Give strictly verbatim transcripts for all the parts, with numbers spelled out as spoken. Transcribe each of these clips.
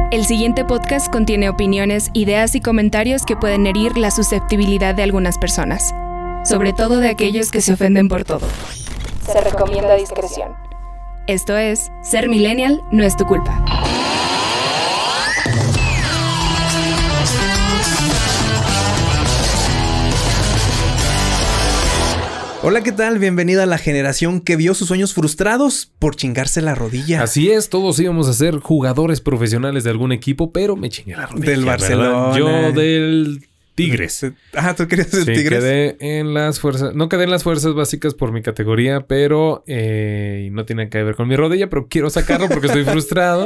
El siguiente podcast contiene opiniones, ideas y comentarios que pueden herir la susceptibilidad de algunas personas, sobre todo de aquellos que se ofenden por todo. Se recomienda discreción. Esto es, ser millennial no es tu culpa. Hola, ¿qué tal? Bienvenida a la generación que vio sus sueños frustrados por chingarse la rodilla. Así es, todos íbamos a ser jugadores profesionales de algún equipo, pero me chingué la rodilla. Del Barcelona. ¿Verdad? Yo del Tigres. Ah, ¿tú querías el sí, Tigres? Quedé en las fuerzas... No quedé en las fuerzas básicas por mi categoría, pero... Eh, y no tiene que ver con mi rodilla, pero quiero sacarlo porque estoy frustrado.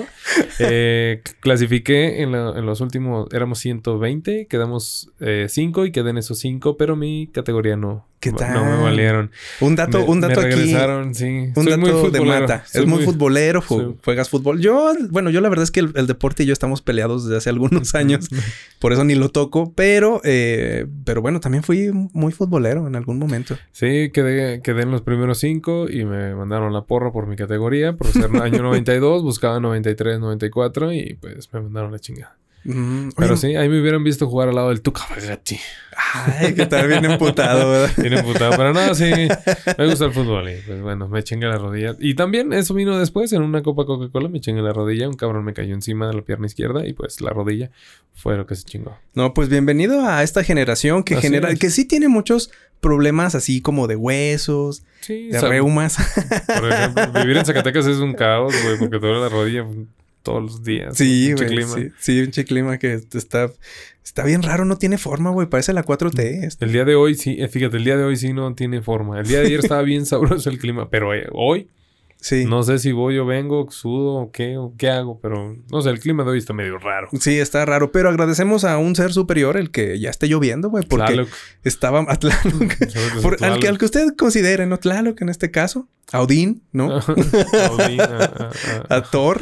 Eh, clasifiqué en, la, en los últimos... Éramos ciento veinte, quedamos cinco eh, y quedé en esos cinco, pero mi categoría no... ¿Qué tal? No me valieron. Un dato, me, un dato me regresaron, aquí. Sí. Un Soy dato muy de Mata. Soy es muy, muy futbolero, ju- soy... juegas fútbol. Yo, bueno, yo la verdad es que el, el deporte y yo estamos peleados desde hace algunos años. Por eso ni lo toco. Pero, eh, pero bueno, también fui muy futbolero en algún momento. Sí, quedé, quedé en los primeros cinco y me mandaron la porra por mi categoría. Por ser año noventa y dos, buscaba noventa y tres, noventa y cuatro y pues me mandaron la chingada. Mm, Pero oye, sí, ahí me hubieran visto jugar al lado del Tuca Ferretti. Ay, que tal bien emputado, ¿verdad? Bien emputado, pero no, sí, me gusta el fútbol y pues bueno, me chingué la rodilla. Y también eso vino después, en una copa Coca-Cola me chingué la rodilla, un cabrón me cayó encima de la pierna izquierda y pues la rodilla fue lo que se chingó. No, pues bienvenido a esta generación que así genera, es. que sí tiene muchos problemas así como de huesos, sí, de reumas. Por ejemplo, vivir en Zacatecas es un caos, güey, porque te duele la rodilla todos los días. Sí, güey. Sí, sí, un clima que está... Está bien raro. No tiene forma, güey. Parece la cuatro T. Este. El día de hoy sí... Fíjate, el día de hoy sí no tiene forma. El día de ayer estaba bien sabroso el clima. Pero eh, hoy... Sí. No sé si voy o vengo, sudo o qué, o qué hago. Pero no sé, el clima de hoy está medio raro. Sí, está raro. Pero agradecemos a un ser superior el que ya esté lloviendo, güey. Porque Tlaloc. estaba... A Tlaloc. Por, Tlaloc. Al, que, al que usted considere, ¿no? Tlaloc en este caso. A Odín, ¿no? a Odín, a, a, a, a Thor.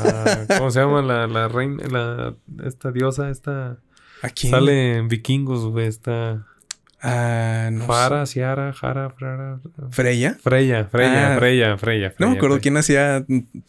A, ¿Cómo se llama la, la reina? La, esta diosa, esta... ¿A quién? Sale en Vikingos, güey, esta... Ah, no Fara, sé. Ciara, Jara, Frara... ¿Freya? Freya, Freya, ah, Freya, Freya, Freya. No me acuerdo Freya. quién hacía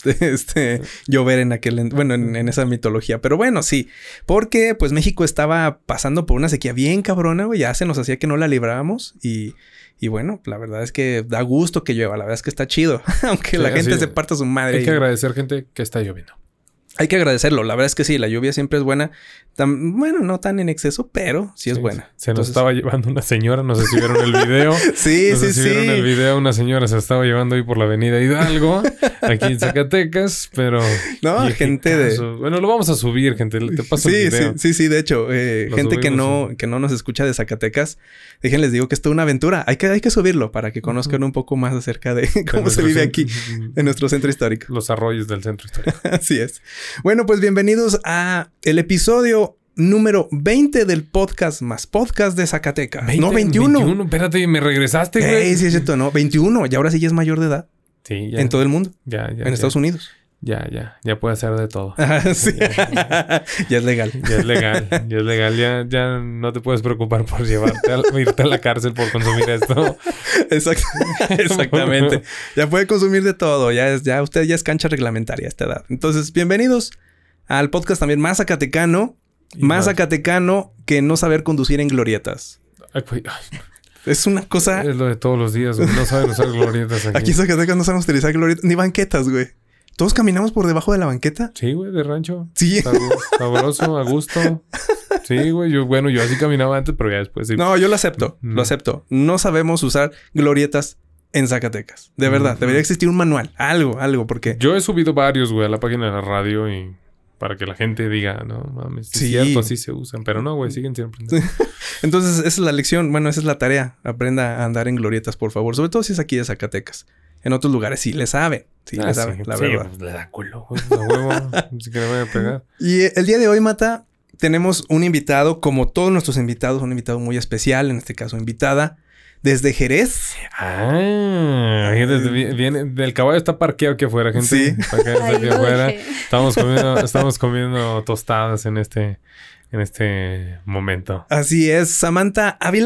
este llover en aquel... Bueno, en, en esa mitología. Pero bueno, sí. Porque, pues, México estaba pasando por una sequía bien cabrona, güey. Ya se nos hacía que no la librábamos. Y... Y bueno, la verdad es que da gusto que llueva. La verdad es que está chido. Aunque sí, la gente se parta su madre. Hay y... que agradecer, gente, que está lloviendo. Hay que agradecerlo. La verdad es que sí, la lluvia siempre es buena. Tan, bueno, no tan en exceso, pero sí es sí, buena. Se nos Entonces... estaba llevando una señora. No sé si vieron el video. sí, no sé sí, si sí. vieron el video. Una señora se estaba llevando ahí por la avenida Hidalgo. Aquí en Zacatecas. Pero... No, gente de... Bueno, lo vamos a subir, gente. Te paso sí, el video. Sí, sí, sí. De hecho, eh, gente que no, que no nos escucha de Zacatecas. Déjenles digo que es toda una aventura. Hay que, hay que subirlo para que conozcan uh-huh. un poco más acerca de cómo se vive aquí en nuestro centro histórico. Los arroyos del centro histórico. Así es. Bueno, pues bienvenidos a el episodio número veinte del podcast más podcast de Zacatecas. veinte, no, veintiuno. veintiuno. Espérate, me regresaste, güey. Hey, sí, es cierto, no. veintiuno. Y ahora sí ya es mayor de edad. Sí, ya. En todo el mundo. Ya, ya. En ya. Estados Unidos. Ya, ya. Ya puede hacer de todo. Ah, sí. Ya, ya. ya es legal. Ya es legal. Ya es legal. Ya, ya no te puedes preocupar por llevarte a, irte a la cárcel por consumir esto. Exact- Exactamente. Ya puede consumir de todo. Ya es, ya usted ya es cancha reglamentaria a esta edad. Entonces, bienvenidos al podcast también más zacatecano. Más, más zacatecano que no saber conducir en glorietas. Ay, pues, ay. Es una cosa... Es lo de todos los días. No saben usar glorietas aquí. Aquí en Zacatecas no sabemos utilizar glorietas. Ni banquetas, güey. ¿Todos caminamos por debajo de la banqueta? Sí, güey, de rancho. Sí. Sabroso, a gusto. Sí, güey. Yo, bueno, yo así caminaba antes, pero ya después... Sí. No, yo lo acepto. Mm. Lo acepto. No sabemos usar glorietas en Zacatecas. De verdad. Mm. Debería existir un manual. Algo, algo, porque... Yo he subido varios, güey, a la página de la radio y... Para que la gente diga, no mames, sí. es cierto, así se usan. Pero no, güey, siguen sin aprender. Entonces, esa es la lección. Bueno, esa es la tarea. Aprenda a andar en glorietas, por favor. Sobre todo si es aquí de Zacatecas. En otros lugares sí le sabe. Sí ah, le sabe, sí, la sí, verdad. Pues le da culo, güey. A huevo. Ni siquiera me voy a pegar. Y el día de hoy, Mata, tenemos un invitado, como todos nuestros invitados, un invitado muy especial. En este caso, invitada. Desde Jerez. Ah, viene, viene del caballo está parqueado aquí afuera, gente. Sí. Acá está aquí afuera. Estamos comiendo, estamos comiendo tostadas en este, en este momento. Así es. Samantha Ávila.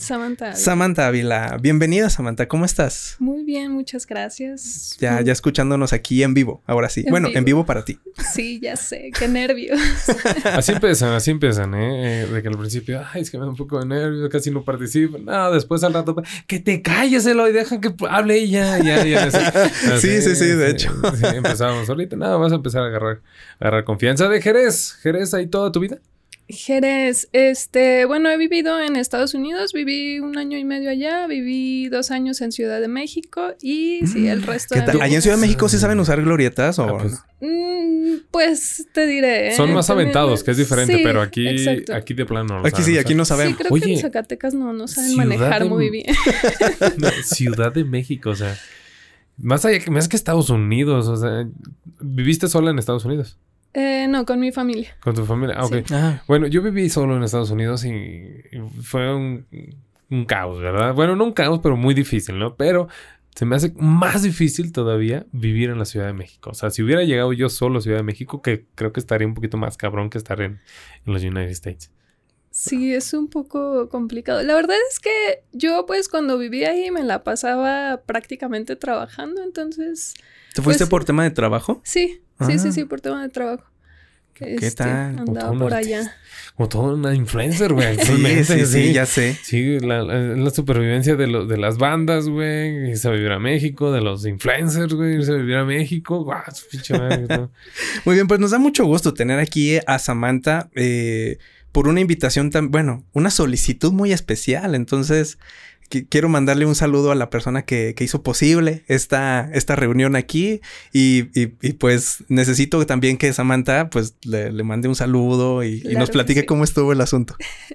Samantha Ávila. Samantha Ávila. Bienvenida, Samantha. ¿Cómo estás? Muy bien, muchas gracias. Ya, Muy... ya escuchándonos aquí en vivo. Ahora sí. En bueno, vivo. en vivo para ti. Sí, ya sé. Qué nervios. Así empiezan, así empiezan, ¿eh? De que al principio, ay, es que me da un poco de nervios, casi no participo. No, después al rato, que te calles, Eloy, deja que hable y ya, ya, ya. Así, sí, sí, sí, de hecho. Sí, empezábamos ahorita. Nada, vas a empezar a agarrar, agarrar confianza de Jerez. Jerez, ahí toda tu vida. Jerez, este, bueno, he vivido en Estados Unidos, viví un año y medio allá, viví dos años en Ciudad de México y sí, el resto ¿Qué de tal? mi ¿Allá en Ciudad de México sí saben usar glorietas o...? Ah, pues, Mm, pues te diré. son más También- aventados, que es diferente, Sí, pero aquí, exacto. aquí de plano no lo Aquí sí, saben aquí usar. no Sí, sabemos. creo Oye, que en Zacatecas no, no saben Ciudad manejar de- muy bien. No, Ciudad de México, o sea, más allá que más que Estados Unidos, o sea, ¿viviste sola en Estados Unidos? Eh, no, con mi familia. ¿Con tu familia? Ah, ok. Sí. Ah, Bueno, yo viví solo en Estados Unidos y, y fue un, un caos, ¿verdad? Bueno, no un caos, pero muy difícil, ¿no? Pero se me hace más difícil todavía vivir en la Ciudad de México. O sea, si hubiera llegado yo solo a Ciudad de México, que creo que estaría un poquito más cabrón que estar en, en los United States. Sí, es un poco complicado. La verdad es que yo, pues, cuando vivía ahí me la pasaba prácticamente trabajando, entonces... ¿te fuiste Pues- por tema de trabajo? Sí, sí, Ah. sí, sí, por tema de trabajo. ¿Qué Este, tal? Como Andaba todo por un allá. artista. Como todo una influencer, güey. Sí, actualmente, sí, sí, ya sé. Sí, la, la, la supervivencia de, lo, de las bandas, güey. Irse a vivir a México, de los influencers, güey. Irse a vivir a México. Guau, su pinche madre, ¿no? Muy bien, pues nos da mucho gusto tener aquí a Samantha eh, por una invitación tan, bueno, una solicitud muy especial. Entonces, qu- quiero mandarle un saludo a la persona que, que hizo posible esta, esta reunión aquí. Y, y, y pues necesito también que Samantha pues le, le mande un saludo y, y Claro nos que platique sí. cómo estuvo el asunto.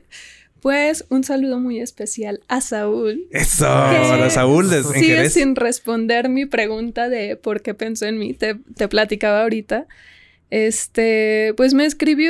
Pues un saludo muy especial a Saúl. Eso, que para Saúl de, en Sigue Jerez. sin responder mi pregunta de por qué pensó en mí. Te, te platicaba ahorita. Este, pues me escribió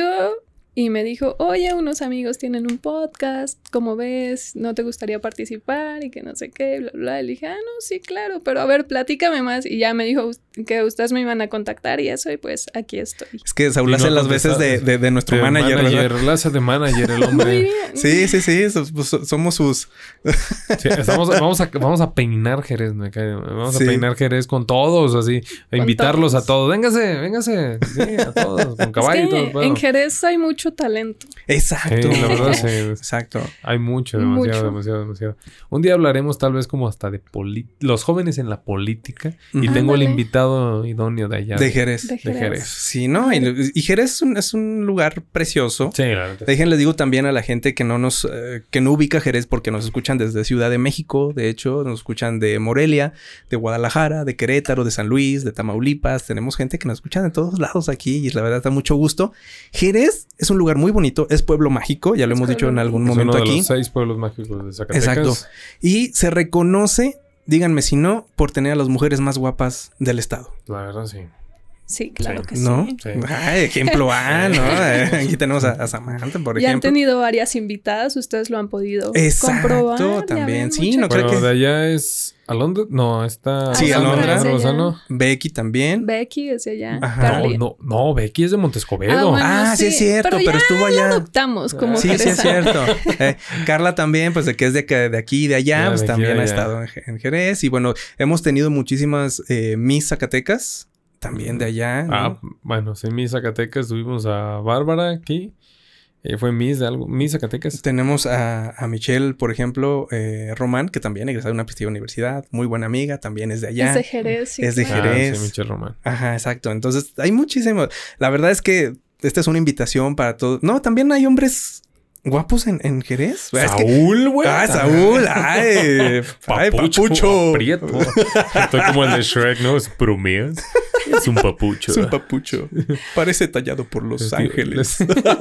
y me dijo, oye, unos amigos tienen un podcast, ¿cómo ves? ¿No te gustaría participar? Y que no sé qué, bla, bla. Y le dije, ah, no, sí, claro, pero a ver, platícame más. Y ya me dijo que ustedes me iban a contactar y eso, y pues aquí estoy. Es que Saúl Y no hace las veces de, contestaste. de, de nuestro De manager, ¿verdad? Lo hace de manager el hombre. Muy bien. Sí, sí, sí, so- so- somos sus... Sí, estamos, vamos, a, vamos a peinar Jerez, me cae. Vamos Sí. a peinar Jerez con todos, así. A Con invitarlos todos. a todos. Véngase, véngase. Sí, a todos. Con caballo y Es todo. que el pedo. en Jerez hay mucho talento. Exacto. Sí, la verdad, sí. Exacto. Hay mucho, demasiado, Mucho. demasiado, demasiado. Un día hablaremos tal vez como hasta de poli- los jóvenes en la política. Y Ujú. tengo el Ándale. invitado idóneo de allá. De Jerez. De De Jerez. Jerez. Sí, ¿no? Y, y Jerez es un, es un lugar precioso. Sí, la verdad. Déjenles digo también a la gente que no nos... eh, que no ubica Jerez porque nos escuchan desde Ciudad de México. De hecho, nos escuchan de Morelia, de Guadalajara, de Querétaro, de San Luis, de Tamaulipas. Tenemos gente que nos escucha de todos lados aquí y la verdad da mucho gusto. Jerez es un lugar muy bonito. Es pueblo mágico. Ya lo Es hemos dicho en pueblo algún Es momento uno de aquí. los seis pueblos mágicos de Zacatecas. Exacto. Y se reconoce, díganme si no, por tener a las mujeres más guapas del estado. La verdad, sí. Sí, claro Sí. que ¿No? sí. Sí. Ay, ejemplo A, ¿no? Eh, Aquí tenemos a, a Samantha, por Ya han ejemplo. tenido varias invitadas, ustedes lo han podido Exacto, comprobar. ya también. ven, Sí, mucha- no creo Bueno, que- de allá es Alondra. No, está... Sí, Alondra. es de allá. Lozano. Becky también. Becky es de allá. Ajá. No, Carly. no, no, Becky es de Montescobedo. Ah, bueno, Ah, sí es cierto, pero ya estuvo la allá. adoptamos como Sí, sí es jerezana. cierto. Eh, Carla también, pues de que es de, que- de aquí y de allá, Ya, pues de aquí también y ha allá. estado en, Je- en Jerez. Y bueno, hemos tenido muchísimas eh, Miss Zacatecas, también de allá. ¿no? Ah, bueno, sí, Miss Zacatecas. Tuvimos a Bárbara aquí. Ella fue Miss de algo. Miss Zacatecas. Tenemos a, a Michelle, por ejemplo, eh, Román, que también egresada de una prestigiosa universidad, muy buena amiga, también es de allá. Es de Jerez, sí, Es de claro. Jerez. Ah, sí, Michelle Román. Ajá, exacto. Entonces, hay muchísimos. La verdad es que esta es una invitación para todos. No, también hay hombres guapos en, en Jerez. Es que- Saúl, güey. Ah, Saúl. Ay, ay, papucho. Aprieto. Estoy como el de Shrek, ¿no? Es bromeas. Es un papucho. Es un papucho. Parece tallado por Los Es que- Ángeles.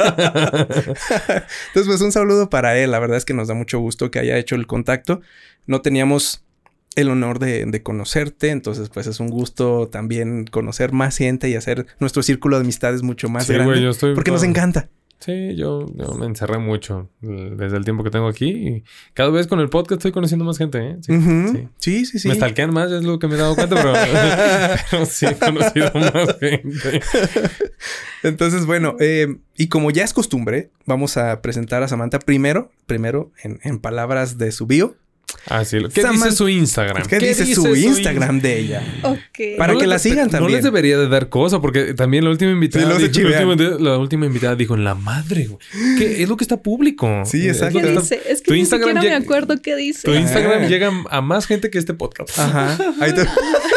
Entonces, pues un saludo para él. La verdad es que nos da mucho gusto que haya hecho el contacto. No teníamos el honor de, de conocerte. Entonces, pues es un gusto también conocer más gente y hacer nuestro círculo de amistades mucho más Sí, grande. güey, yo estoy... Porque nos encanta. Sí, yo, yo me encerré mucho desde el tiempo que tengo aquí. Y cada vez con el podcast estoy conociendo más gente, ¿eh? Sí, Uh-huh. sí. sí, sí, sí. Me stalkean más, es lo que me he dado cuenta, pero, pero sí he conocido más gente. Entonces, bueno, eh, y como ya es costumbre, vamos a presentar a Samantha primero, primero en, en palabras de su bio. Ah, sí. ¿Qué Samantha, dice su Instagram? ¿Qué, ¿Qué dice, dice su, su Instagram in... de ella? Ok. Para no que les, la sigan también. No les debería de dar cosa, porque también la última invitada... Sí, dijo, la, última, la última invitada dijo, en la madre, güey. ¿Qué? Es lo que está público. Sí, exacto. ¿Qué dice? Es que tu ni Instagram siquiera llega, me acuerdo qué dice. Tu Instagram ah. llega a más gente que este podcast. Ajá. Ahí te...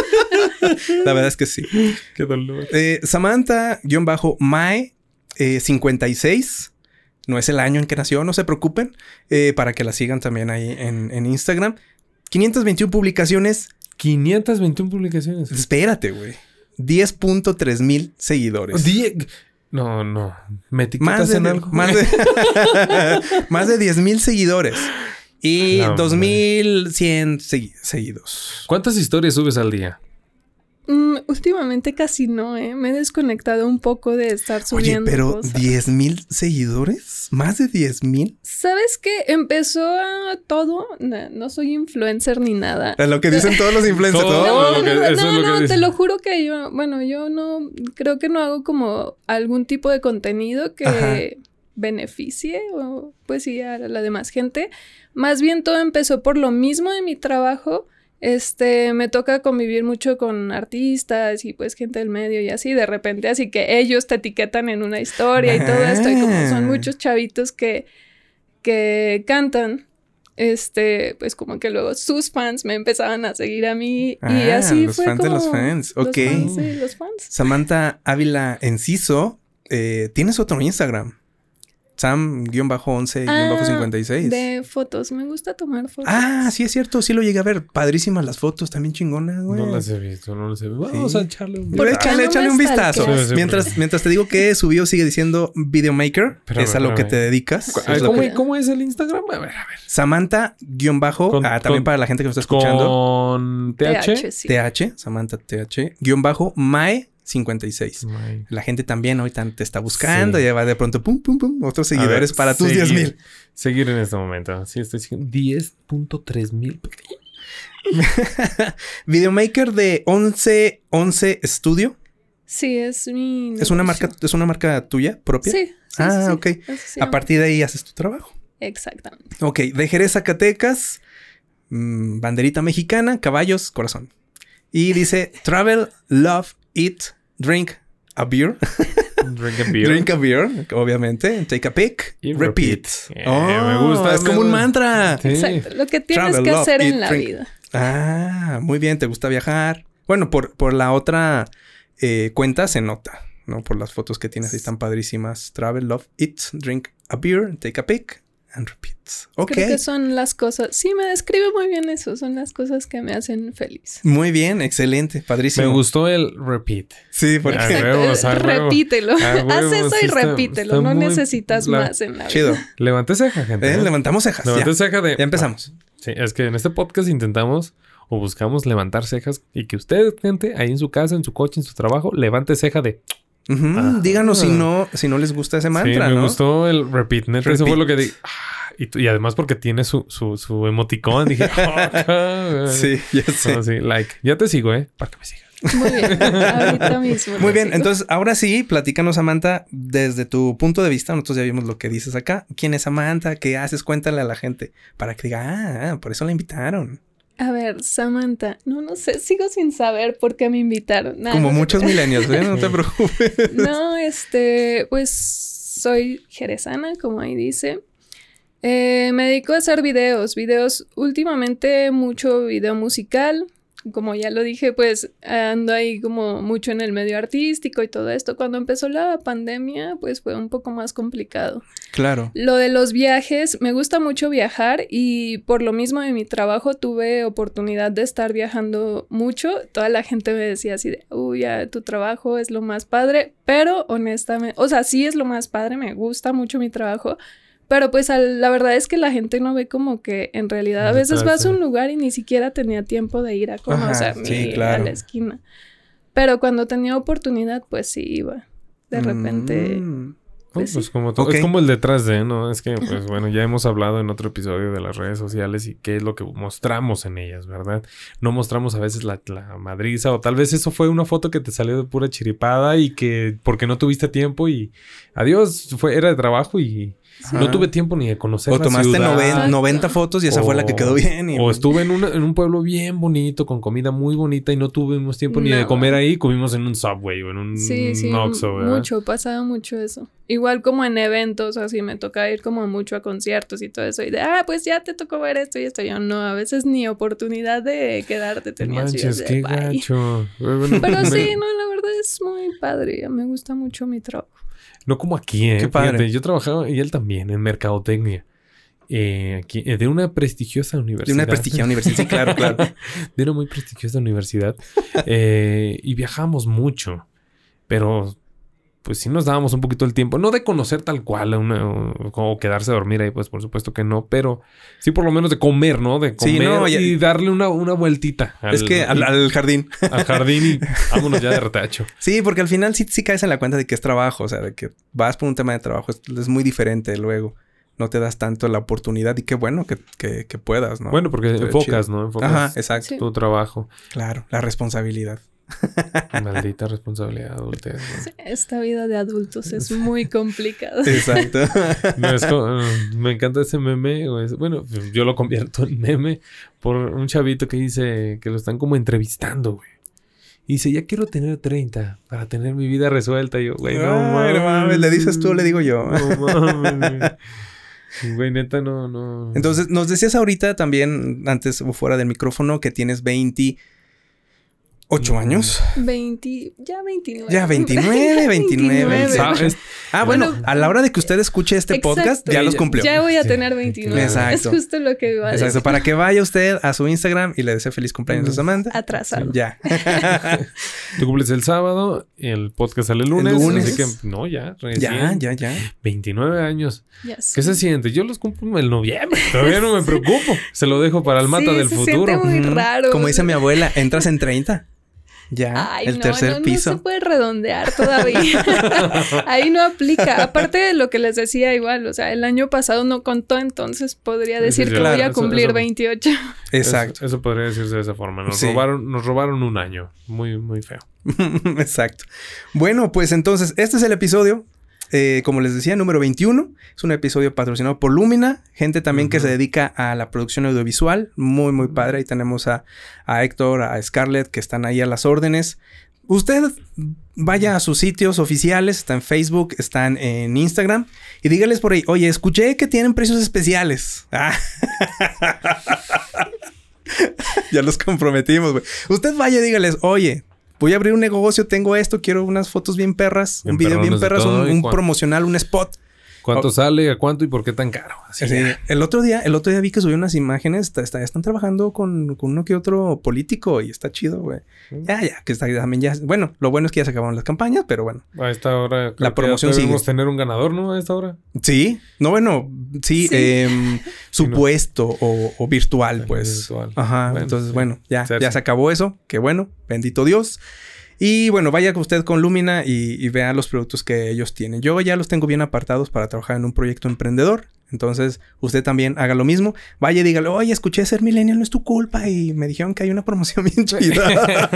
La verdad es que sí. Qué dolor. Eh, Samantha-Mae eh, cincuenta y seis. No es el año en que nació, no se preocupen. Eh, para que la sigan también ahí en, en Instagram. quinientas veintiuna publicaciones. quinientas veintiuna publicaciones. Espérate, güey. diez punto tres mil seguidores. Die... No, no. ¿Me etiquetas más de, en algo? Más de, más de diez mil seguidores. Y no, dos mil cien segui- seguidos. ¿Cuántas historias subes al día? Mm, últimamente casi no, ¿eh? Me he desconectado un poco de estar subiendo. Oye, pero cosas. ¿diez mil seguidores? ¿Más de diez mil? ¿Sabes qué? Empezó a todo. No, no soy influencer ni nada. Es lo que dicen todos los influencers. No, todo. no, que, no, eso no, es lo no que te lo juro que yo... Bueno, yo no... Creo que no hago como algún tipo de contenido que Ajá. beneficie o pues sí a la demás gente. Más bien todo empezó por lo mismo de mi trabajo. Este, me toca convivir mucho con artistas y pues gente del medio y así, de repente, así que ellos te etiquetan en una historia y todo esto, y como son muchos chavitos que, que cantan, este, pues como que luego sus fans me empezaban a seguir a mí ah, y así los fue fans como... de los fans, ok. Los fans, sí, los fans. Samantha Ávila Enciso, eh, ¿tienes otro Instagram? Sam-once cincuenta y seis. Ah, de fotos. Me gusta tomar fotos. Ah, sí es cierto. Sí lo llegué a ver. Padrísimas las fotos. También chingonas, güey. No las he visto. No las he visto. Vamos sí. a echarle un vistazo. Échale, échale no un vistazo. Sí, sí, mientras, mientras te digo que su bio sigue diciendo Videomaker. Pero, es a lo que te dedicas. Es ¿Cómo, que... ¿Cómo es el Instagram? A ver, a ver. Samantha-bajo. Con, ah, también con, para la gente que nos está escuchando. Con T H. T H, sí. T H. Samantha T H. Guión bajo. Mae. cincuenta y seis. My. La gente también ahorita te está buscando. Sí. Ya va de pronto, pum, pum, pum. Otros seguidores ver, para tus diez mil. Seguir en este momento. Sí, estoy siguiendo. diez punto tres mil. Videomaker de once once Studio. Sí, es mi... ¿Es una marca, ¿Es una marca tuya propia? Sí. sí ah, sí, ok. Sí. A partir de ahí haces tu trabajo. Exactamente. Ok. De Jerez, Zacatecas. Mmm, banderita mexicana. Caballos, corazón. Y dice Travel, Love, Eat, Drink a beer. Drink a beer. Drink a beer, obviamente. Take a pic. Y repeat. repeat. Yeah, oh, me gusta. Es como un mantra. Sí. Exacto. Lo que tienes Travel, que love, hacer eat, en la drink. vida. Ah, muy bien. ¿Te gusta viajar? Bueno, por, por la otra eh, cuenta se nota, ¿no? Por las fotos que tienes. Ahí están padrísimas. Travel, love, eat, drink a beer, take a pic. And repeats. Ok. Creo que son las cosas... Sí, me describe muy bien eso. Son las cosas que me hacen feliz. Muy bien. Excelente. Padrísimo. Me gustó el repeat. Sí, porque... Huevos, repítelo. Huevos, Haz eso y sí está, repítelo. está no muy... necesitas la... más en la vida. Chido. Levante ceja, gente. ¿Eh? ¿Eh? Levantamos cejas. Levante ya. ceja de... Ya empezamos. Ah, sí, es que en este podcast intentamos... O buscamos levantar cejas. Y que usted, gente, ahí en su casa, en su coche, en su trabajo... Levante ceja de... Uh-huh. Ah, díganos si no, si no les gusta ese mantra, sí, me ¿no? gustó el repeat. Neta, eso fue lo que dije. Y, y además porque tiene su, su, su emoticón. Dije, oh, sí, ya sé. No, sí, like. Ya te sigo, ¿eh? Para que me sigas. Muy bien. Ahorita mismo. Muy bien. Sigo. Entonces, ahora sí, platícanos, Samantha, desde tu punto de vista. Nosotros ya vimos lo que dices acá. ¿Quién es Samantha? ¿Qué haces? Cuéntale a la gente para que diga, ah, por eso la invitaron. A ver, Samantha, no, no sé, sigo sin saber por qué me invitaron. Nah, Como no muchos millennials, ¿eh? No te preocupes. No, este, pues soy jerezana, como ahí dice. Eh, me dedico a hacer videos, videos últimamente mucho video musical. Como ya lo dije, pues ando ahí como mucho en el medio artístico y todo esto. Cuando empezó la pandemia, pues fue un poco más complicado. Claro. Lo de los viajes, me gusta mucho viajar y por lo mismo de mi trabajo tuve oportunidad de estar viajando mucho. Toda la gente me decía así de, uy, ya, tu trabajo es lo más padre. Pero honestamente, o sea, sí es lo más padre, me gusta mucho mi trabajo. Pero pues al, la verdad es que la gente no ve como que en realidad a veces vas a un lugar y ni siquiera tenía tiempo de ir a conocer ni sí, claro. a la esquina. Pero cuando tenía oportunidad, pues sí iba. De repente... Mm. Pues, pues sí. como todo, Ok. es como el detrás de, ¿no? Es que, pues bueno, ya hemos hablado en otro episodio de las redes sociales y qué es lo que mostramos en ellas, ¿verdad? No mostramos a veces la, la madriza o tal vez eso fue una foto que te salió de pura chiripada y que porque no tuviste tiempo y adiós, fue, era de trabajo y Ajá. no tuve tiempo ni de conocer O la tomaste ciudad. noven- noventa fotos y esa O- fue la que quedó bien. Y, O estuve en, una- en un pueblo bien bonito, con comida muy bonita y no tuvimos tiempo ni de No. comer ahí. Comimos en un Subway o en un Sí, sí, Oxxo, ¿verdad? mucho, pasaba mucho eso. Igual como en eventos, así me toca ir como mucho a conciertos y todo eso. Y de, ah, pues ya te tocó ver esto y esto. Yo no, a veces ni oportunidad de quedarte tenía. así, Manches, de, qué bye. gacho. Bueno, Pero me- sí, no, la verdad es muy padre. Me gusta mucho mi trabajo. No como aquí, ¿eh? Qué padre. Fíjate, yo trabajaba, y él también, en mercadotecnia. Eh, aquí, eh, de una prestigiosa de universidad. una prestigiosa universidad. Sí, claro, claro. De una muy prestigiosa universidad. Eh, y viajamos mucho. Pero, pues sí nos dábamos un poquito el tiempo. No de conocer tal cual, una, o quedarse a dormir ahí, pues por supuesto que no. Pero sí por lo menos de comer, ¿no? De Sí, comer no, ya- y darle una, una vueltita. Al, Es que al, al jardín. al jardín y vámonos ya de retacho. Sí, porque al final sí, sí caes en la cuenta de que es trabajo. O sea, de que vas por un tema de trabajo. Es, es muy diferente luego. No te das tanto la oportunidad y qué bueno que, que, que puedas, ¿no? Bueno, porque Pero enfocas, chido. ¿no? Enfocas Ajá, exacto. Sí. tu trabajo. Claro, la responsabilidad. Maldita responsabilidad adultez, ¿no? Esta vida de adultos es muy complicada. Exacto. No, es como- me encanta ese meme. O es- bueno, yo lo convierto en meme por un chavito que dice que lo están como entrevistando, güey. Y dice, ya quiero tener treinta para tener mi vida resuelta. Y yo, güey, no Ay, mames. no mames, ¿le dices tú o le digo yo? No mames, güey. Güey, neta, no, no. Entonces, nos decías ahorita también, antes o fuera del micrófono, que tienes veintiocho años. veinte, ya veintinueve. Ya, veintinueve, veintinueve. ¿Sabes? Ah, bueno, Bueno, a la hora de que usted escuche este exacto. podcast, ya los cumplió. Ya voy a Sí. tener veintinueve. Exacto. Es justo lo que iba a decir. Exacto, para que vaya usted a su Instagram y le desee feliz cumpleaños a Samantha. Atrasado. Ya. Tú cumples el sábado, el podcast sale el lunes. El lunes. Así que, no, ya, recién. Ya, ya, ya. veintinueve años. Ya ¿Qué sé. se siente? Yo los cumplo en noviembre. Todavía no me preocupo. Se lo dejo para el mata Sí, del se futuro. siente muy Ujú. raro. Como dice mi abuela, entras en treinta. Ya, Ay, el no, tercer no, piso. no se puede redondear todavía. Ahí no aplica. Aparte de lo que les decía igual, o sea, el año pasado no contó, entonces podría decir Sí, que claro, voy a eso- cumplir eso- veintiocho. Exacto. Eso, eso podría decirse de esa forma. Nos, Sí. robaron, nos robaron un año. Muy, muy feo. Exacto. Bueno, pues entonces, este es el episodio, eh, como les decía, número veintiuno. Es un episodio patrocinado por Lumina, gente también que Ujú. se dedica a la producción audiovisual. Muy, muy padre. Ahí tenemos a, a Héctor, a Scarlett, que están ahí a las órdenes. Usted vaya a sus sitios oficiales, está en Facebook, están en Instagram, y dígales por ahí, oye, escuché que tienen precios especiales. Ah. Ya los comprometimos, güey. Usted vaya y dígales, oye, voy a abrir un negocio, tengo esto, quiero unas fotos bien perras, Bien un video bien perrones de perras, todo, un, y un cuan- promocional, un spot. ¿Cuánto Oh. sale? ¿A cuánto? ¿Y por qué tan caro? Así Sí, ya. el otro día, el otro día vi que subió unas imágenes, está- está- están trabajando con, con uno que otro político y está chido, güey. Mm. Ya, ya, que está también ya. Bueno, lo bueno es que ya se acabaron las campañas, pero bueno. A esta hora... creo La que promoción ya debemos sigue. tener un ganador, ¿no? A esta hora. Sí, no, bueno, sí, Sí. em, supuesto o, o virtual, Sí, pues. virtual. Ajá, Bueno, entonces, sí. bueno, ya, Cerca. ya se acabó eso. Qué bueno, bendito Dios. Y bueno, vaya usted con Lumina y, y vea los productos que ellos tienen. Yo ya los tengo bien apartados para trabajar en un proyecto emprendedor. Entonces, usted también haga lo mismo. Vaya y dígale, oye, escuché ser millennial, no es tu culpa. Y me dijeron que hay una promoción bien chida.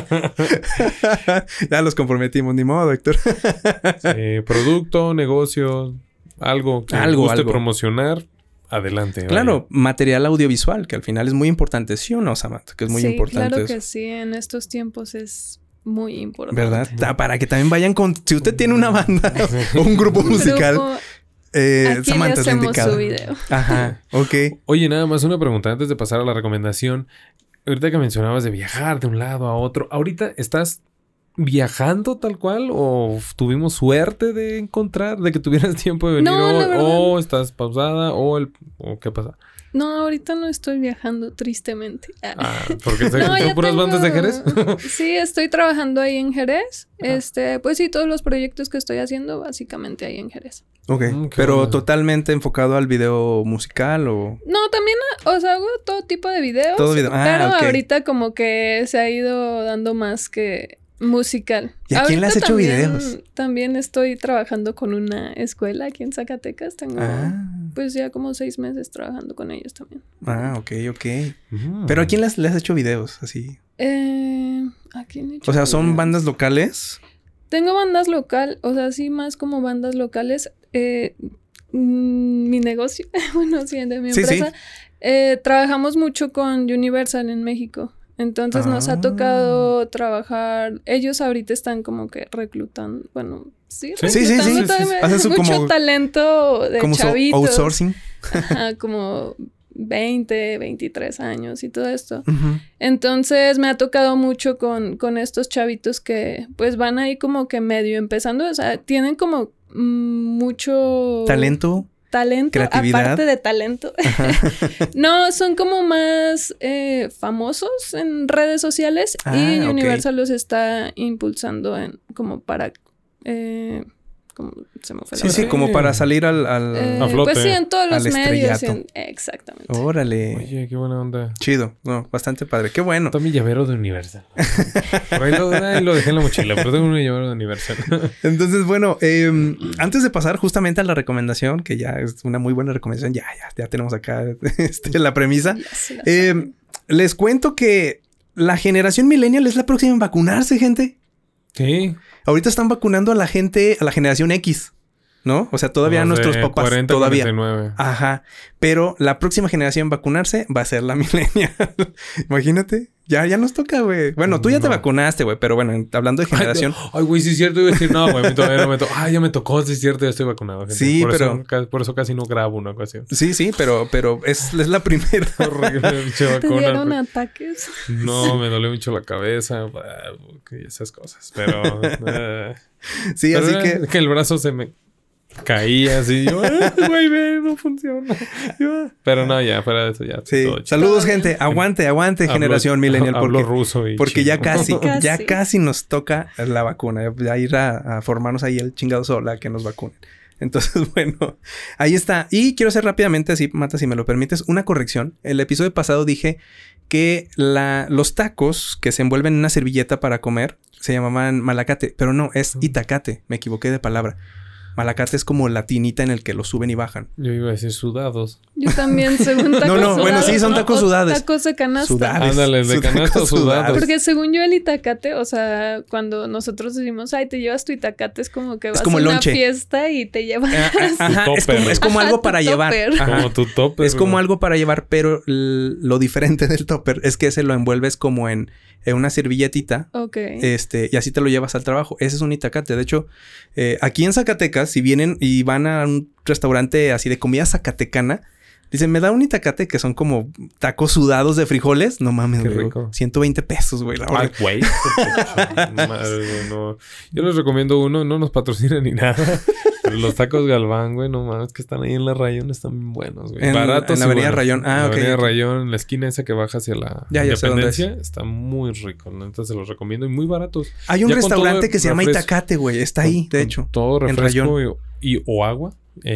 Ya los comprometimos, ni modo, Héctor. Eh, producto, negocio, algo que Algo, guste algo. promocionar. Adelante. Claro, material audiovisual, que al final es muy importante, ¿sí o no, Samantha? Que es muy sí, importante claro eso. que sí. En estos tiempos es muy importante. ¿Verdad? Ta- Para que también vayan con... Si usted tiene una banda o un grupo Un musical, grupo, eh, aquí le Samantha es la hacemos indicada. su video. Ajá, ok. Oye, nada más una pregunta antes de pasar a la recomendación. Ahorita que mencionabas de viajar de un lado a otro, ¿ahorita estás viajando tal cual o tuvimos suerte de encontrar, de que tuvieras tiempo de venir No, hoy, la verdad. o estás pausada o el o qué pasa? No, ahorita no estoy viajando, tristemente. Ah. Ah, porque se No, son ya puras tengo- bandas de Jerez. Sí, estoy trabajando ahí en Jerez. Ajá. Este, pues sí, todos los proyectos que estoy haciendo, básicamente ahí en Jerez. Ok. Mm, qué Pero bueno. totalmente enfocado al video musical o... No, también, o sea, hago todo tipo de videos. Todo video. Ah, pero ok. ahorita como que se ha ido dando más que Musical. ¿Y a quién le has hecho también, videos? También estoy trabajando con una escuela aquí en Zacatecas. Tengo Ah. pues ya como seis meses trabajando con ellos también. Ah, ok, ok. Mm. ¿Pero a quién le has, le has hecho videos así? Eh, ¿A quién he hecho O sea, ¿son videos? bandas locales? Tengo bandas local, o sea, sí más como bandas locales. Eh, mm, mi negocio, bueno, sí, de mi Sí, empresa. sí. Eh, trabajamos mucho con Universal en México. Entonces nos Ah. ha tocado trabajar. Ellos ahorita están como que reclutando. Bueno, sí, Sí, sí, reclutando sí, sí, también sí. Hacen su mucho como- talento de Como su chavitos. outsourcing. Ajá, como veinte, veintitrés años y todo esto. Ujú. Entonces me ha tocado mucho con, con estos chavitos que pues van ahí como que medio empezando. O sea, tienen como mm, mucho Talento. talento, creatividad. aparte de talento. No, son como más eh, famosos en redes sociales Ah, y ok. Universal los está impulsando en como para eh, como se me fue la Sí, sí, palabra. como para salir al... al... Eh, A flote. Pues sí, en todos los Al medios. estrellato. en- exactamente. Órale. Oye, qué buena onda. Chido. No, bastante padre. Qué bueno. Está mi llavero de Universal. Por ahí lo, ahí lo dejé en la mochila, pero tengo un llavero de Universal. Entonces, bueno, eh, antes de pasar justamente a la recomendación, que ya es una muy buena recomendación, ya, ya, ya tenemos acá este, la premisa. Ya se la Eh, saben. les cuento que la generación millennial es la próxima en vacunarse, gente. Sí. Ahorita están vacunando a la gente, a la generación X, ¿no? O sea, todavía Los de nuestros papás cuarenta, todavía. cuarenta y nueve. Ajá. Pero la próxima generación en vacunarse va a ser la millennial. Imagínate. Ya, ya nos toca, güey. Bueno, tú ya te No. vacunaste, güey. Pero bueno, hablando de generación. Ay, güey, sí es cierto. Iba a decir, no, güey, todavía no me tocó. Ah, ya me tocó, sí es cierto, ya estoy vacunado. Gente. Sí, por pero- Eso, ca- por eso casi no grabo una ocasión. Sí, sí, pero, pero es, es la primera. Horrible, pinche ¿Te vacuna. dieron ataques? No, me dolió mucho la cabeza. ah, y esas cosas. Pero... eh, Sí, pero así era que. que el brazo se me caía así. Yo, "Ah, güey, ve, no funciona". Yo, pero no, ya, fuera de eso, ya. Sí. todo chido. Saludos, Todo bien. gente. Aguante, aguante, Hablo- generación millennial. Hablo Porque, ruso y porque ya chino. casi, Casi. ya casi nos toca la vacuna. Ya ir a, a formarnos ahí el chingado sola que nos vacunen. Entonces, bueno, ahí está. Y quiero hacer rápidamente, así, Mata, si me lo permites, una corrección. El episodio pasado dije que la, los tacos que se envuelven en una servilleta para comer se llamaban malacate, pero no, es itacate. Me equivoqué de palabra. Malacate es como la tinita en el que lo suben y bajan. Yo iba a decir sudados. Yo también, según tacos No, no, sudados. bueno, sí, son ¿no? tacos O sudados. Tacos de canasta. Sudades. Ándale, de Sus canasta tacos o sudados. Porque según yo el itacate, o sea, cuando nosotros decimos, ay, te llevas tu itacate, es como que vas como a el una lonche. fiesta y te llevas... Ah, ah, ajá, es topper. como, es como Ajá, algo tu para llevar. topper. Ajá. Como tu topper. Es como güey. algo para llevar, pero l- lo diferente del topper es que ese lo envuelves como en, en una servilletita. Ok. Este, y así te lo llevas al trabajo. Ese es un itacate. De hecho, eh, aquí en Zacatecas, si vienen y van a un restaurante así de comida zacatecana, dicen, me da un itacate que son como tacos sudados de frijoles. No mames, Qué güey. rico. ciento veinte pesos, güey. La Ay, orden. güey. Madre, güey, no. Yo les recomiendo uno, no nos patrocina ni nada. Pero los tacos Galván, güey, no mames, que están ahí en la Rayón, están bien buenos, güey. En- Baratos. en la y Avenida buenos. Rayón. Ah, en la ok, Avenida ok. Rayón, en la esquina esa que baja hacia la Ya, ya sé dónde es. Independencia. Está muy rico, ¿no? Entonces se los recomiendo y muy baratos. Hay un Ya con restaurante todo que se llama refres- Itacate, güey. Está ahí, Con- de con hecho. Todo en refresco y, y- o agua.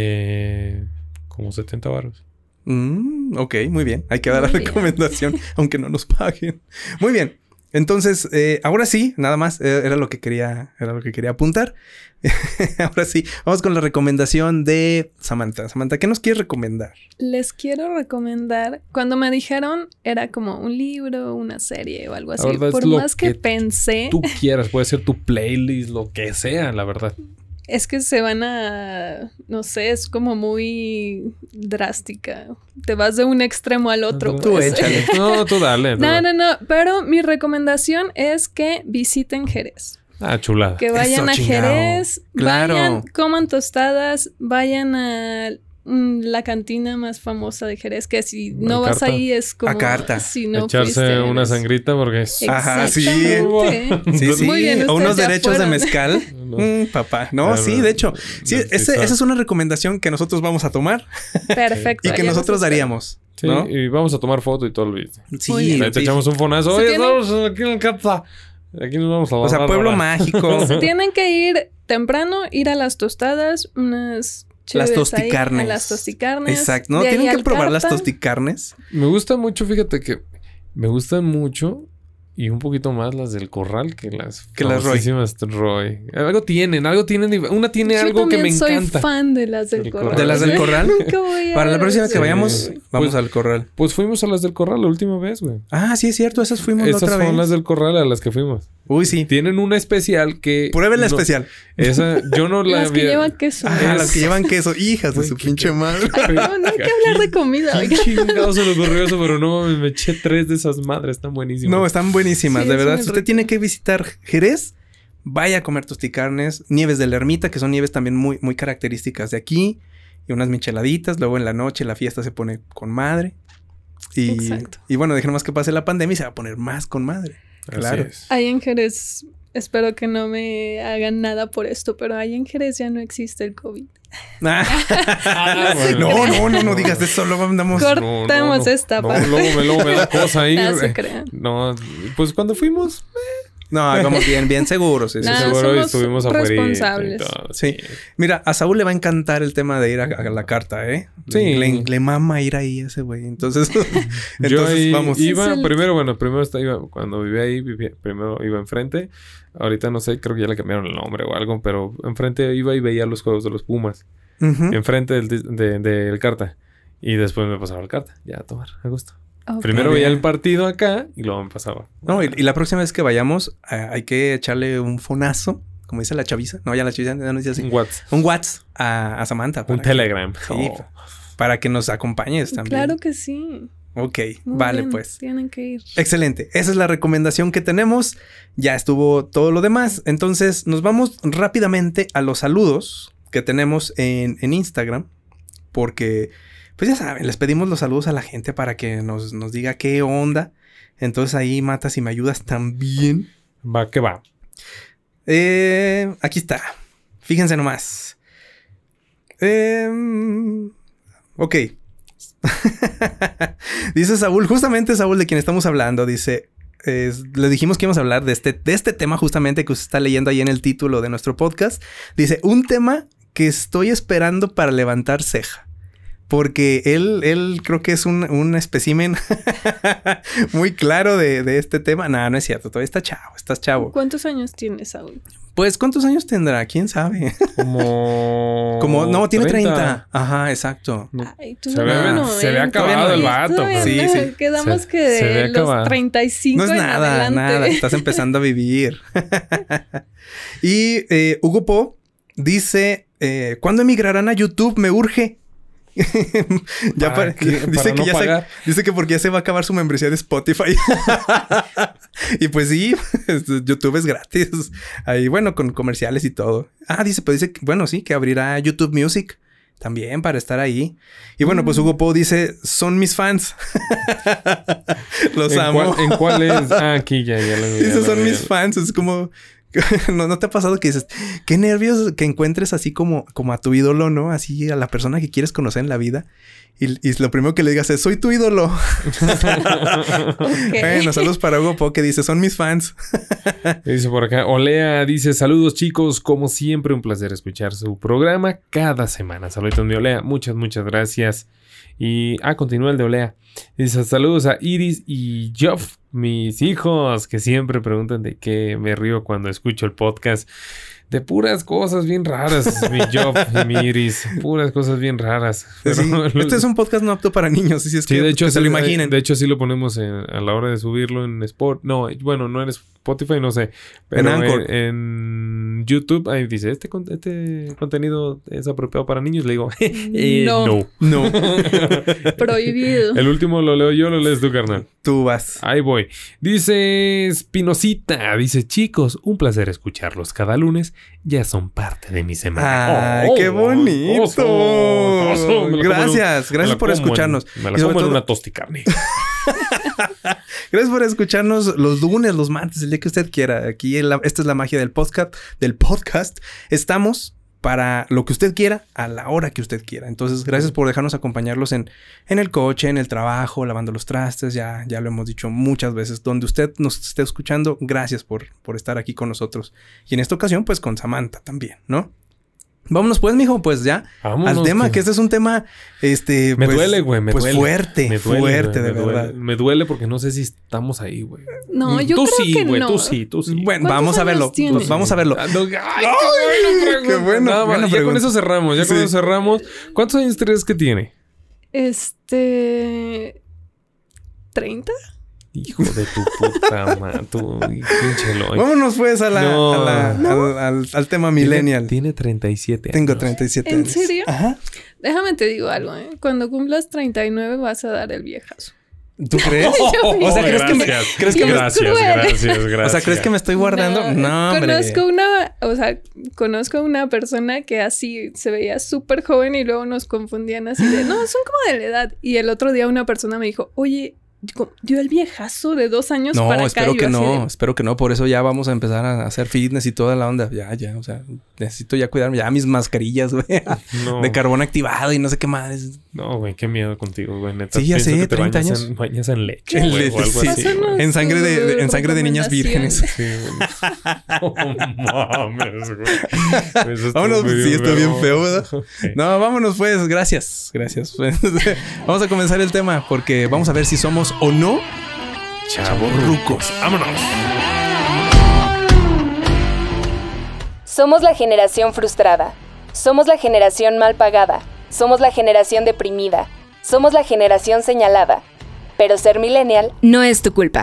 Eh, como setenta baros. Mm, ok, muy bien. Hay que dar la Muy bien. recomendación, aunque no nos paguen. Muy bien. Entonces, eh, ahora sí, nada más, eh, era lo que quería, era lo que quería apuntar. Ahora sí, vamos con la recomendación de Samantha. Samantha, ¿qué nos quieres recomendar? Les quiero recomendar, cuando me dijeron era como un libro, una serie o algo así. verdad es Por lo más que, que pensé, Tú quieras, puede ser tu playlist, lo que sea, la verdad. es que se van a, no sé, es como muy drástica. Te vas de un extremo al otro. Tú pues. échale. No, tú dale. tú No, dale. no, no, pero mi recomendación es que visiten Jerez. Ah, chulada. Que vayan Eso, a chingao. Jerez, Claro. vayan, coman tostadas, vayan a mm, la cantina más famosa de Jerez, que si no ¿A vas Carta? ahí es como A Carta. si no Echarse fuiste, una eres- sangrita porque es... Ajá, sí. Exactamente. Sí, sí. Muy bien, o unos ustedes ya derechos de fueron. mezcal. No. Mm, papá. No, Claro. sí, de hecho. Sí, No, ese- sí, esa está. es una recomendación que nosotros vamos a tomar Perfecto. y que ya nosotros nos espero. daríamos. Sí, ¿no? y vamos a tomar foto y todo el video. Sí, Muy bien. Ahí te sí. echamos un fonazo. Se Oye, tiene- estamos aquí en el Catza. Aquí nos vamos a O sea, bajar pueblo ahora. mágico. Tienen que ir temprano, ir a las tostadas, unas Las chéves ahí, tosticarnes. a las tosticarnes. Exacto. No, de ahí tienen que al probar las Carta. tosticarnes. Me gusta mucho, fíjate que me gustan mucho Y un poquito más las del Corral que las que las Roy. Roy. Algo tienen, algo tienen. Una tiene Yo algo que me soy encanta. fan de las del ¿El Corral. ¿De las del Corral? Nunca voy a Para la próxima que sí. vayamos, vamos Pues- al Corral. Pues fuimos a las del Corral la última vez, güey. Ah, sí, es cierto. Esas fuimos la Esas otra fueron vez. las del Corral a las que fuimos. Uy, sí. Tienen una especial que... Prueben la no- especial. Esa, yo no la Las que había- llevan queso. Ah, Es- las que llevan queso. Hijas de Güey, su qué- pinche madre. Ay, no, no hay que hablar de comida, ¿Qué oiga. chingado se le ocurrió eso? Pero no, me, me eché tres de esas madres. Están buenísimas. No, están buenísimas. Sí, de es verdad, muy si usted rico. tiene que visitar Jerez, vaya a comer tosticarnes, nieves de la Ermita, que son nieves también muy, muy características de aquí, y unas micheladitas. Luego en la noche la fiesta se pone con madre. Y, Exacto. y bueno, dejemos que pase la pandemia y se va a poner más con madre. Así Claro. es. Ahí en Jerez, espero que no me hagan nada por esto, pero ahí en Jerez ya no existe el COVID. Ah, bueno. no, no, no, no digas eso. Luego andamos. Cor- No, no, Cortemos no. esta No, parte. luego, me, luego me da cosa ir. No se crean. No, pues cuando fuimos, No, vamos bien, bien seguros. eso sí, Nah, sí. seguro somos estuvimos afuera. responsables. Sí. Mira, a Saúl le va a encantar el tema de ir a, a la carta, ¿eh? Sí. Le, le mama ir ahí ese güey. Entonces, Yo entonces ahí vamos. iba, Es el- primero, bueno, primero estaba, iba, cuando vivía ahí, vivía, primero iba enfrente. Ahorita no sé, creo que ya le cambiaron el nombre o algo, pero enfrente iba y veía los juegos de los Pumas. Ujú. Enfrente del, dis- de- del carta. Y después me pasaba el carta, ya a tomar, a gusto. Ok. Primero Muy veía bien. el partido acá y luego me pasaba. No, y, y la próxima vez que vayamos, eh, hay que echarle un fonazo, como dice la chaviza. No, ya la chaviza ya no dice así. Un WhatsApp, Un WhatsApp a, a Samantha. un para que- Telegram. Sí, Oh. para que nos acompañes también. Claro que sí. Ok, Muy vale bien, pues. Tienen que ir. Excelente. Esa es la recomendación que tenemos. Ya estuvo todo lo demás. Entonces nos vamos rápidamente a los saludos que tenemos en, en Instagram. Porque, pues ya saben, les pedimos los saludos a la gente para que nos, nos diga qué onda. Entonces ahí, Mata, si me ayudas también. Va que va. Eh, aquí está. Fíjense nomás. Eh, ok. Dice Saúl, justamente Saúl de quien estamos hablando, dice, es- le dijimos que íbamos a hablar de este, de este tema justamente que usted está leyendo ahí en el título de nuestro podcast. Dice, un tema que estoy esperando para levantar ceja. Porque él, él creo que es un, un espécimen muy claro de, de este tema. No, no es cierto. Todavía está chavo. Estás chavo. ¿Cuántos años tienes, Saúl? Pues, ¿cuántos años tendrá? ¿Quién sabe? Como... Como, no, tiene treinta. Ajá, exacto. Ay, tú Se ve- no, se ve ¿eh? acabado el vato, Todavía pero- no. Sí, sí. Quedamos Se- que se ve de los acabado. treinta y cinco No es en nada, adelante. nada. Estás empezando a vivir. Y eh, Hugo Po dice, eh, ¿cuándo emigrarán a YouTube? Me urge. ya ¿Para para- qué? dice ¿Para que no ya se, pagar? dice que porque ya se va a acabar su membresía de Spotify. Y pues sí, YouTube es gratis. Ahí, bueno, con comerciales y todo. Ah, dice, pues dice, que, bueno, sí, que abrirá YouTube Music también para estar ahí. Y bueno, pues Hugo Po dice, son mis fans. Los ¿En amo. cuál, ¿En cuál es? Ah, aquí ya, ya lo vi. ya Esos lo son vi, mis ya lo- fans. Es como... ¿No, ¿No te ha pasado que dices... Qué nervios que encuentres así como, como a tu ídolo, ¿no? Así a la persona que quieres conocer en la vida. Y, y lo primero que le digas es... Soy tu ídolo. Ok. Bueno, saludos para Hugo Po que dice... Son mis fans. Dice por acá, Olea dice, saludos chicos, como siempre un placer escuchar su programa cada semana. Saludos mi Olea, muchas, muchas gracias. Y, ah, continúa el de Olea. Dice, saludos a Iris y Joff, mis hijos, que siempre preguntan de qué me río cuando escucho el podcast. De puras cosas bien raras, mi Joff y mi Iris. Puras cosas bien raras. Sí, Pero- este es un podcast no apto para niños. Si es Sí, que, de hecho, que se lo sí, imaginen. De hecho, sí lo ponemos en- a la hora de subirlo en Spot. No, bueno, no en Spotify, no sé. Pero En en, Anchor. en YouTube, ahí dice, este, con- este contenido es apropiado para niños. Le digo, eh, No. no. No, Prohibido. El último lo leo yo, lo lees tú, carnal. tú vas. Ahí voy. Dice Spinosita, dice, chicos, un placer escucharlos cada lunes. Ya son parte de mi semana. ¡Ay, Oh, qué bonito! oso, oso, me lo como en un- Gracias, me gracias la por como en- escucharnos. me la Y sobre como en todo- una tosticarne. Gracias por escucharnos los lunes, los martes, el día que usted quiera. Aquí en la- esta es la magia del podcast, del podcast. Estamos para lo que usted quiera, a la hora que usted quiera. Entonces, gracias por dejarnos acompañarlos en, en el coche, en el trabajo, lavando los trastes. Ya, ya lo hemos dicho muchas veces. Donde usted nos esté escuchando, gracias por, por estar aquí con nosotros. Y en esta ocasión, pues con Samantha también, ¿no? Vámonos pues, mijo, pues ya Vámonos, al tema, que... que este es un tema, este, Me pues, duele, güey, me pues duele. fuerte, me duele, fuerte, güey, de me verdad. Duele. Me duele porque no sé si estamos ahí, güey. No, yo tú creo sí, que güey, no. tú sí, tú sí. Bueno, ¿Cuántos vamos a verlo, años tienes? pues, vamos a verlo. Ah, no, ay, qué buena pregunta. qué bueno, Nada más, buena ya pregunta. con eso cerramos, ya con Sí. eso cerramos. ¿Cuántos años crees que tiene? Este... ¿treinta? Hijo de tu puta madre, tú, pinche Eloy. Vámonos pues a la, No. a la- al, al- al tema millennial. Tiene, tiene treinta y siete Tengo años. treinta y siete ¿En años. serio? Ajá. Déjame te digo algo, ¿eh? Cuando cumplas treinta y nueve vas a dar el viejazo. ¿Tú crees? O sea, ¿crees que me- Gracias. crees que me- Gracias, Cruel. gracias, gracias. O sea, ¿crees que me estoy guardando? No, hombre. Conozco una, o sea, conozco una persona que así se veía súper joven y luego nos confundían así de, no, son como de la edad. Y el otro día una persona me dijo, oye, dio el viejazo de dos años No, para acá. espero Y yo que así no, de, espero que no. Por eso ya vamos a empezar a hacer fitness y toda la onda. Ya, ya, o sea, necesito ya cuidarme. Ya mis mascarillas, güey. No, De carbón activado y no sé qué más. no, güey, qué miedo contigo, güey. Neta, Sí, ya pienso sé, que te treinta bañas años. En, bañas en leche, En güey, leche, o algo sí. así, Pásanos güey. En sangre de, de- en sangre de niñas vírgenes. Sí, güey. No mames, güey. Eso está Vámonos, muy sí, está bien feo. feo, ¿verdad? Ok. No, vámonos pues. Gracias, gracias. Vamos a comenzar el tema porque vamos a ver si somos o no chavorrucos. Vámonos. Somos la generación frustrada. Somos la generación mal pagada. Somos la generación deprimida. Somos la generación señalada. Pero ser millennial no es tu culpa.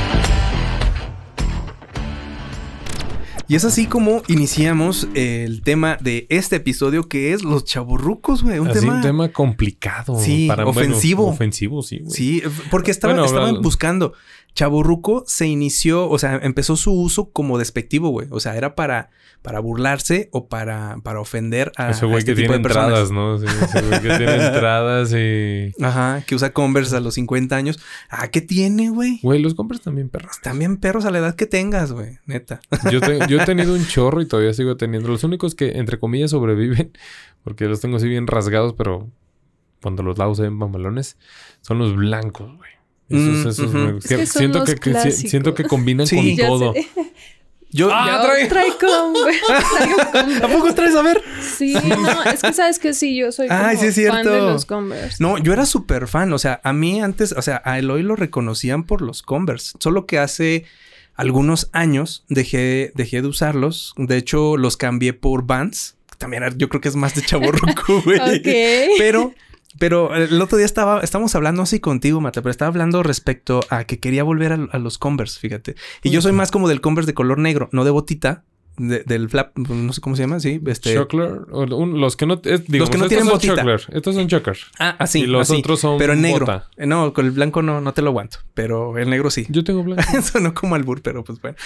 Y es así como iniciamos el tema de este episodio, que es los chavorrucos, güey. Un Así tema... un tema complicado. Sí, bueno, ofensivo. ofensivo, sí, güey. Sí, porque estaba, Bueno, estaban hablando- buscando. Chavorruco se inició, o sea, empezó su uso como despectivo, güey. O sea, era para, para burlarse o para, para ofender a, Ese a güey este que tipo tiene de personas. entradas, ¿no? Sí, ese güey que tiene entradas y... Ajá, que usa Converse a los cincuenta años. Ah, ¿qué tiene, güey? Güey, los compras también, perros. También perros a la edad que tengas, güey. Neta. Yo, te- yo he tenido un chorro y todavía sigo teniendo. Los únicos que, entre comillas, sobreviven, porque los tengo así bien rasgados, pero cuando los lavo se ven mamalones, son los blancos, güey. Esos, Mm, esos, ujú. me- Es que son siento, los que, que si- clásicos. siento que combinan Sí. con Ya todo. sé. Yo, Ah, Yo trae- trae Converse. Traigo Converse. ¿a poco traes a ver? Sí, no, es que sabes que sí, yo soy como Ay, sí es fan de cierto. los Converse. No, yo era súper fan. O sea, a mí antes, o sea, a Eloy lo reconocían por los Converse. Solo que hace algunos años dejé, dejé de usarlos. De hecho, los cambié por Vans. También era- yo creo que es más de chavorruco, güey. Ok. Pero, pero el otro día estaba, estábamos hablando así contigo, Mata, pero estaba hablando respecto a que quería volver a, a los Converse, fíjate. Y yo soy más como del Converse de color negro, no de botita. De- del flap, no sé cómo se llama, sí, este... Chocolate, o un- los que no, es, digamos, que no estos tienen son botita. chocolate, estos son chocolate. Ah, así, y los así, otros son pero en negro. bota. Eh, No, con el blanco no, no te lo aguanto, pero el negro sí. Yo tengo blanco. Eso no como albur, pero pues bueno.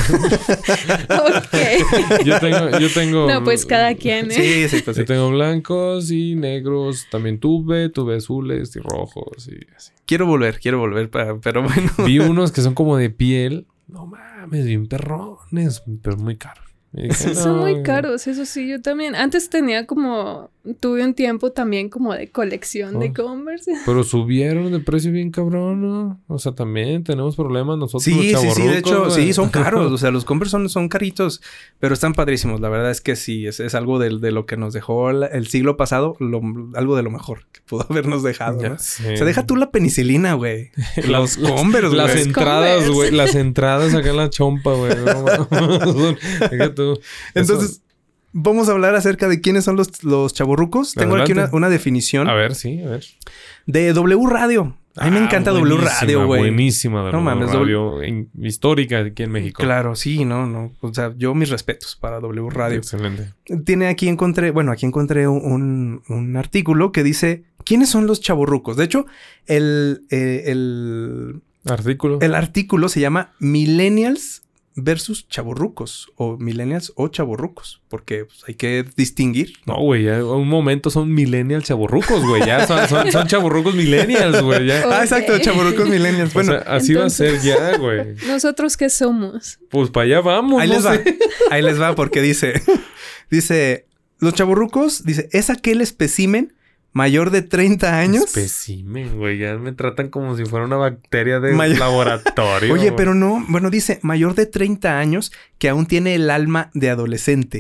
Ok. yo tengo, yo tengo. No, pues cada quien, ¿eh? Sí, sí, pues sí. Yo tengo blancos y negros. También tuve, tuve azules y rojos y así. Quiero volver, quiero volver, para, pero bueno. Vi unos que son como de piel. No mames, bien perrones, pero muy caros. Y dije, Son no, muy caros, eso sí, yo también. Antes tenía como, tuve un tiempo también como de colección de Oh. Converse. Pero subieron de precio bien cabrón, ¿no? O sea, también tenemos problemas nosotros Sí, los sí, sí, de chavorrucos, hecho, güey. sí, son caros. O sea, los Converse son, son caritos, pero están padrísimos. La verdad es que sí, es, es algo de, de lo que nos dejó la- el siglo pasado, lo- algo de lo mejor que pudo habernos dejado, Ya ¿no? sé. O sea, deja tú la penicilina, güey. Las- Los Converse, Las güey. entradas, Converse. güey. Las entradas acá en la chompa, güey. No, son- deja tú. Entonces, vamos a hablar acerca de quiénes son los, los chavorrucos. Tengo aquí una, Adelante. una definición A ver, sí, a ver. de W Radio. A mí me Ah, encanta W buenísima, Radio, güey. Buenísima W No mames, Radio. en- histórica aquí en México. Claro, sí, no, no. O sea, yo mis respetos para W Radio. Excelente. Tiene aquí encontré, bueno, aquí encontré un, un artículo que dice ¿quiénes son los chavorrucos? De hecho, el, eh, el, Artículo. el artículo se llama Millennials versus chavorrucos o Millennials o chavorrucos, porque pues, hay que distinguir. No, güey, ya un momento son millennials chavorrucos, güey. Ya son, son, son chavorrucos millennials, güey. Ya. Ah, exacto, Ok. chavorrucos millennials. Bueno, O sea, así va a ser ya, güey. ¿Nosotros qué somos? Pues para allá vamos, ahí no les va. sé. Ahí les va porque dice, dice, los chavorrucos, dice, es aquel espécimen mayor de treinta años. Espécimen, güey. Ya me tratan como si fuera una bacteria de Mayor- laboratorio. Oye, pero no, bueno, dice, mayor de treinta años que aún tiene el alma de adolescente.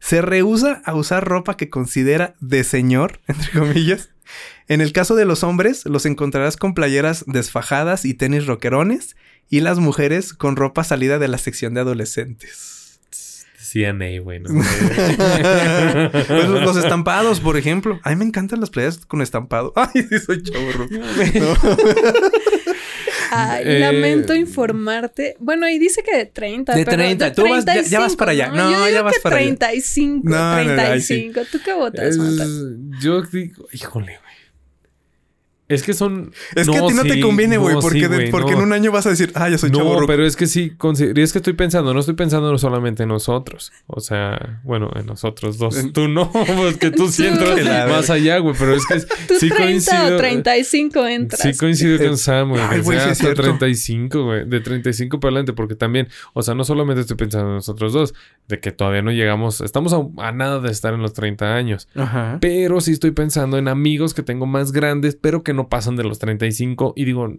se rehúsa a usar ropa que considera de señor, entre comillas. En el caso de los hombres, los encontrarás con playeras desfajadas y tenis rockerones, y las mujeres con ropa salida de la sección de adolescentes. C N A, güey. No pues los estampados, por ejemplo. A mí me encantan las playeras con estampado. Ay, sí, soy chavorro. No. Ay, Eh, lamento informarte. Bueno, ahí dice que de treinta. De pero treinta. de Tú vas- ya- ya vas para allá. ¿no? No, Yo digo ya vas que para allá. treinta y cinco. No, no, no, treinta y ahí sí. cinco. ¿Tú qué votas, Es- Mata? yo digo, híjole, güey. Es que son... Es que a ti no te sí, conviene, güey, no, porque, sí, de- güey, porque no. en un año vas a decir, ah, yo soy No, chavorruco. pero es que sí, consider- y es que estoy pensando, no estoy pensando solamente en nosotros. O sea, bueno, en nosotros dos. En- Tú no, pues que tú sí Tú. entras La más allá, güey. Pero es que ¿Tú sí treinta coincido. o treinta y cinco entras? Sí coincido Eh, con Sam, güey. ay, que güey, sea sí es hasta cierto. treinta y cinco, güey. De treinta y cinco para adelante. Porque también, o sea, no solamente estoy pensando en nosotros dos. De que todavía no llegamos... Estamos a, a nada de estar en los treinta años. Ajá. Pero sí estoy pensando en amigos que tengo más grandes, pero que no pasan de los treinta y cinco. Y digo,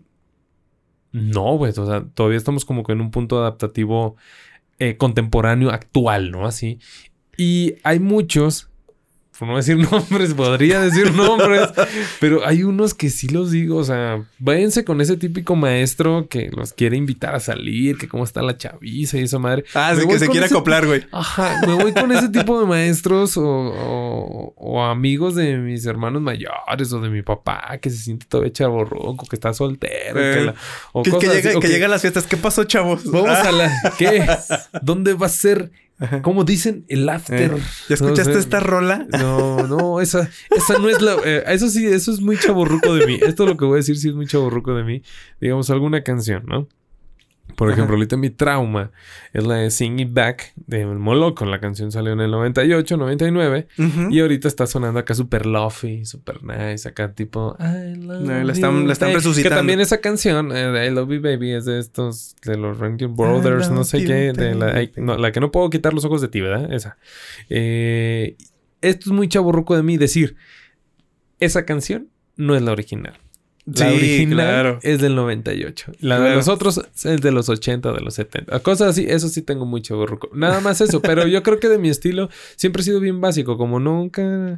no, güey. O sea, todavía estamos como que en un punto adaptativo eh, contemporáneo actual, ¿no? Así. Y hay muchos, por no decir nombres, podría decir nombres, pero hay unos que sí los digo. O sea, váyanse con ese típico maestro que los quiere invitar a salir, que cómo está la chaviza y esa madre. Ah, Me sí, voy que se con quiere ese- acoplar, güey. Ajá, me voy con ese tipo de maestros o, o- o amigos de mis hermanos mayores o de mi papá que se siente todavía chavorruco, que está soltero. Eh, que la- o Que, que cosas llega, así, o que llega a las fiestas. ¿Qué pasó, chavos? Vamos Ah. a la... ¿Qué? ¿Dónde va a ser? ¿Cómo dicen? El after. Eh, ¿Ya escuchaste No sé. esta rola? No, no, esa, esa no es la... eh, eso sí, eso es muy chavorruco de mí. Esto lo que voy a decir sí es muy chavorruco de mí. Digamos, alguna canción, ¿no? Por Ajá. ejemplo, ahorita mi trauma es la de Sing It Back de Moloco. La canción salió en el noventa y ocho, noventa y nueve. Ujú. Y ahorita está sonando acá super lovey, super nice. Acá tipo... I love No, la están- you, la están baby. resucitando. Que también esa canción, eh, de I Love You Baby, es de estos... De los Rankin Brothers, I no love sé you, qué. De la, ay, baby. no, la que no puedo quitar los ojos de ti, ¿verdad? Esa. Eh, esto es muy chavorruco de mí decir... Esa canción no es la original. La Sí, original claro. es del noventa y ocho. La de Claro. los otros es de los ochenta, de los setenta. Cosas así, eso sí tengo muy chavorruco. Nada más eso, pero yo creo que de mi estilo siempre he sido bien básico, como nunca...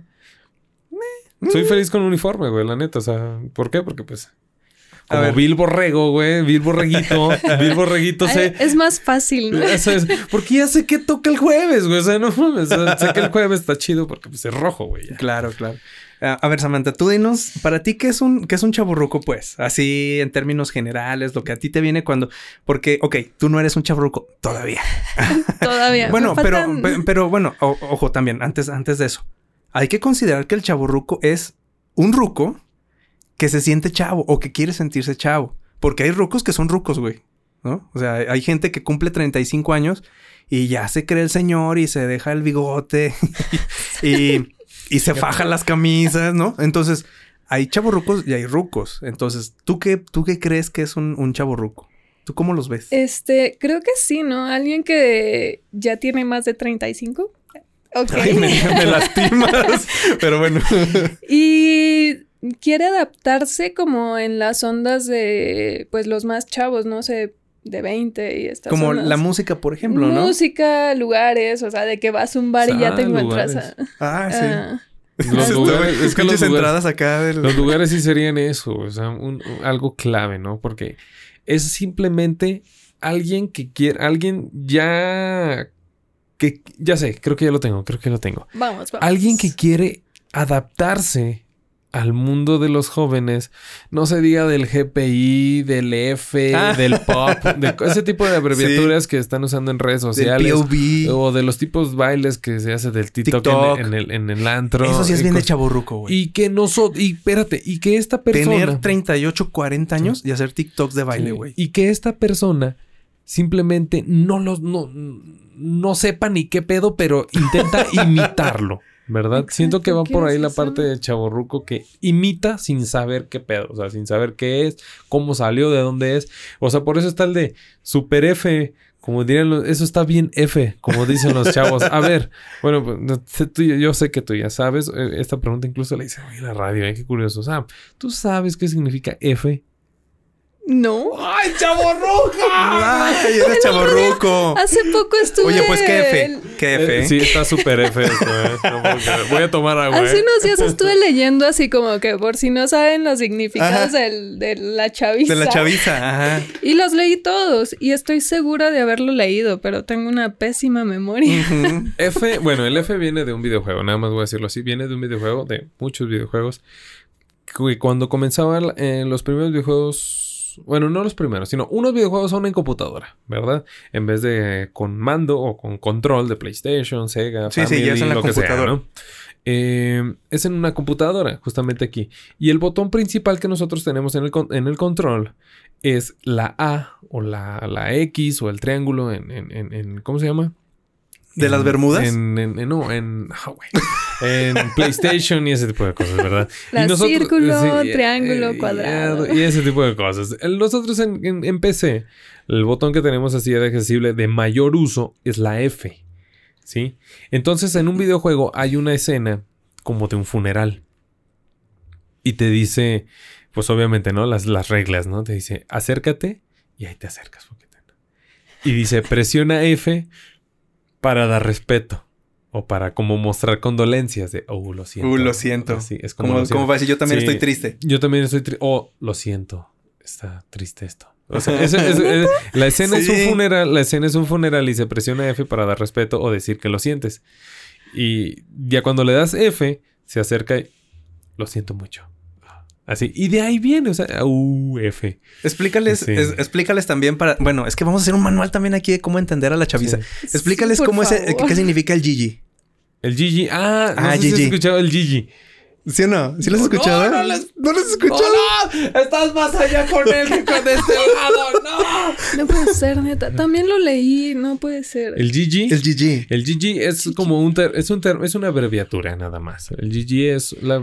Soy feliz con uniforme, güey, la neta. O sea, ¿por qué? Porque pues... A Como ver. Bill Borrego, güey. Bill Borreguito. Bill Borreguito Ay, sé... es más fácil, ¿no? Eso es, porque ya sé que toca el jueves, güey. O sea, no mames. O sea, sé que el jueves está chido porque pues, es rojo, güey. ya. Claro, claro. Ah, a ver, Samantha, tú dinos, para ti, ¿qué es un, qué es un chavorruco, pues? Así, en términos generales, lo que a ti te viene cuando... Porque, ok, tú no eres un chavorruco todavía. Todavía. Bueno, Me pero, faltan- pe- pero bueno, o- ojo también, antes, antes de eso. Hay que considerar que el chavorruco es un ruco que se siente chavo o que quiere sentirse chavo. Porque hay rucos que son rucos, güey, ¿no? O sea, hay gente que cumple treinta y cinco años y ya se cree el señor y se deja el bigote y, y se faja las camisas, ¿no? Entonces, hay chavorrucos y hay rucos. Entonces, ¿tú qué, tú qué crees que es un, un chavorruco? ¿Tú cómo los ves? Este, creo que sí, ¿no? Alguien que ya tiene más de treinta y cinco. Ok. Ay, me, me lastimas. Pero bueno. Y quiere adaptarse como en las ondas de, pues, los más chavos, no sé, de veinte y estas Como ondas. la música, por ejemplo, ¿no? Música, lugares, o sea, de que vas a un bar y ya Ah, te encuentras lugares. a... Ah, sí. a- Los lugares, es que los Pinches lugares, entradas acá del... los lugares sí serían eso. O sea, un- un- algo clave, ¿no? Porque es simplemente alguien que quiere... Alguien ya... Que ya sé, creo que ya lo tengo. Creo que lo tengo. Vamos, vamos. Alguien que quiere adaptarse al mundo de los jóvenes, no se diga del G P I, del F, Ah. del pop, de ese tipo de abreviaturas que están usando en redes del sociales. P O V. O de los tipos bailes que se hace del TikTok, TikTok. En, en el, en el antro. Eso sí es y bien de cos- chavorruco, güey. Y que nosotros... Y espérate, y que esta persona... Tener treinta y ocho, cuarenta años y hacer TikToks de baile, Sí, güey. y que esta persona simplemente no los... No, no sepa ni qué pedo, pero intenta imitarlo. ¿Verdad? Exacto, Siento que va ¿qué por ahí es la eso? parte de chavorruco que imita sin saber qué pedo. O sea, sin saber qué es, cómo salió, de dónde es. O sea, por eso está el de Super F. Como dirían los... Eso está bien F, como dicen los chavos. A ver, bueno, pues, no sé, tú, yo sé que tú ya sabes. Eh, Esta pregunta incluso la hice hoy en la radio. ¿eh? Qué curioso. Sam, ¿tú sabes qué significa F? No. ¡Ay, chavorruca! ¡Ay, eres chavorruco! Hace poco estuve... Oye, pues qué F. el- ¿Qué F? Eh, sí, está súper F esto, ¿eh? No puedo creer. Voy a tomar agua, Hace ¿eh? unos días estuve leyendo así como que por si no saben los significados Ajá. del, de la chaviza. De la chaviza, ajá. Y los leí todos. Y estoy segura de haberlo leído, pero tengo una pésima memoria. Ujú. F, bueno, el F viene de un videojuego, nada más voy a decirlo así. Viene de un videojuego, de muchos videojuegos. Que cuando comenzaban eh, los primeros videojuegos... Bueno, no los primeros, sino unos videojuegos son en computadora, ¿verdad? En vez de con mando o con control de PlayStation, Sega, Sí, sí, Family, ya es en la lo que sea, computadora. ¿no? Eh, es en una computadora, justamente aquí. Y el botón principal que nosotros tenemos en el, con- en el control es la A o la, la X o el triángulo en, en, en, en- ¿cómo se llama? ¿De En- las Bermudas? En, en- en- no, en... ah, güey. En PlayStation y ese tipo de cosas, ¿verdad? La Y nosotros- círculo, sí, triángulo, eh, cuadrado. Y ese tipo de cosas. El- Nosotros en, en- en P C, el botón que tenemos así de accesible de mayor uso es la F. ¿Sí? Entonces, en un videojuego hay una escena como de un funeral. Y te dice, pues obviamente, ¿no? Las, las reglas, ¿no? Te dice, acércate y ahí te acercas. Poquito. Y dice, presiona F para dar respeto. O para como mostrar condolencias de, oh, lo siento. Uh, lo siento. Así, es como, Como, lo siento. como va a decir, yo también Sí. estoy triste. Yo también estoy triste. Oh, lo siento. Está triste esto. O sea, es- es- es- la escena es un Sí. funeral. La escena es un funeral y se presiona F para dar respeto o decir que lo sientes. Y ya cuando le das F, se acerca y lo siento mucho. Así. Y de ahí viene, o sea, uh, F. Explícales, Sí. es- explícales también para... Bueno, es que vamos a hacer un manual también aquí de cómo entender a la chaviza. Sí. Explícales Por cómo es, favor. qué significa el G G. El G G. Ah, no Ah, sé si has G G. escuchado el G G. ¿Sí o no? ¿Sí lo has No, escuchado? no, no les- ¿No lo has escuchado? no! ¡Estás más allá con él que con este lado! ¡No! No puede ser, neta. También lo leí. No puede ser. El G G. El G G. El G G es como un... ter- es, un ter- es una abreviatura nada más. El G G es la...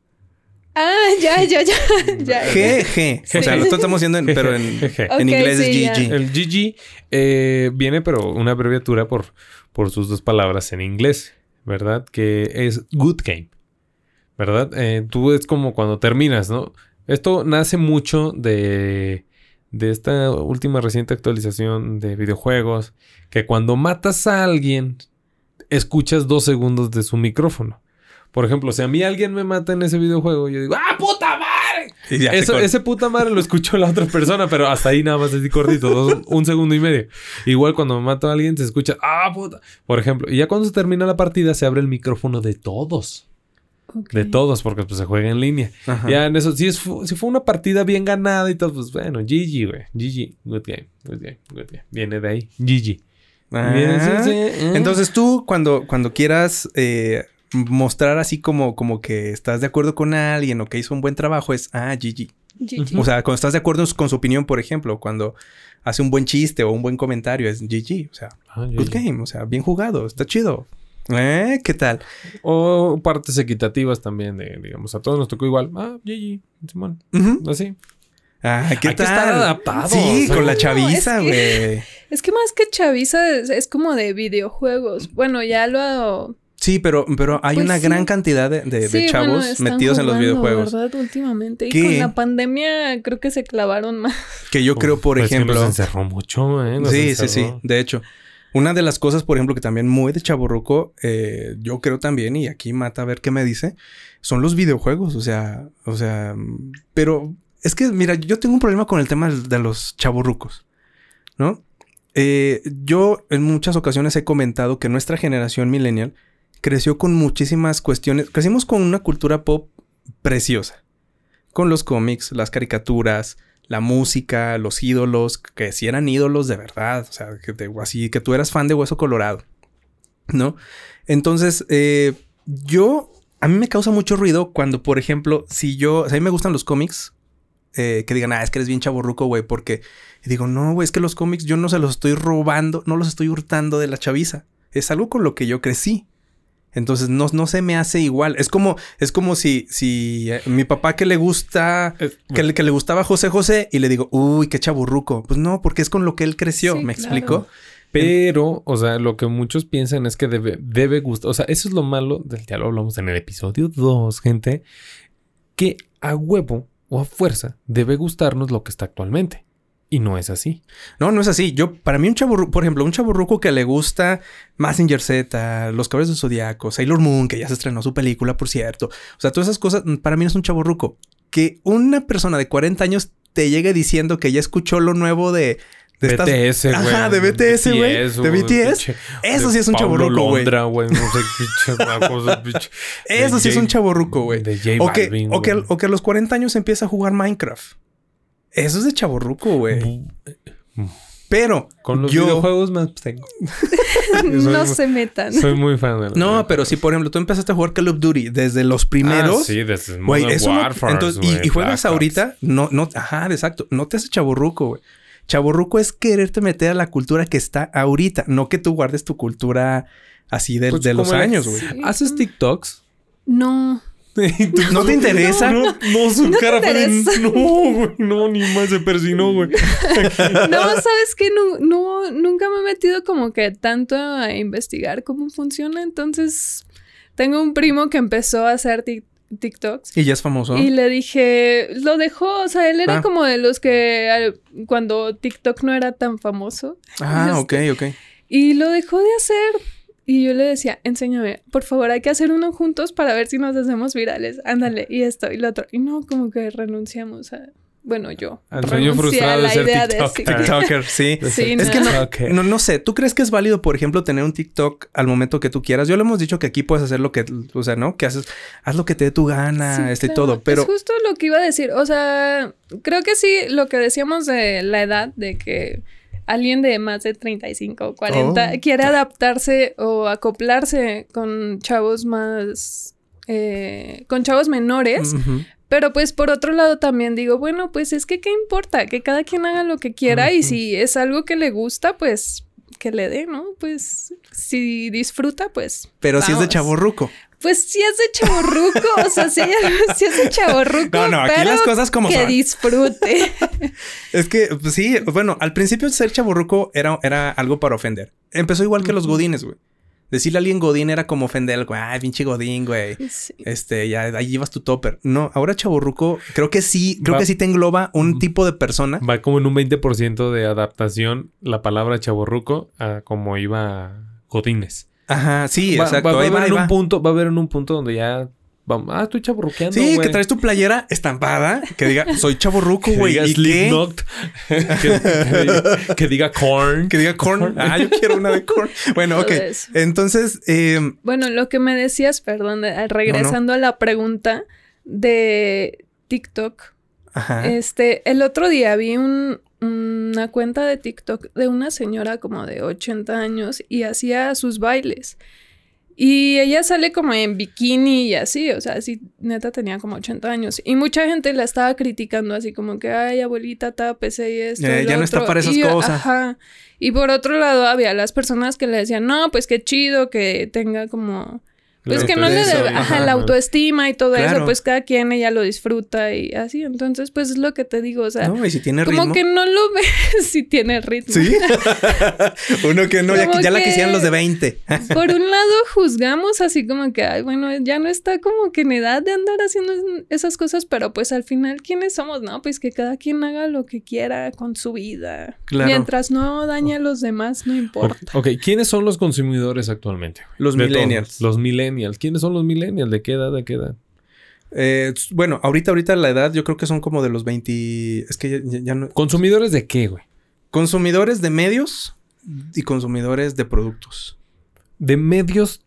Ah, ya, ya, ya. ya. G G. O sea, Sí. lo estamos haciendo, en- pero en, Jeje. en Ok, inglés sí, es ya. G G. El G G eh, viene, pero una abreviatura por, por sus dos palabras en inglés, ¿verdad? Que es good game, ¿verdad? Eh, tú es como cuando terminas, ¿no? Esto nace mucho de, de esta última reciente actualización de videojuegos, que cuando matas a alguien, escuchas dos segundos de su micrófono. Por ejemplo, si a mí alguien me mata en ese videojuego, yo digo, ¡ah, puta madre! Y ya se Eso, corta. ese puta madre lo escuchó la otra persona, pero hasta ahí nada más así cortito, dos- un segundo y medio. Igual cuando me mato a alguien se escucha, ¡ah, puta! Por ejemplo, y ya cuando se termina la partida se abre el micrófono de todos. Ok. De todos, porque pues se juega en línea. Ajá. Ya en eso, si, es, fu- si fue una partida bien ganada y todo, pues bueno, G G, güey. G G, good game, good game, good game. Viene de ahí, G G. Ah. Viene, sí, sí, eh. Entonces tú, cuando, cuando quieras eh, mostrar así como, como que estás de acuerdo con alguien o que hizo un buen trabajo, es ah, G G. G G. O sea, cuando estás de acuerdo con su opinión, por ejemplo, cuando hace un buen chiste o un buen comentario, es G G. O sea, Ah, G G. good game. O sea, bien jugado. Está chido. ¿Eh? ¿Qué tal? O partes equitativas también, de, digamos, a todos nos tocó igual. Ah, G G, Simón. Ujú. Así. Ah, ¿qué Hay que tal? estar adaptados. Sí, con la No, chaviza, es güey. Es que más que chaviza es, es como de videojuegos. Bueno, ya lo... Sí, pero, pero hay Pues una sí. gran cantidad de, de- de Sí, chavos bueno, están metidos en los jugando, videojuegos. ¿verdad? Últimamente. Y ¿Qué? con la pandemia creo que se clavaron más. Que yo creo, por Pues que ejemplo... nos encerró mucho, ¿eh? Nos Sí, sí, sí. encerró. De hecho, una de las cosas, por ejemplo, que también muy de chavorruco, eh, yo creo también, y aquí Mata a ver qué me dice, son los videojuegos. O sea, o sea, mm, pero es que, mira, yo tengo un problema con el tema de los chavorrucos, ¿no? Eh, yo en muchas ocasiones he comentado que nuestra generación millennial creció con muchísimas cuestiones, crecimos con una cultura pop preciosa, con los cómics, las caricaturas, la música, los ídolos, que si eran ídolos de verdad, o sea, que te- así que tú eras fan de Hueso Colorado, ¿no? Entonces, eh, yo, a mí me causa mucho ruido cuando, por ejemplo, si yo, o sea, a mí me gustan los cómics, eh, que digan, ah, es que eres bien chavorruco, güey, porque y digo, no, güey, es que los cómics yo no se los estoy robando, no los estoy hurtando de la chaviza, es algo con lo que yo crecí. Entonces no, no se me hace igual. Es como, es como si, si eh, mi papá que le gusta, Es- que, le- que le gustaba José José y le digo, uy, qué chaburruco. Pues no, porque es con lo que él creció. Sí, ¿Me claro. explico? Pero, o sea, lo que muchos piensan es que debe, debe gustar. O sea, eso es lo malo del, ya lo hablamos en el episodio dos, gente. Que a huevo o a fuerza debe gustarnos lo que está actualmente. Y no es así. No, no es así. Yo, para mí un chavorruco, por ejemplo, un chavorruco que le gusta Mazinger Z, Los Caballeros del Zodiaco, Sailor Moon, que ya se estrenó su película, por cierto. O sea, todas esas cosas, para mí no es un chavorruco. Que una persona de cuarenta años te llegue diciendo que ya escuchó lo nuevo de... de B T S, güey. Ajá, de B T S, güey. De B T S. Eso sí es un chavorruco, güey. güey. No sé, pinche cosa, pinche. Eso sí es un chavorruco, güey. De J O que, Balvin, o, que, güey. o que a los cuarenta años empieza a jugar Minecraft. Eso es de chavorruco, güey. Pero con los yo... videojuegos más tengo. No muy, se metan. Soy muy fan de los No, videojuegos. pero si por ejemplo tú empezaste a jugar Call of Duty desde los primeros. Ah, sí, desde Güey, Modern eso no- Warfare. entonces, y, y juegas ahorita, no, no, ajá, exacto. No te hace chavorruco, güey. Chavorruco es quererte meter a la cultura que está ahorita, no que tú guardes tu cultura así de, Pues de los como el- años, güey. Sí. ¿Haces TikToks? No. ¿No te interesa? No, no, su No te cara fue de... interesa. No, güey. No, ni más se persinó, güey. No, ¿sabes qué? No, no, nunca me he metido como que tanto a investigar cómo funciona. Entonces, tengo un primo que empezó a hacer tic- TikToks. Y ya es famoso. Y le dije, lo dejó, o sea, él era Ah. como de los que al- cuando TikTok no era tan famoso. Ah, ok, Este, ok. Y lo dejó de hacer. Y yo le decía, enséñame, por favor, hay que hacer uno juntos para ver si nos hacemos virales. Ándale, y esto y lo otro. Y no, como que renunciamos a... Bueno, yo. Al sueño renuncié frustrado a de la ser idea de TikToker. sí. TikToker, sí. Sí, Es no. que no, Ok. no, no sé. ¿Tú crees que es válido, por ejemplo, tener un TikTok al momento que tú quieras? Yo le hemos dicho que aquí puedes hacer lo que... O sea, ¿no? Que haces... Haz lo que te dé tu gana, Sí, este y claro. todo. Pero... Es justo lo que iba a decir. O sea, creo que sí, lo que decíamos de la edad, de que alguien de más de treinta y cinco o cuarenta Oh. quiere adaptarse o acoplarse con chavos más... eh, con chavos menores. Ujú. Pero pues por otro lado también digo, bueno, pues es que qué importa, que cada quien haga lo que quiera y si es algo que le gusta, pues que le dé, ¿no? Pues si disfruta, pues Pero si es de vamos. chavorruco. Pues sí es de chavorruco, o sea, sí, sí es de chavorruco, No, no, aquí pero las cosas como que son. disfrute. Es que, pues sí, bueno, al principio ser chavorruco era, era algo para ofender. Empezó igual que los godines, güey. Decirle a alguien godín era como ofender, güey. Ay, pinche godín, güey. Sí. Este, ya ahí llevas tu topper. No, ahora chavorruco, creo que sí, creo Va- que sí te engloba un tipo de persona. Va como en un veinte por ciento de adaptación la palabra chavorruco a como iba Godínez. Ajá, sí, va, exacto. va, va a ahí va, haber ahí en va. un punto, va a haber en un punto donde ya vamos, ah, estoy chavorruqueando, Sí, güey. que traes tu playera estampada, que diga, soy chavorruco, Que güey. diga ¿Y qué? Slipknot. que, que diga, que diga Korn. Que diga corn. Ah, yo quiero una de corn. Bueno, ok. Todo eso. Entonces, eh, Bueno, lo que me decías, perdón, de- regresando a la pregunta de TikTok. ajá. Este, el otro día vi un, una cuenta de TikTok de una señora como de ochenta años y hacía sus bailes. Y ella sale como en bikini y así, o sea, así neta tenía como ochenta años. Y mucha gente la estaba criticando así como que, ay, abuelita, tápese y esto. Eh, y lo ya no está otro". para esas Y, cosas. Ajá. Y por otro lado había las personas que le decían, no, pues qué chido que tenga como... Pues La que no le autoestima, debe, ajá, ajá. la autoestima y todo Claro. eso, pues cada quien ella lo disfruta y así. Entonces, pues es lo que te digo, o sea, No, y si tiene como ritmo. que no lo ves si tiene ritmo. Sí. Uno que no, ya, Como ya la que- quisieran los de veinte. Por un lado juzgamos así como que, ay, bueno, ya no está como que en edad de andar haciendo es- esas cosas, pero pues al final, ¿quiénes somos? No, pues que cada quien haga lo que quiera con su vida. Claro. Mientras no dañe a los demás, no importa. Ok, ¿quiénes son los consumidores actualmente? güey? Los De millennials. todos. Los millennials. ¿Quiénes son los millennials? ¿De qué edad? ¿De qué edad? Eh, bueno, ahorita, ahorita la edad yo creo que son como de los veinte... Es que ya, ya- ya no... ¿Consumidores de qué, güey? Consumidores de medios y consumidores de productos. De medios,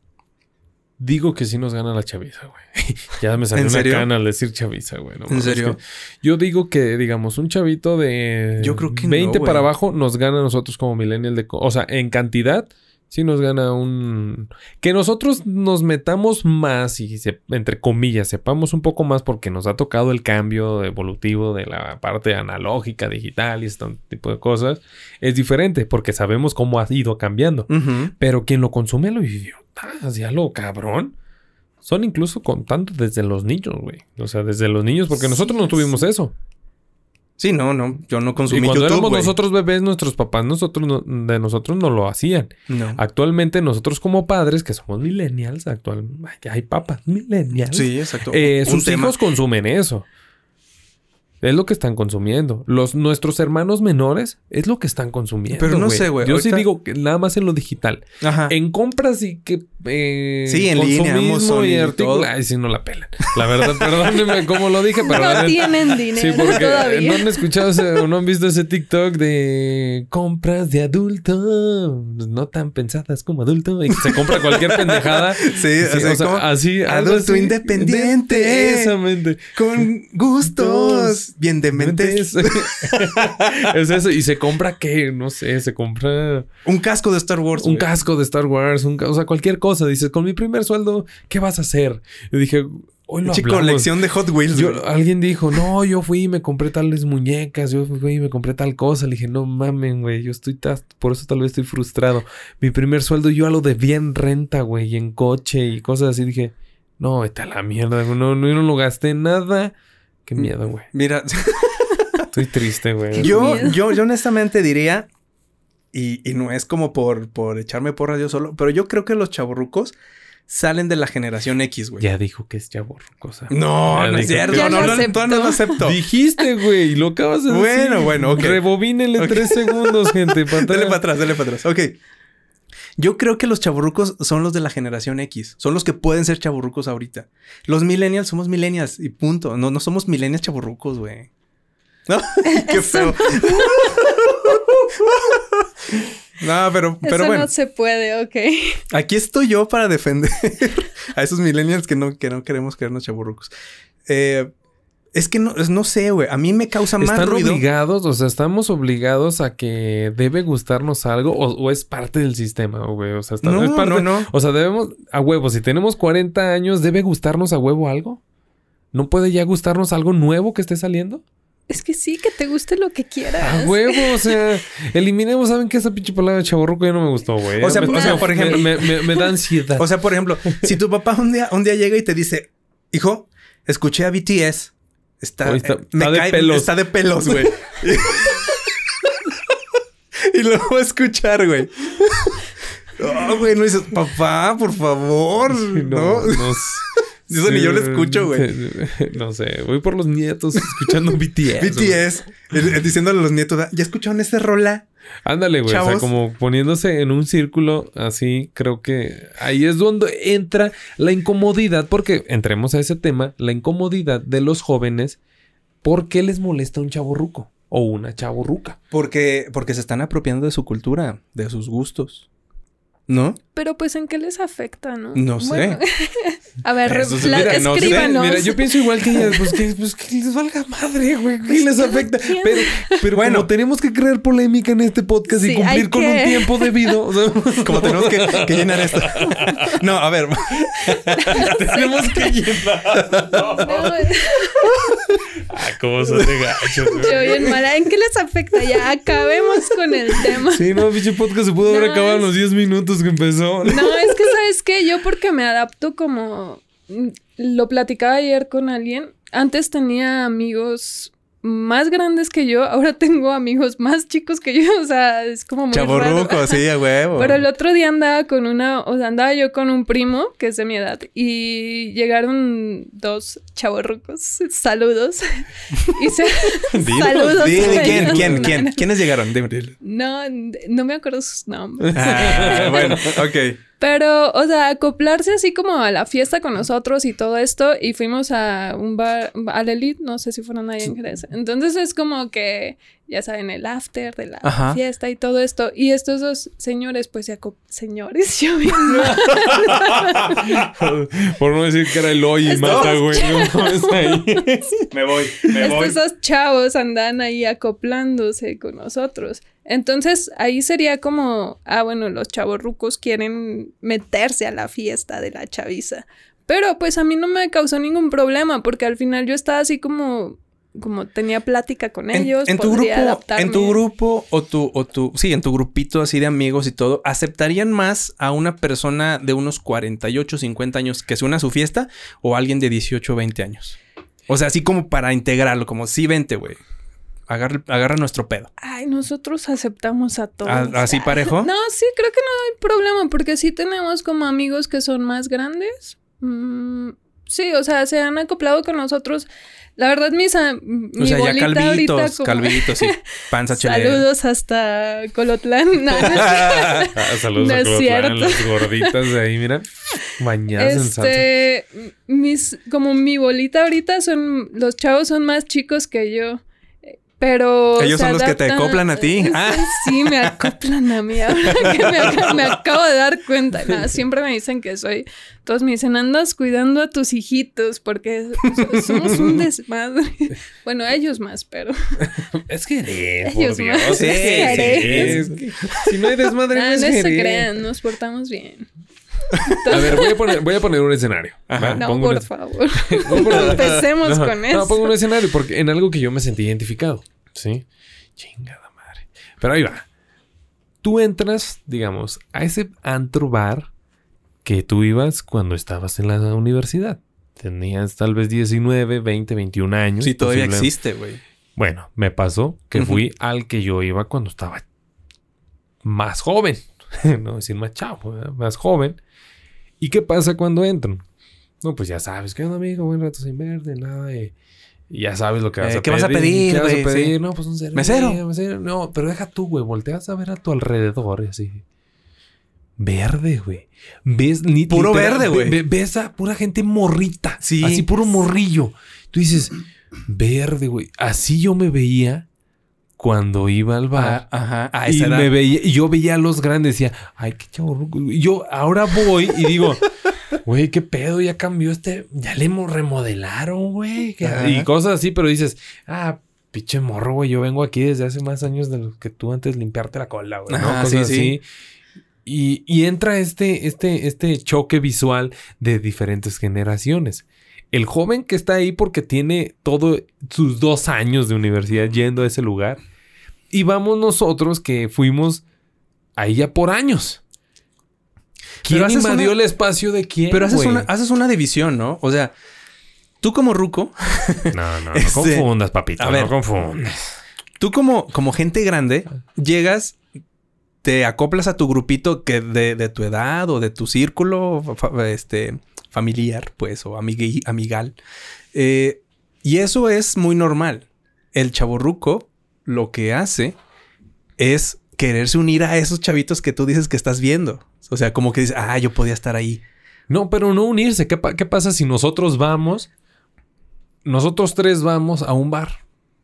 digo que sí nos gana la chaviza, güey. Ya me salió ¿En una serio? cana al decir chaviza, güey. No ¿En mames, serio? es que yo digo que, digamos, un chavito de Yo creo que no, veinte güey. para abajo nos gana a nosotros como millennial de... co- O sea, en cantidad, sí nos gana un... Que nosotros nos metamos más y, se- entre comillas, sepamos un poco más porque nos ha tocado el cambio evolutivo de la parte analógica, digital y este tipo de cosas. Es diferente porque sabemos cómo ha ido cambiando. Ujú. Pero quien lo consume a lo idiota, hacia lo cabrón, son incluso contando desde los niños, güey. O sea, desde los niños, porque nosotros no tuvimos eso. Sí, no, no. Yo no Y consumí cuando YouTube, éramos güey. nosotros bebés, nuestros papás nosotros no- de nosotros no lo hacían. No. Actualmente nosotros como padres, que somos millennials, actual, ay, hay papas millennials. Sí, exacto. eh, Un sus tema. hijos consumen eso. Es lo que están consumiendo. Los, nuestros hermanos menores es lo que están consumiendo. Pero no güey. sé, güey. Yo Ahorita... sí digo que nada más en lo digital. Ajá. En compras y que... Eh, sí, en línea, Amazon y, y todo. Ay, sí, no la pelan. La verdad, perdónenme cómo lo dije, pero... No tienen dinero sí, porque todavía. no han escuchado ese, o no han visto ese TikTok de compras de adulto, no tan pensadas como adulto, y que se compra cualquier pendejada. Sí, sí o sea, o sea, así... Adulto así, independiente. Exactamente. Con gustos bien dementes. Es eso. Y se compra, ¿qué? No sé, se compra... Un casco de Star Wars. Un güey. casco de Star Wars. Un ca... O sea, cualquier cosa. Dices, con mi primer sueldo, ¿qué vas a hacer? Y dije... Hoy lo Chico, hablamos. colección de Hot Wheels. Yo, alguien dijo, no, yo fui y me compré tales muñecas, yo fui y me compré tal cosa. Le dije, no mamen, güey, yo estoy, por eso tal vez estoy frustrado. Mi primer sueldo yo ya lo debía en renta, güey, y en coche y cosas así. Dije, no, vete a la mierda, no, no, yo no lo gasté en nada. Qué miedo, güey. Mira, estoy triste, güey. Yo, yo, yo honestamente diría, y, y no es como por, por echarme porras yo solo, pero yo creo que los chavorrucos salen de la generación X, güey. Ya dijo que es chavorruco, o sea. No, no es cierto. Ya No, lo no, aceptó. no, no lo acepto. Dijiste, güey, y lo acabas de decir. Bueno, bueno, ok. Rebobínele Ok. tres segundos, gente. Para Dale para atrás, dale para atrás. Ok. Yo creo que los chavorrucos son los de la generación X. Son los que pueden ser chavorrucos ahorita. Los millennials somos millennials y punto. No, no somos millennials chavorrucos, güey. ¿No? Qué feo. No, pero, pero Eso bueno. no se puede, ok. Aquí estoy yo para defender a esos millennials que no, que no queremos creernos chavorrucos. Eh, es que no, no sé, güey. A mí me causa más ¿Están ruido. obligados? O sea, ¿estamos obligados a que debe gustarnos algo? ¿O, o es parte del sistema, güey? O sea, está, No, es parte, no, no. O sea, debemos... A huevo, si tenemos cuarenta años, ¿debe gustarnos a huevo algo? ¿No puede ya gustarnos algo nuevo que esté saliendo? Es que sí, que te guste lo que quieras. A huevo, o sea... Eliminemos, ¿saben qué? Esa pinche palabra de chavorruco ya no me gustó, güey. O sea, Me- o sea, por ejemplo- Me, me- me da ansiedad. O sea, por ejemplo, si tu papá un día, un día llega y te dice, hijo, escuché a B T S. Está, Oye, está- eh, me está de cae- pelos. Está de pelos, güey. Y lo voy a escuchar, güey. Oh, güey, no dices, papá, por favor. no, No, no, Eso ni yo lo escucho, güey. No sé, voy por los nietos escuchando B T S. B T S. eh, Diciéndole a los nietos, ¿ya escucharon ese rola? Ándale, güey. O sea, Chavos. como poniéndose en un círculo así, creo que ahí es donde entra la incomodidad, porque entremos a ese tema, la incomodidad de los jóvenes. ¿Por qué les molesta un chavorruco o una chavorruca? Porque, porque se están apropiando de su cultura, de sus gustos. ¿No? Pero pues, ¿en qué les afecta, no? No sé. Bueno, a ver, Eso sí, la- mira, no sé. escríbanos. Mira, yo pienso igual que ellas, pues que, pues que les valga madre, güey, ¿qué les afecta? ¿quién? Pero, pero Bueno. como tenemos que crear polémica en este podcast y Sí, cumplir hay con que- un tiempo debido, o sea, Como tenemos que, que llenar esto. No, a ver. tenemos que llenar. No, Ah, cómo son de gachos, güey. yo bien mala. ¿En qué les afecta? Ya acabemos con el tema. Sí, no, pinche podcast se pudo haber No, acabado en es- los diez minutos que empezó. No, es que, ¿sabes qué? Yo porque me adapto como... mm, Lo platicaba ayer con alguien. Antes tenía amigos más grandes que yo. Ahora tengo amigos más chicos que yo. O sea, es como muy raro. Chavorruco, sí, a huevo. Pero el otro día andaba con una... O sea, andaba yo con un primo que es de mi edad. Y llegaron dos chavorrucos. Saludos. Y se... Dilo, Saludos. Di, di, ¿quién, No, quién, no, quién? no. ¿Quiénes llegaron? Dime, dime. No, no me acuerdo sus nombres. Ah, bueno, ok. Pero, o sea, acoplarse así como a la fiesta con nosotros y todo esto. Y fuimos a un bar, al Elite, no sé si fueron ahí en Jerez. Entonces es como que, ya saben, el after de la Ajá. fiesta y todo esto. Y estos dos señores, pues se acop... Señores, yo bien mal. Por no decir que era el hoy y mata, güey. No, es ahí. Me voy, me Estos dos chavos andan ahí acoplándose con nosotros. Entonces, ahí sería como, ah, bueno, los chavorrucos quieren meterse a la fiesta de la chaviza. Pero pues a mí no me causó ningún problema porque al final yo estaba así como, como tenía plática con En, ellos, en tu podría grupo, adaptarme. en tu grupo o tu, o tu, sí, en tu grupito así de amigos y todo, ¿aceptarían más a una persona de unos cuarenta y ocho, cincuenta años que se una a su fiesta o a alguien de dieciocho, veinte años? O sea, así como para integrarlo, como sí, vente, güey. Agarra, agarra nuestro pedo. Ay, nosotros aceptamos a todos. ¿A- ¿Así parejo? No, sí, creo que no hay problema porque sí tenemos como amigos que son más grandes. Mm, Sí, o sea, se han acoplado con nosotros. La verdad, mis, mi o sea, bolita ya calvitos, ahorita como... calvitos y panza chelera. Saludos hasta Colotlán. No, no, Ah, saludos no a es Colotlán, cierto. las gorditas de ahí, mira. Bañadas en salsa. Este, mis, como mi bolita ahorita son, los chavos son más chicos que yo. Pero ellos se son los que te adaptan- acoplan a ti. Ah. Sí, me acoplan a mí. Ahora que me, ac- me acabo de dar cuenta. Nada, siempre me dicen que soy... Todos me dicen, andas cuidando a tus hijitos porque so- somos un desmadre. Bueno, ellos más, pero... Es que Ellos por más. Dios. Sí, Es Jerez. Es que si no hay desmadre, Ah, no es no se Jerez. crean, nos portamos bien. A ver, voy a poner, voy a poner un escenario. Ajá. ¿va? No, Pongo por un es- favor. voy a poner- Empecemos no, con no, eso. pongo un escenario porque en algo que yo me sentí identificado. ¿Sí? Chingada madre. Pero ahí va. Tú entras, digamos, a ese antro bar que tú ibas cuando estabas en la universidad. Tenías tal vez diecinueve, veinte, veintiún años. Sí, todavía posible- existe, güey. Bueno, me pasó que Ujú. fui al que yo iba cuando estaba más joven. No decir más chavo, ¿verdad? Más joven. ¿Y qué pasa cuando entran? No, pues ya sabes, ¿qué onda, amigo? Buen rato sin verte, nada de... Y ya sabes lo que vas Eh, a ¿qué pedir. vas a pedir, ¿Qué vas a güey? pedir? Sí. No, pues un servicio. ¿Mesero? mesero. No, pero deja tú, güey. Volteas a ver a tu alrededor y así. Verde, güey. Ves... Ni, Puro literal, verde, güey. ve- ve- Ves a pura gente morrita. Sí. Así puro morrillo. Tú dices, verde, güey. Así yo me veía cuando iba al bar. Ah, ajá. A y esa edad. me veía, y yo veía a los grandes, decía, ay, qué chavorruco. Y yo ahora voy y digo, güey, qué pedo, ya cambió este, ya le mo- remodelaron, güey. que- Ajá. Y cosas así, pero dices, ah, pinche morro, güey, yo vengo aquí desde hace más años de lo que tú antes limpiarte la cola, güey, ¿no? Ajá, Cosas sí, así. Y, y entra este, este, este choque visual de diferentes generaciones. El joven que está ahí porque tiene todos sus dos años de universidad yendo a ese lugar. Y vamos nosotros que fuimos ahí ya por años. ¿Quién Pero haces invadió una- el espacio de quién, Pero haces güey? una, haces una división, ¿no? O sea, tú como ruco, No, no, no Este, confundas, papito. a ver. No confundas. tú como, como gente grande, llegas, te acoplas a tu grupito que de, de tu edad o de tu círculo fa- este, familiar, pues, o amigui- amigal. Eh, y eso es muy normal. El chavorruco lo que hace es quererse unir a esos chavitos que tú dices que estás viendo. O sea, como que dices, ah, yo podía estar ahí. No, pero no unirse. ¿Qué, pa- qué pasa si nosotros vamos, nosotros tres vamos a un bar?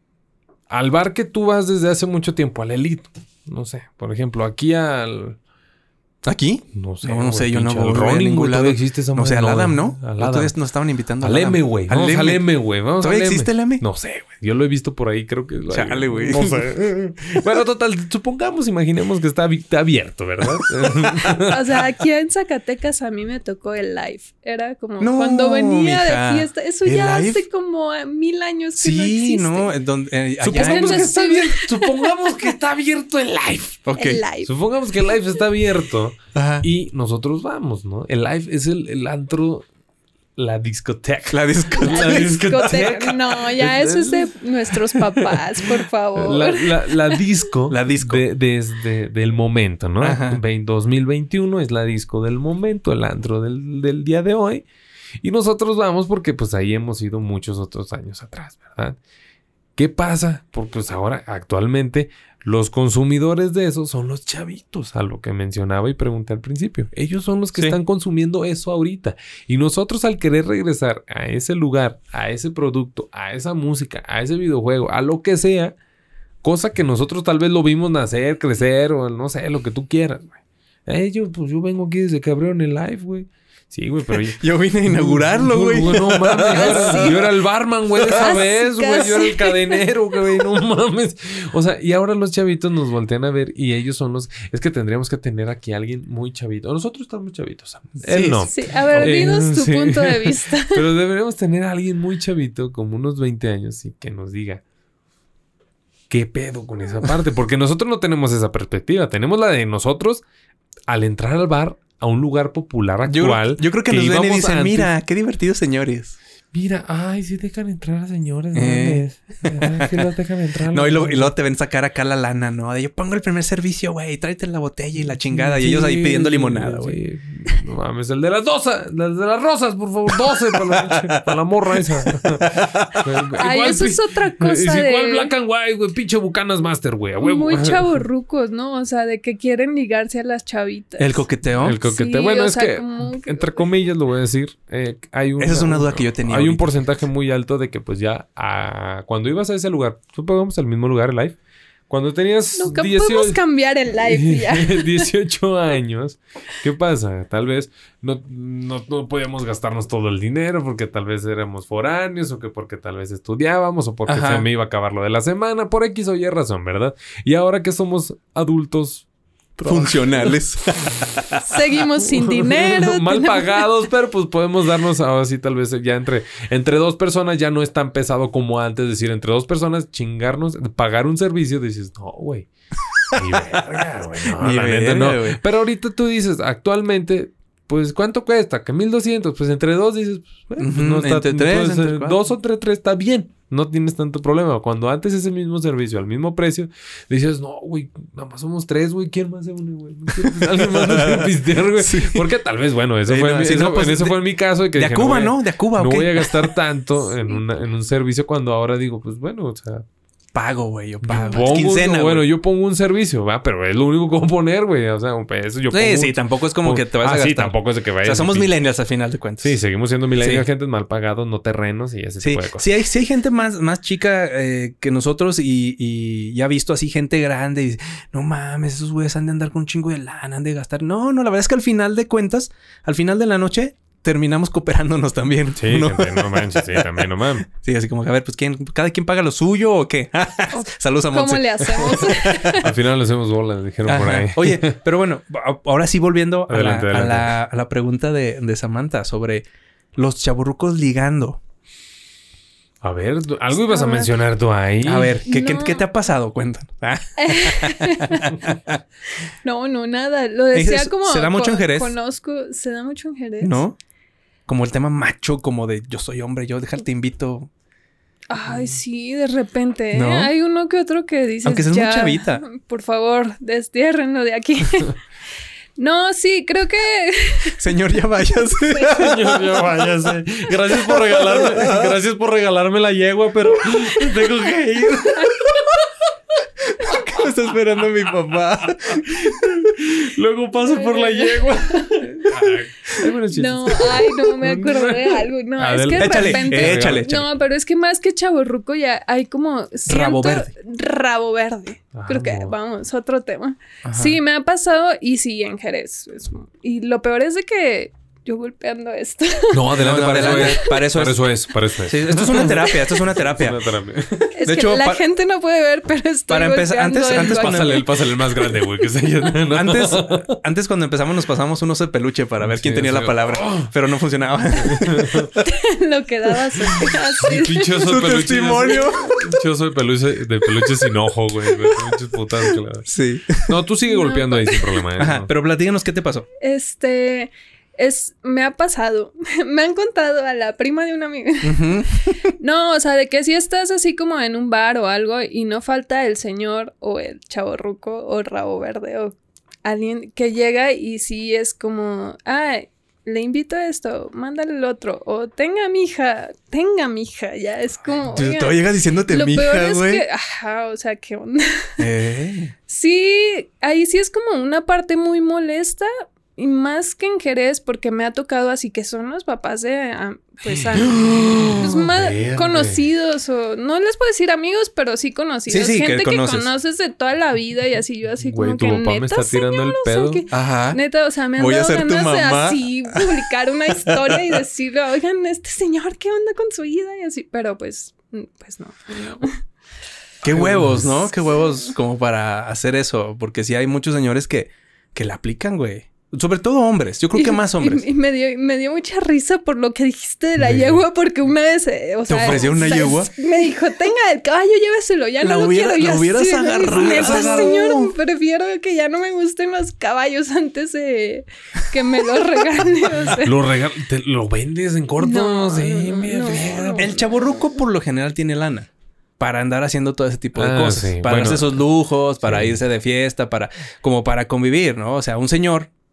Al bar que tú vas desde hace mucho tiempo, al Elite. No sé, por ejemplo, aquí al... ¿Aquí? No sé. No, no güey, sé, yo no pinche, al voy a Rolling, ningún güey, lado. todavía existe esa No sé, al madre, Adam, ¿no? Al Otros Adam. días nos estaban invitando Al M, güey. Vamos al M, güey. Vamos al ¿Todavía M. existe el M? No sé, güey. Yo lo he visto por ahí, creo que... Chale, güey. No sé. Bueno, total, supongamos, imaginemos que está, abi- está abierto, ¿verdad? O sea, aquí en Zacatecas a mí me tocó el live. Era como No, cuando venía mija. de fiesta. Eso ¿El ya live? hace como eh, mil años que no Sí, existe. no, en donde, eh, allá supongamos, en- que está abierto, supongamos que está abierto el live. Ok. El live. Supongamos que el live está abierto Ajá. y nosotros vamos, ¿no? El live es el, el antro, la discoteca. La discoteca. La Discoteca. No, ya eso es de nuestros papás, por favor. La, la- la disco. La disco. de- desde del momento, ¿no? Ajá. Ve- dos mil veintiuno es la disco del momento, el antro del, del día de hoy. Y nosotros vamos porque pues ahí hemos ido muchos otros años atrás, ¿verdad? ¿Qué pasa? Porque pues ahora actualmente los consumidores de eso son los chavitos, a lo que mencionaba y pregunté al principio. Ellos son los que Sí. están consumiendo eso ahorita. Y nosotros al querer regresar a ese lugar, a ese producto, a esa música, a ese videojuego, a lo que sea, cosa que nosotros tal vez lo vimos nacer, crecer o no sé, lo que tú quieras, güey. Ellos, pues yo vengo aquí desde que abrieron el live, güey. Sí, güey, pero yo... Yo vine a inaugurarlo, güey. No, no mames, yo era, Sí. yo era el barman, güey, de esa Casi, vez, güey. Yo era casi. el cadenero, güey, no mames. O sea, y ahora los chavitos nos voltean a ver y ellos son los... Es que tendríamos que tener aquí a alguien muy chavito. Nosotros estamos chavitos. Él Sí, no. Sí, a ver, Eh, dinos tu sí. punto de vista. Pero deberíamos tener a alguien muy chavito, como unos veinte años, y que nos diga... ¿Qué pedo con esa parte? Porque nosotros no tenemos esa perspectiva. Tenemos la de nosotros al entrar al bar a un lugar popular Yo, actual. yo creo que, nos ven y íbamos dicen, antes. mira, qué divertidos señores. Mira, ay, sí dejan entrar a señores Eh. grandes. Ay, sí los dejan entrar. No, y, lo- y luego te ven sacar acá la lana, ¿no? De yo pongo el primer servicio, güey, tráete la botella y la chingada. Y ellos ahí pidiendo limonada, güey. Sí. No mames, el de las doce, el de las rosas, por favor, doce para la, para la morra esa. Ay, eso es otra cosa de... Igual de... Black and White, güey, pinche Bucanas Master, güey, a huevo. Muy chavorrucos, ¿no? O sea, de que quieren ligarse a las chavitas. ¿El coqueteo? El coqueteo. Sí, bueno, o es sea, que, como que- entre comillas, lo voy a decir, eh, hay una... Esa es una duda que yo tenía Hay un ahorita. porcentaje muy alto de que, pues, ya, ah, cuando ibas a ese lugar, supongamos el mismo lugar, el live, cuando tenías Nunca dieciocho podemos cambiar el live ya. dieciocho años, ¿qué pasa? Tal vez no, no, no podíamos gastarnos todo el dinero porque tal vez éramos foráneos o que porque tal vez estudiábamos o porque Ajá. se me iba a acabar lo de la semana, por X o Y razón, ¿verdad? Y ahora que somos adultos Funcionales. Seguimos sin dinero. mal tenemos- pagados, pero pues podemos darnos ahora sí tal vez ya entre entre dos personas ya no es tan pesado como antes, decir entre dos personas chingarnos, pagar un servicio, dices, no, güey. Ni verga, güey. No, Ni la neta, verga, no. güey. Pero ahorita tú dices, actualmente, pues, ¿cuánto cuesta? Que mil doscientos. Pues entre dos dices, pues, bueno, pues, Ujú, no está... entre tres, pues, entre eh, cuatro. dos o tres, tres está bien. No tienes tanto problema. Cuando antes ese mismo servicio al mismo precio, dices, no, güey, nada más somos tres, güey. ¿Quién más se une, güey? No quiero que alguien más no quiere pistear, güey. Sí. Porque tal vez, bueno, eso Sí, fue, no, mi, sí, eso, no, pues, en ese de- fue mi caso. De, que De dije, Cuba, voy a- ¿no? De Cuba, No ¿ok? voy a gastar tanto en, una, en un servicio cuando ahora digo, pues bueno, o sea... Pago, güey. Yo Yo pago. pongo, Es quincena, no, bueno, güey. yo pongo un servicio, va, pero es lo único que voy a poner, güey. O sea, un peso. Yo Sí, pongo sí. un- Tampoco es como pongo- que te vas ah, a gastar. sí, tampoco es de que O vayas. sea, somos y- millennials al final de cuentas. Sí, seguimos siendo millennials, Sí. gente mal pagados, no terrenos y ese Sí, tipo de cosas. sí hay, sí hay gente más, más chica eh, que nosotros y, y ya he visto así gente grande y dice, no mames, esos güeyes han de andar con un chingo de lana, han de gastar. No, no, la verdad es que al final de cuentas, al final de la noche, terminamos cooperándonos también. Sí, ¿no? gente, no manches, sí, también no mames. Sí, así como que a ver, pues ¿quién, cada quien paga lo suyo o qué. Saludos a ¿Cómo Monse. le hacemos? Al final le hacemos bolas, dijeron por Ajá. ahí. Oye, pero bueno, a- ahora sí volviendo a, Adelante, la, adelante. a la- a la pregunta de, de Samantha sobre los chavorrucos ligando. A ver, tú- algo ibas a A ver. mencionar tú ahí. A ver, ¿qué, qué, No. qué te ha pasado? Cuéntanos. Ah, No, no, nada. Lo decía Es- como... ¿se da mucho en co- Jerez? Conozco... ¿Se da mucho en Jerez? ¿No? Como el tema macho, como de yo soy hombre, yo déjate invito. Ay, sí, de repente. ¿eh? ¿No? Hay uno que otro que dices, Aunque seas muy ya, chavita. por favor, destiérrenlo de aquí. No, sí, creo que... Señor, ya váyase. Señor, ya váyase. Gracias por regalarme, gracias por regalarme la yegua, pero tengo que ir. ¿Qué me está esperando mi papá? Luego paso por la yegua. Ay, buenos chistes. No, ay, no, me acordé de algo. No, es que de Échale, repente... échale, échale. No, pero es que más que chavorruco ya hay como... siento- Rabo verde. Rabo verde. Ah, Creo que, no. vamos, otro tema. Ajá. Sí, me ha pasado y sí, en Jerez. Es- y lo peor es de que yo golpeando esto. No, adelante, No, no, para, adelante. Eso es. Para eso Para es. eso es, para eso es. Sí, esto es una terapia, esto es una terapia. Una terapia. Es De que hecho, la pa- gente no puede ver, pero estoy Para empezar, golpeando antes- algo antes aquí. cuando- Pásale el, pásale el más grande, güey, que se no. Antes, antes cuando empezamos nos pasamos un oso de peluche para ver quién Sí, tenía sí. la palabra, pero no funcionaba. Lo que daba así. así. Pinche oso Su de peluche. testimonio. Pinche oso de peluche, de peluche sin ojo, güey. Pinches putas que le das. Sí. No, tú sigue No, golpeando ahí sin problema. ¿eh? Ajá, No. pero platícanos qué te pasó. Este es me ha pasado. Me han contado a la prima de una amiga. Ujú. No, o sea, de que si estás así como en un bar o algo y no falta el señor o el chavorruco o el rabo verde o alguien que llega y sí es como, ay, le invito a esto, mándale el otro o tenga mi hija, tenga mi hija, ya es como, Tú oigan, todavía llegas diciéndote lo peor mija, es güey. que, ajá, o sea, qué onda. Eh. Sí, ahí sí es como una parte muy molesta y más que en Jerez porque me ha tocado así que son los papás de, ah, pues, ah, pues, más Verde. conocidos o no les puedo decir amigos, pero sí conocidos. Sí, sí, que gente que, conoces. conoces de toda la vida y así yo así Güey, como tu que papá neta, me está tirando el señor, o sea, pedo. que- Ajá. neta, o sea, me han Voy a dado ser tu ganas de mamá. así publicar una historia y decirle, oigan, este señor, ¿qué onda con su vida? Y así, pero pues, pues no. no. Qué huevos, ¿no? Qué huevos como para hacer eso. Porque sí hay muchos señores que, que la aplican, güey. Sobre todo hombres. Yo creo que Y- más hombres. Y, y me, dio, me dio mucha risa por lo que dijiste de la De- yegua, porque una vez, eh, o ¿Te sea, ofreció una o sea, yegua? es- me dijo, tenga el caballo, lléveselo, ya La no hubiera- lo quiero. la Yo hubieras así, agarrado, neta, agarrado. señor, prefiero que ya no me gusten los caballos antes de que me los regale. O sea. Lo, regal te, lo vendes en corto. No, sí, no, me no, friega. no. El chavorruco por lo general tiene lana. Para andar haciendo todo ese tipo de Ah, cosas. sí. Para Bueno, darse esos lujos, para sí. irse de fiesta, para... Como para convivir, ¿no? O sea, un señor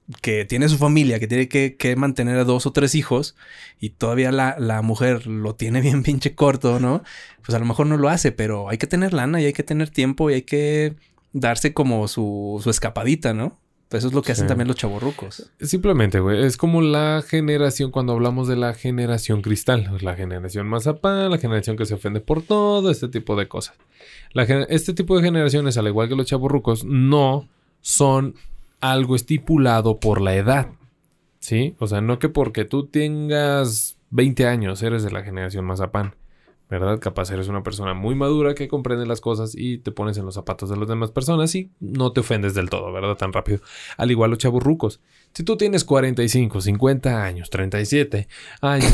que tiene su familia, que tiene que, que mantener a dos o tres hijos y todavía la, la mujer lo tiene bien pinche corto, ¿no? Pues a lo mejor no lo hace, pero hay que tener lana y hay que tener tiempo y hay que darse como su, su escapadita, ¿no? Pues eso es lo que sí. hacen también los chavorrucos. Simplemente, güey. Es como la generación, cuando hablamos de la generación cristal. La generación mazapán, la generación que se ofende por todo, este tipo de cosas. La, este tipo de generaciones, al igual que los chavorrucos, no son algo estipulado por la edad. ¿Sí? O sea, no que porque tú tengas veinte años eres de la generación mazapán. ¿Verdad? Capaz eres una persona muy madura que comprende las cosas y te pones en los zapatos de las demás personas y no te ofendes del todo, ¿verdad? Tan rápido. Al igual los chavorrucos. Si tú tienes cuarenta y cinco, cincuenta años, treinta y siete años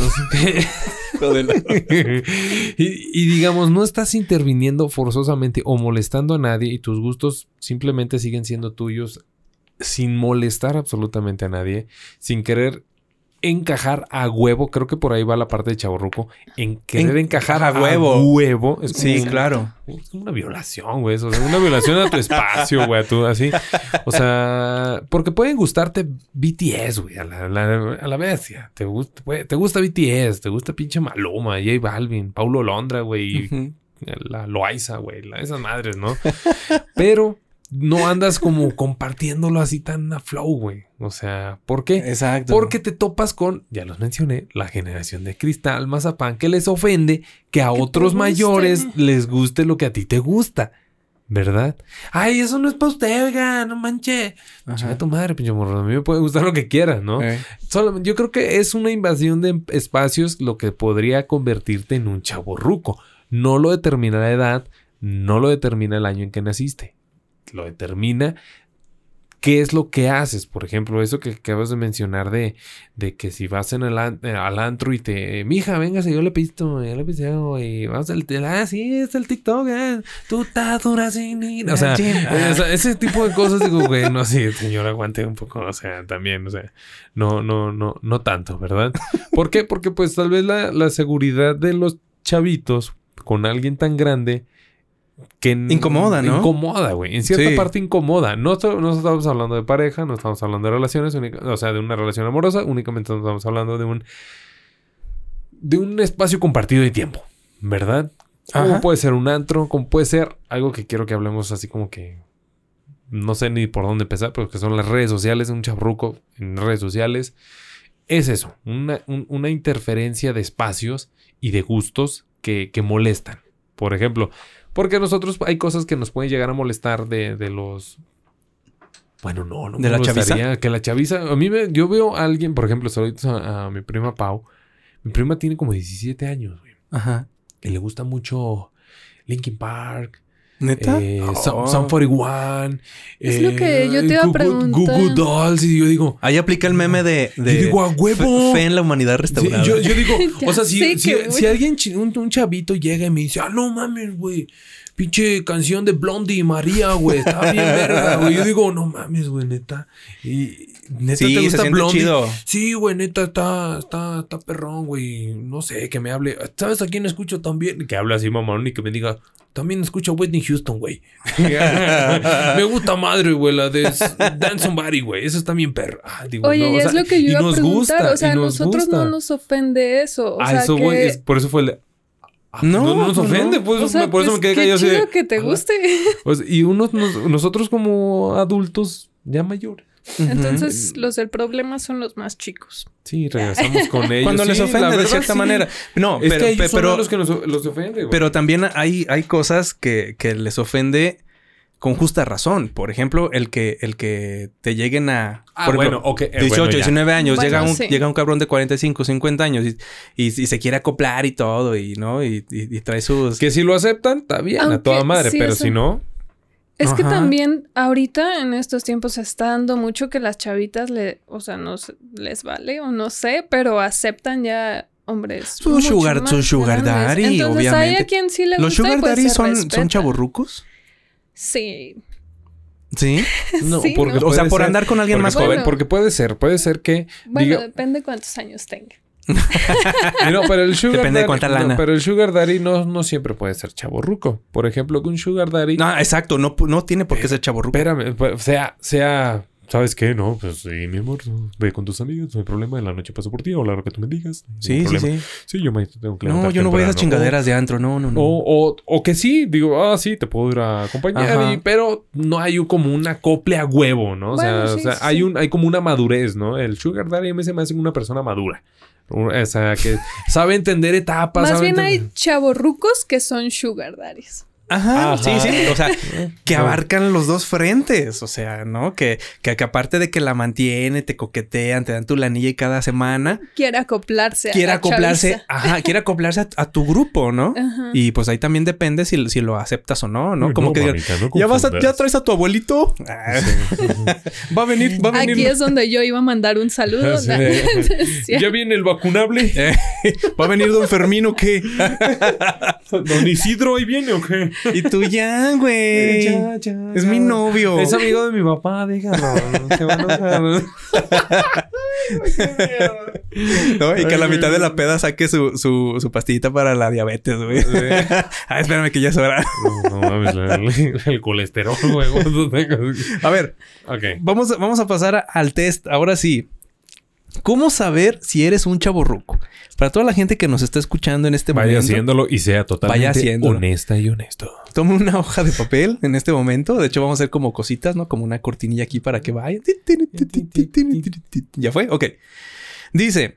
y, y digamos, no estás interviniendo forzosamente o molestando a nadie y tus gustos simplemente siguen siendo tuyos sin molestar absolutamente a nadie, sin querer encajar a huevo, creo que por ahí va la parte de chavorruco, en querer en, encajar a huevo. A huevo. Es sí, un, claro. Es una violación, güey. Eso, o sea, una violación a tu espacio, güey, tú así. O sea, porque pueden gustarte B T S, güey, a la, la, a la bestia. Te gusta, güey, te gusta B T S, te gusta pinche Maluma, J Balvin, Paulo Londra, güey, uh-huh. la Loaiza, güey, la, esas madres, ¿no? Pero no andas como compartiéndolo así tan a flow, güey. O sea, ¿por qué? Exacto. Porque te topas con, ya los mencioné, la generación de cristal, mazapán, que les ofende que a que otros mayores les guste lo que a ti te gusta. ¿Verdad? Ay, eso no es para usted, oiga, no manche. Chica tu madre, pinche morro. A mí me puede gustar lo que quieras, ¿no? Eh. Solo, yo creo que es una invasión de espacios lo que podría convertirte en un chavorruco. No lo determina la edad, no lo determina el año en que naciste. Lo determina qué es lo que haces. Por ejemplo, eso que acabas de mencionar de, de que si vas en el an, al antro y te... Mija, véngase, yo le pisto, yo le pisto y vamos al... Ah, sí, es el TikTok, eh. Tú estás dura sin ir. O sea, o sea, ese tipo de cosas digo, güey, no, sí, señor, aguante un poco. O sea, también, o sea, no, no, no, no tanto, ¿verdad? ¿Por qué? Porque pues tal vez la, la seguridad de los chavitos con alguien tan grande... que incomoda, ¿no? Incomoda, güey. En cierta sí. parte incomoda. No, no estamos hablando de pareja, no estamos hablando de relaciones, única, o sea, de una relación amorosa. Únicamente estamos hablando de un... de un espacio compartido de tiempo. ¿Verdad? Ajá. Como puede ser un antro, como puede ser algo que quiero que hablemos así como que... no sé ni por dónde empezar, pero que son las redes sociales. Un chavorruco en redes sociales. Es eso. Una, un, una interferencia de espacios y de gustos que, que molestan. Por ejemplo... porque nosotros hay cosas que nos pueden llegar a molestar de, de los... Bueno, no, no ¿De me la chaviza? Que la chaviza... A mí me... Yo veo a alguien, por ejemplo, saludos a, a mi prima Pau. Mi prima tiene como diecisiete años, güey. Ajá. Y le gusta mucho Linkin Park. ¿Neta? Eh, oh. Sum cuarenta y uno. Es eh, lo que yo te iba a preguntar. Google Dolls. Y yo digo... Ahí aplica el meme de... de yo digo, a huevo. Fe, fe en la humanidad restaurada. Sí, yo, yo digo... o sea, si, si, que, si alguien... Un, un chavito llega y me dice... Ah, no mames, güey. Pinche canción de Blondie y María, güey. Está bien verga, güey. Yo digo, no mames, güey, neta. Y... Neta, sí, ¿te gusta Blondie? Chido. Sí, güey, neta, está, está, está perrón, güey. No sé, que me hable. ¿Sabes a quién escucho también? Que hable así, mamón, y que me diga... También escucho a Whitney Houston, güey. Me gusta madre, güey, la de Dance Somebody, güey. Eso está bien perro. Ah, digo, oye, no, o es sea, lo que yo iba a preguntar. Gusta, o sea, a nosotros gusta. No nos ofende eso. O ah, sea, eso, que... güey. Es, por eso fue el... Ah, no, no, no nos ofende. No. Pues, o sea, por pues, eso me quedé callado. Qué chido que te guste. O sea, y unos, nos, nosotros como adultos ya mayores. Entonces, uh-huh. los del problema son los más chicos. Sí, regresamos con ellos. Cuando sí, les ofende de cierta sí. manera. No, es pero, que ellos pero son los que nos, los ofende, güey. Pero también hay, hay cosas que, que les ofende con justa razón. Por ejemplo, el que, el que te lleguen a... Ah, por bueno, ejemplo, ok. Eh, dieciocho, bueno, diecinueve años. Bueno, llega, un, sí. llega un cabrón de cuarenta y cinco, cincuenta años y, y, y se quiere acoplar y todo. Y, ¿no? Y, y, y trae sus... Que si lo aceptan, está bien. Aunque, a toda madre. Sí, pero eso... si no... Es Ajá. que también ahorita en estos tiempos se está dando mucho que las chavitas le, o sea, no les vale o no sé, pero aceptan ya hombres. Su sugar, su sugar daddy, Entonces, obviamente. Hay a quien sí le ¿Los gusta sugar y pues daddy se son, respeta. son chavorrucos? Sí. ¿Sí? No, sí, porque ¿no? O sea, por ser, andar con alguien porque, más joven. Bueno. Porque puede ser, puede ser que... Bueno, diga... depende cuántos años tenga. no, pero el sugar Depende daddy, de cuánta lana. No, pero el sugar daddy no, no siempre puede ser chavorruco. Por ejemplo, que un sugar daddy... No, exacto. No, no tiene por qué ser chavorruco. Espérame, sea, sea, ¿Sabes qué? No, pues sí, mi amor, ve con tus amigos, no hay problema, en la noche paso por ti, o la hora que tú me digas. No sí, sí, sí. Sí, yo me tengo que No, yo no voy a esas chingaderas o, de antro, no, no, no. O, o, o que sí, digo, ah, sí, te puedo ir a acompañar, y, pero no hay como un acople a huevo, ¿no? O bueno, sea, sí, o sea sí, hay, sí. un, hay como una madurez, ¿no? El sugar daddy a mí se me hace una persona madura. O sea, que sabe entender etapas. Más sabe bien entender... hay chavorrucos que son sugar daddies. Ajá, Ajá, sí, sí. O sea, que abarcan los dos frentes. O sea, ¿no? Que, que, que aparte de que la mantiene, te coquetean, te dan tu lanilla cada semana. Quiere acoplarse a Quiere la acoplarse. chaviza. Ajá, quiere acoplarse a, a tu grupo, ¿no? Ajá. Y pues ahí también depende si, si lo aceptas o no, ¿no? Uy, Como no, que digan, mamita, no ¿ya vas a, confundas. ya traes a tu abuelito? Ah, va a venir, va a venir. Aquí es donde yo iba a mandar un saludo. Sí. ¿no? Decía, ¿Ya viene el vacunable? Eh, ¿va a venir don Fermín o qué? ¿Don Isidro ahí viene o qué? Y tú ya, güey. Ya, ya, Es ya. mi novio. Es amigo de mi papá, déjalo. Se va a enojar. ¿No? Y que a la mitad de la peda saque su, su, su pastillita para la diabetes, güey. Sí. Ah, espérame que ya es hora. No, no mames, la- el, el colesterol, güey. ¿Cuánto tengo? A ver, Ok. vamos, a- vamos a pasar a- al test. Ahora sí. ¿Cómo saber si eres un chavorruco? Para toda la gente que nos está escuchando en este Vaya momento, haciéndolo y sea totalmente Vaya haciéndolo. honesta y honesto. tome una hoja de papel en este momento. De hecho, vamos a hacer como cositas, ¿no? Como una cortinilla aquí para que vayan. ¿Ya fue? Ok. Dice...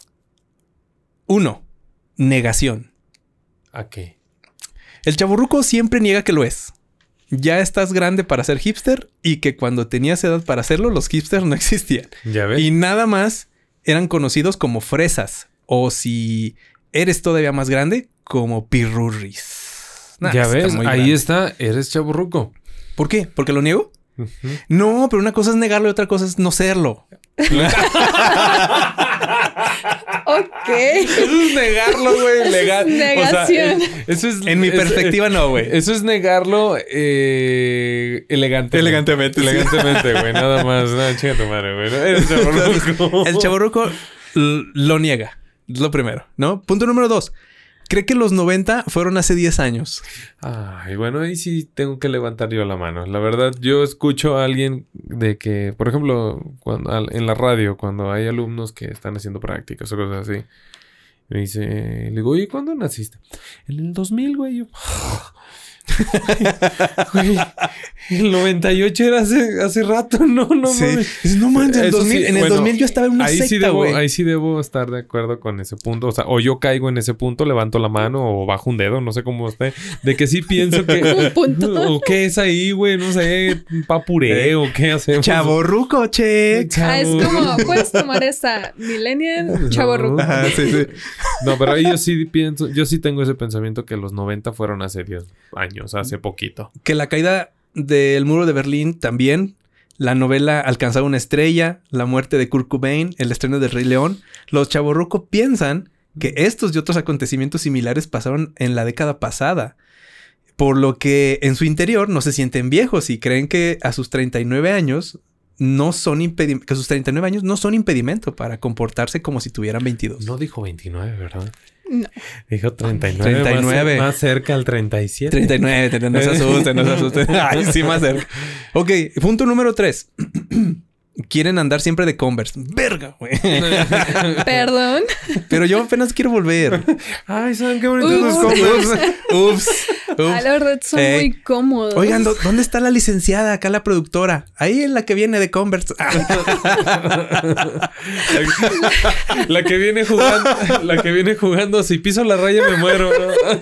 Uno. Negación. ¿A qué? El chavorruco siempre niega que lo es. Ya estás grande para ser hipster y que cuando tenías edad para hacerlo, los hipsters no existían. ¿Ya ves? Y nada más eran conocidos como fresas. O si eres todavía más grande, como pirurris. Nah, ya está ves, muy ahí grande. está, eres chaburruco. ¿Por qué? ¿Porque lo niego? Ujú. No, pero una cosa es negarlo y otra cosa es no serlo. ok. Eso es negarlo, güey. Legal. Negación. O sea, eh, eso es, En mi es- perspectiva, no, güey. Eso es negarlo eh, elegantemente. Elegantemente, sí. Elegantemente, güey. Nada más. No, chinga tu madre, güey. No, eres chavorruco. El chavorruco l- lo niega. Es lo primero, ¿no? Punto número dos. Cree que los noventa fueron hace diez años. Ay, bueno, ahí sí tengo que levantar yo la mano. La verdad, yo escucho a alguien de que, por ejemplo, cuando, al- en la radio, cuando hay alumnos que están haciendo prácticas o cosas así, me dice, le digo, oye, ¿cuándo naciste? En el dos mil, güey. Yo, güey, el noventa y ocho era hace, hace rato, no, no Sí. mames. Dices, no manches, en, Eso dos mil, sí, en el bueno, dos mil yo estaba en una ahí sí secta, debo, güey. ahí sí debo estar de acuerdo con ese punto. O sea, o yo caigo en ese punto, levanto la mano o bajo un dedo, no sé cómo esté. De que sí pienso que... Un punto. ¿O qué es ahí, güey? No sé, un papuré o qué hacemos. Chavorruco, che. Ah, es como, puedes tomar esta millennial chavorruco. Ajá, sí, sí. No, pero ahí yo sí pienso, yo sí tengo ese pensamiento que los noventa fueron hace diez años, hace poquito. Que la caída del muro de Berlín también. La novela Alcanzar una estrella. La muerte de Kurt Cobain. El estreno del Rey León. Los chavorrucos piensan que estos y otros acontecimientos similares pasaron en la década pasada. Por lo que en su interior no se sienten viejos y creen que a sus treinta y nueve años no son impedi- que sus treinta y nueve años no son impedimento para comportarse como si tuvieran veintidós. No dijo veintinueve, ¿verdad? No. Dijo treinta y nueve. treinta y nueve. Más, más cerca al treinta y siete. treinta y nueve, no se asusten, no se asusten. Ay, sí, más cerca. Ok, punto número tres. Quieren andar siempre de Converse. Verga, güey. Perdón. Pero yo apenas quiero volver. Ay, ¿saben qué bonitos Ups. los Converse? Ups. Ups. A la verdad son Ey. muy cómodos. Oigan, ¿dó- ¿dónde está la licenciada? Acá la productora. Ahí en la que viene de Converse. La que viene jugando, la que viene jugando, si piso la raya me muero, ¿no?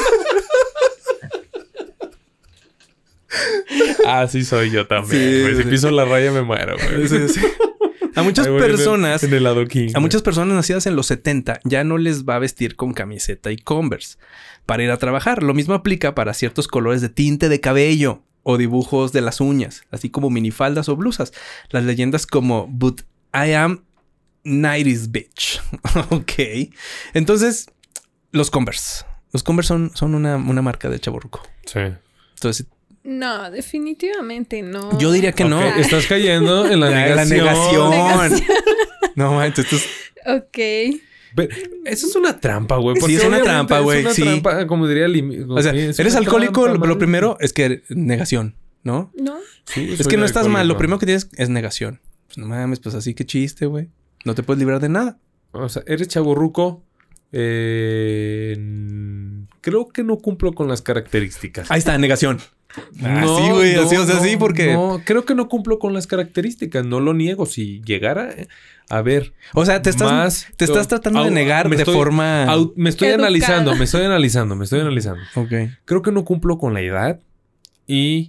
Ah, sí soy yo también. Sí, güey. Si sí. piso la raya me muero, güey. Sí, sí. A muchas Ahí voy en el- personas... En el adoquín. A muchas personas nacidas en los setenta ya no les va a vestir con camiseta y Converse para ir a trabajar. Lo mismo aplica para ciertos colores de tinte de cabello o dibujos de las uñas, así como minifaldas o blusas. Las leyendas como But I am nineties bitch. Ok. Entonces, los Converse. Los Converse son, son una, una marca de chavorruco. Sí. Entonces, No, definitivamente no. yo diría que no. Ok, estás cayendo en la La- la negación. negación. No, manches, esto es... Ok. Pero eso es una trampa, güey. porque Sí, es una obviamente trampa, güey, Es una sí. trampa, como diría... Limi- O sea, sí, es eres una alcohólico, trampa, lo madre. primero es que negación. ¿no? No. Sí, Es soy que no estás mal. Lo alcohólico. primero que tienes es negación. Pues no mames, pues así que chiste, güey. No te puedes librar de nada. O sea, eres chavorruco. Eh, creo que no cumplo con las características. Ahí está, negación. No, así, güey, no, así, o sea, no, sí, porque... No, creo que no cumplo con las características. No lo niego. Si llegara a ver... O sea, te estás, más, te estás tratando au- de negar me de estoy- forma... au- me estoy Educada. analizando, me estoy analizando, me estoy analizando. Ok. Creo que no cumplo con la edad y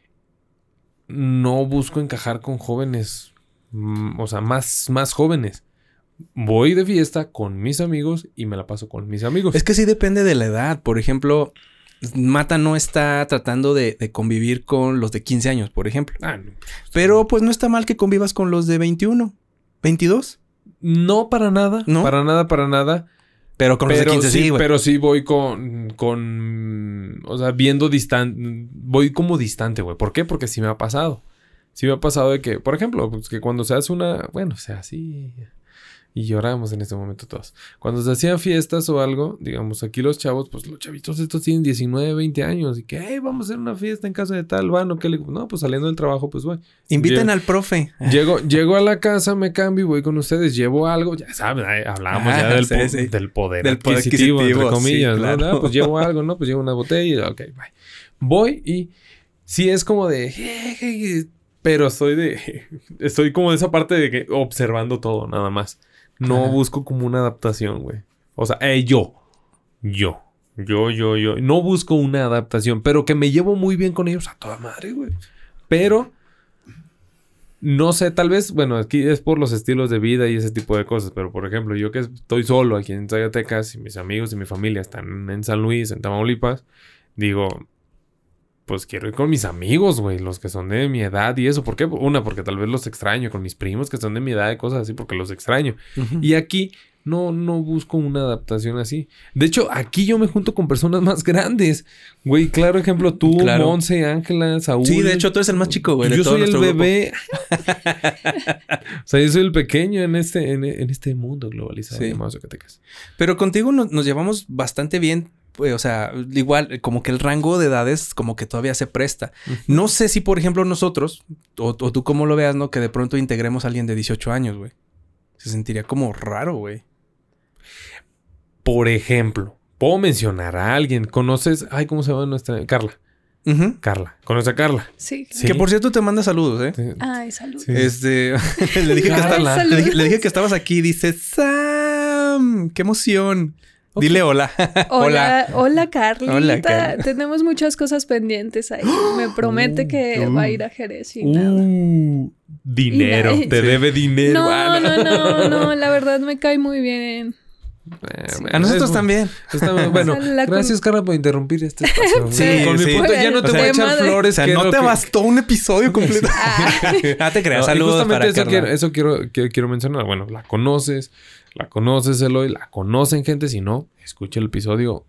no busco encajar con jóvenes, mm, o sea, más, más jóvenes. Voy de fiesta con mis amigos y me la paso con mis amigos. Es que sí depende de la edad. Por ejemplo, Mata no está tratando de, de convivir con los de quince años, por ejemplo. Ah, no. Pero pues no está mal que convivas con los de veintiuno, veintidós. No para nada, ¿No? para nada, para nada. Pero con los de Pero quince sí, sí, güey. pero sí voy con, con, o sea, viendo distante, voy como distante, güey. ¿Por qué? Porque sí me ha pasado. Sí me ha pasado de que, por ejemplo, pues que cuando se hace una, bueno, o sea, así, y lloramos en este momento todos. Cuando se hacían fiestas o algo, digamos, aquí los chavos, pues los chavitos estos tienen diecinueve, veinte años y que, hey, vamos a hacer una fiesta en casa de tal, van, o qué le digo, no, pues saliendo del trabajo, pues voy. Inviten Lle- al profe. Llego, llego a la casa, me cambio y voy con ustedes. Llevo algo, ya saben, ahí hablamos Ah, ya del, sí, po- sí. del poder Del poder adquisitivo, adquisitivo, entre comillas, sí, ¿no? claro. Ah, pues llevo algo, ¿no? Pues llevo una botella, ok, bye. Voy y sí es como de... Pero estoy de... Estoy como de esa parte de que observando todo, nada más. No Ajá. busco como una adaptación, güey. O sea, eh, yo. Yo. Yo, yo, yo. No busco una adaptación, pero que me llevo muy bien con ellos a toda madre, güey. Pero... No sé, tal vez, bueno, aquí es por los estilos de vida y ese tipo de cosas, pero por ejemplo, yo que estoy solo aquí en Zacatecas y mis amigos y mi familia están en San Luis, en Tamaulipas, digo, pues quiero ir con mis amigos, güey, los que son de mi edad y eso. ¿Por qué? Una, porque tal vez los extraño, con mis primos que son de mi edad y cosas así, porque los extraño. Ujú. Y aquí no, no busco una adaptación así. De hecho, aquí yo me junto con personas más grandes. Güey, claro ejemplo, tú, Claro. Monse, Ángela, Saúl. Sí, de hecho, tú eres el más chico, güey. de Yo todo soy el nuestro grupo. bebé. O sea, yo soy el pequeño en este, en, en este mundo globalizado Sí. llamado Zacatecas. Pero contigo no- nos llevamos bastante bien. Pues, o sea, igual, como que el rango de edades como que todavía se presta. No sé si, por ejemplo, nosotros, o, o tú cómo lo veas, ¿no? Que de pronto integremos a alguien de dieciocho años, güey. Se sentiría como raro, güey. Por ejemplo, puedo mencionar a alguien. ¿Conoces? Ay, ¿cómo se llama nuestra? Carla. Ujú. Carla. ¿Conoce a Carla? Sí. Sí. Que por cierto te manda saludos, ¿eh? Sí. Ay, salud. Sí. Este, le, dije que Carla. estaba- Ay, le, dije, saludos. le dije que estabas aquí y dice, Sam, qué emoción. Dile hola. Hola, hola Carlita. Hola, Carla. Tenemos muchas cosas pendientes ahí. Me promete que Uh, va a ir a Jerez y nada. Uh, dinero. Y la- Te Sí. debe dinero. No, Ah, no, no, no. La verdad me cae muy bien. Eh, Sí. bueno, A nosotros es- también. está bien. Bueno, O sea, la gracias, Carla, por interrumpir este espacio. Sí, Con mi sí. punto, ya no Oigan, te voy a el echar tema de- flores. O sea, que no lo te que- bastó un episodio completo. Ah, Ah, te creas. No, y Saludos justamente para eso Carla. quiero, eso quiero, quiero, quiero, quiero mencionar. Bueno, la conoces, la conoces, Eloy, la conocen gente. Si no, escucha el episodio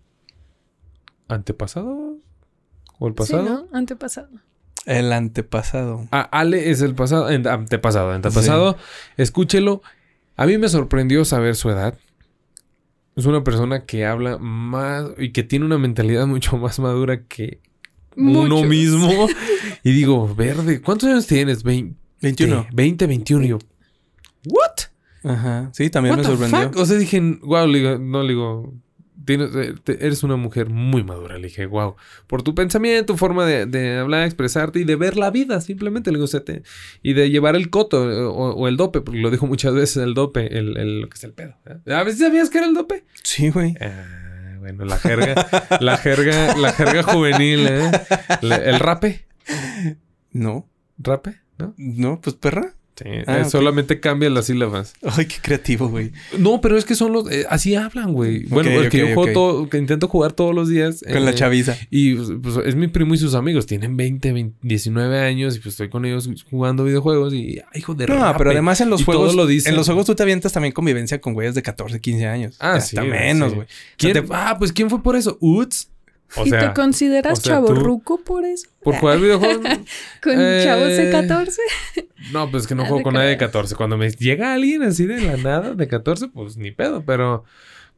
antepasado o el sí, pasado. ¿no? Antepasado. El antepasado. Ah, Ale es el pasado, ante- antepasado, antepasado. Escúchelo. A mí me sorprendió saber su edad. Es una persona que habla más y que tiene una mentalidad mucho más madura que uno Muchos. mismo. Y digo, verde, ¿cuántos años tienes? Vein- veintiuno. veinte, veintiuno. Y yo, ¿what? Ajá. Sí, también What me the sorprendió. fuck? O sea, dije, wow, le digo, no, le digo, tienes, eh, te- eres una mujer muy madura. Le dije, wow, por tu pensamiento, forma de, de hablar, expresarte y de ver la vida, simplemente. Le digo, o sea, te- y de llevar el coto eh, o, o el dope, porque lo dijo muchas veces el dope, el, el- lo que es el pedo. ¿eh? ¿A veces sabías que era el dope? Sí, güey. Ah, bueno, la jerga, la jerga, la jerga juvenil, ¿eh? Le- el rape, No. rape, ¿no? No, pues perra. Sí, Ah, eh, ok. solamente cambia las sílabas. Ay, qué creativo, güey. No, pero es que son los... eh, así hablan, güey. Bueno, Ok, el que ok, yo juego ok. todo... Que intento jugar todos los días. Con la eh, chaviza. Y pues, es mi primo y sus amigos. Tienen veinte, veinte, diecinueve años. Y pues estoy con ellos jugando videojuegos. Y... ay, hijo de No, rape. pero además en los Y juegos... todo lo dicen. En los juegos tú te avientas también convivencia con güeyes de catorce, quince años. Ah, Hasta sí, menos, sí. güey. ¿Quién- O sea, te- Ah, pues ¿quién fue por eso? ¿Uts? O ¿Y sea, te consideras o sea, tú- chavorruco por eso? por jugar videojuegos. ¿Con Eh, chavos de catorce? No, pues es que no Ah, juego te con nadie de creas. catorce. Cuando me llega alguien así de la nada, de catorce, pues ni pedo. Pero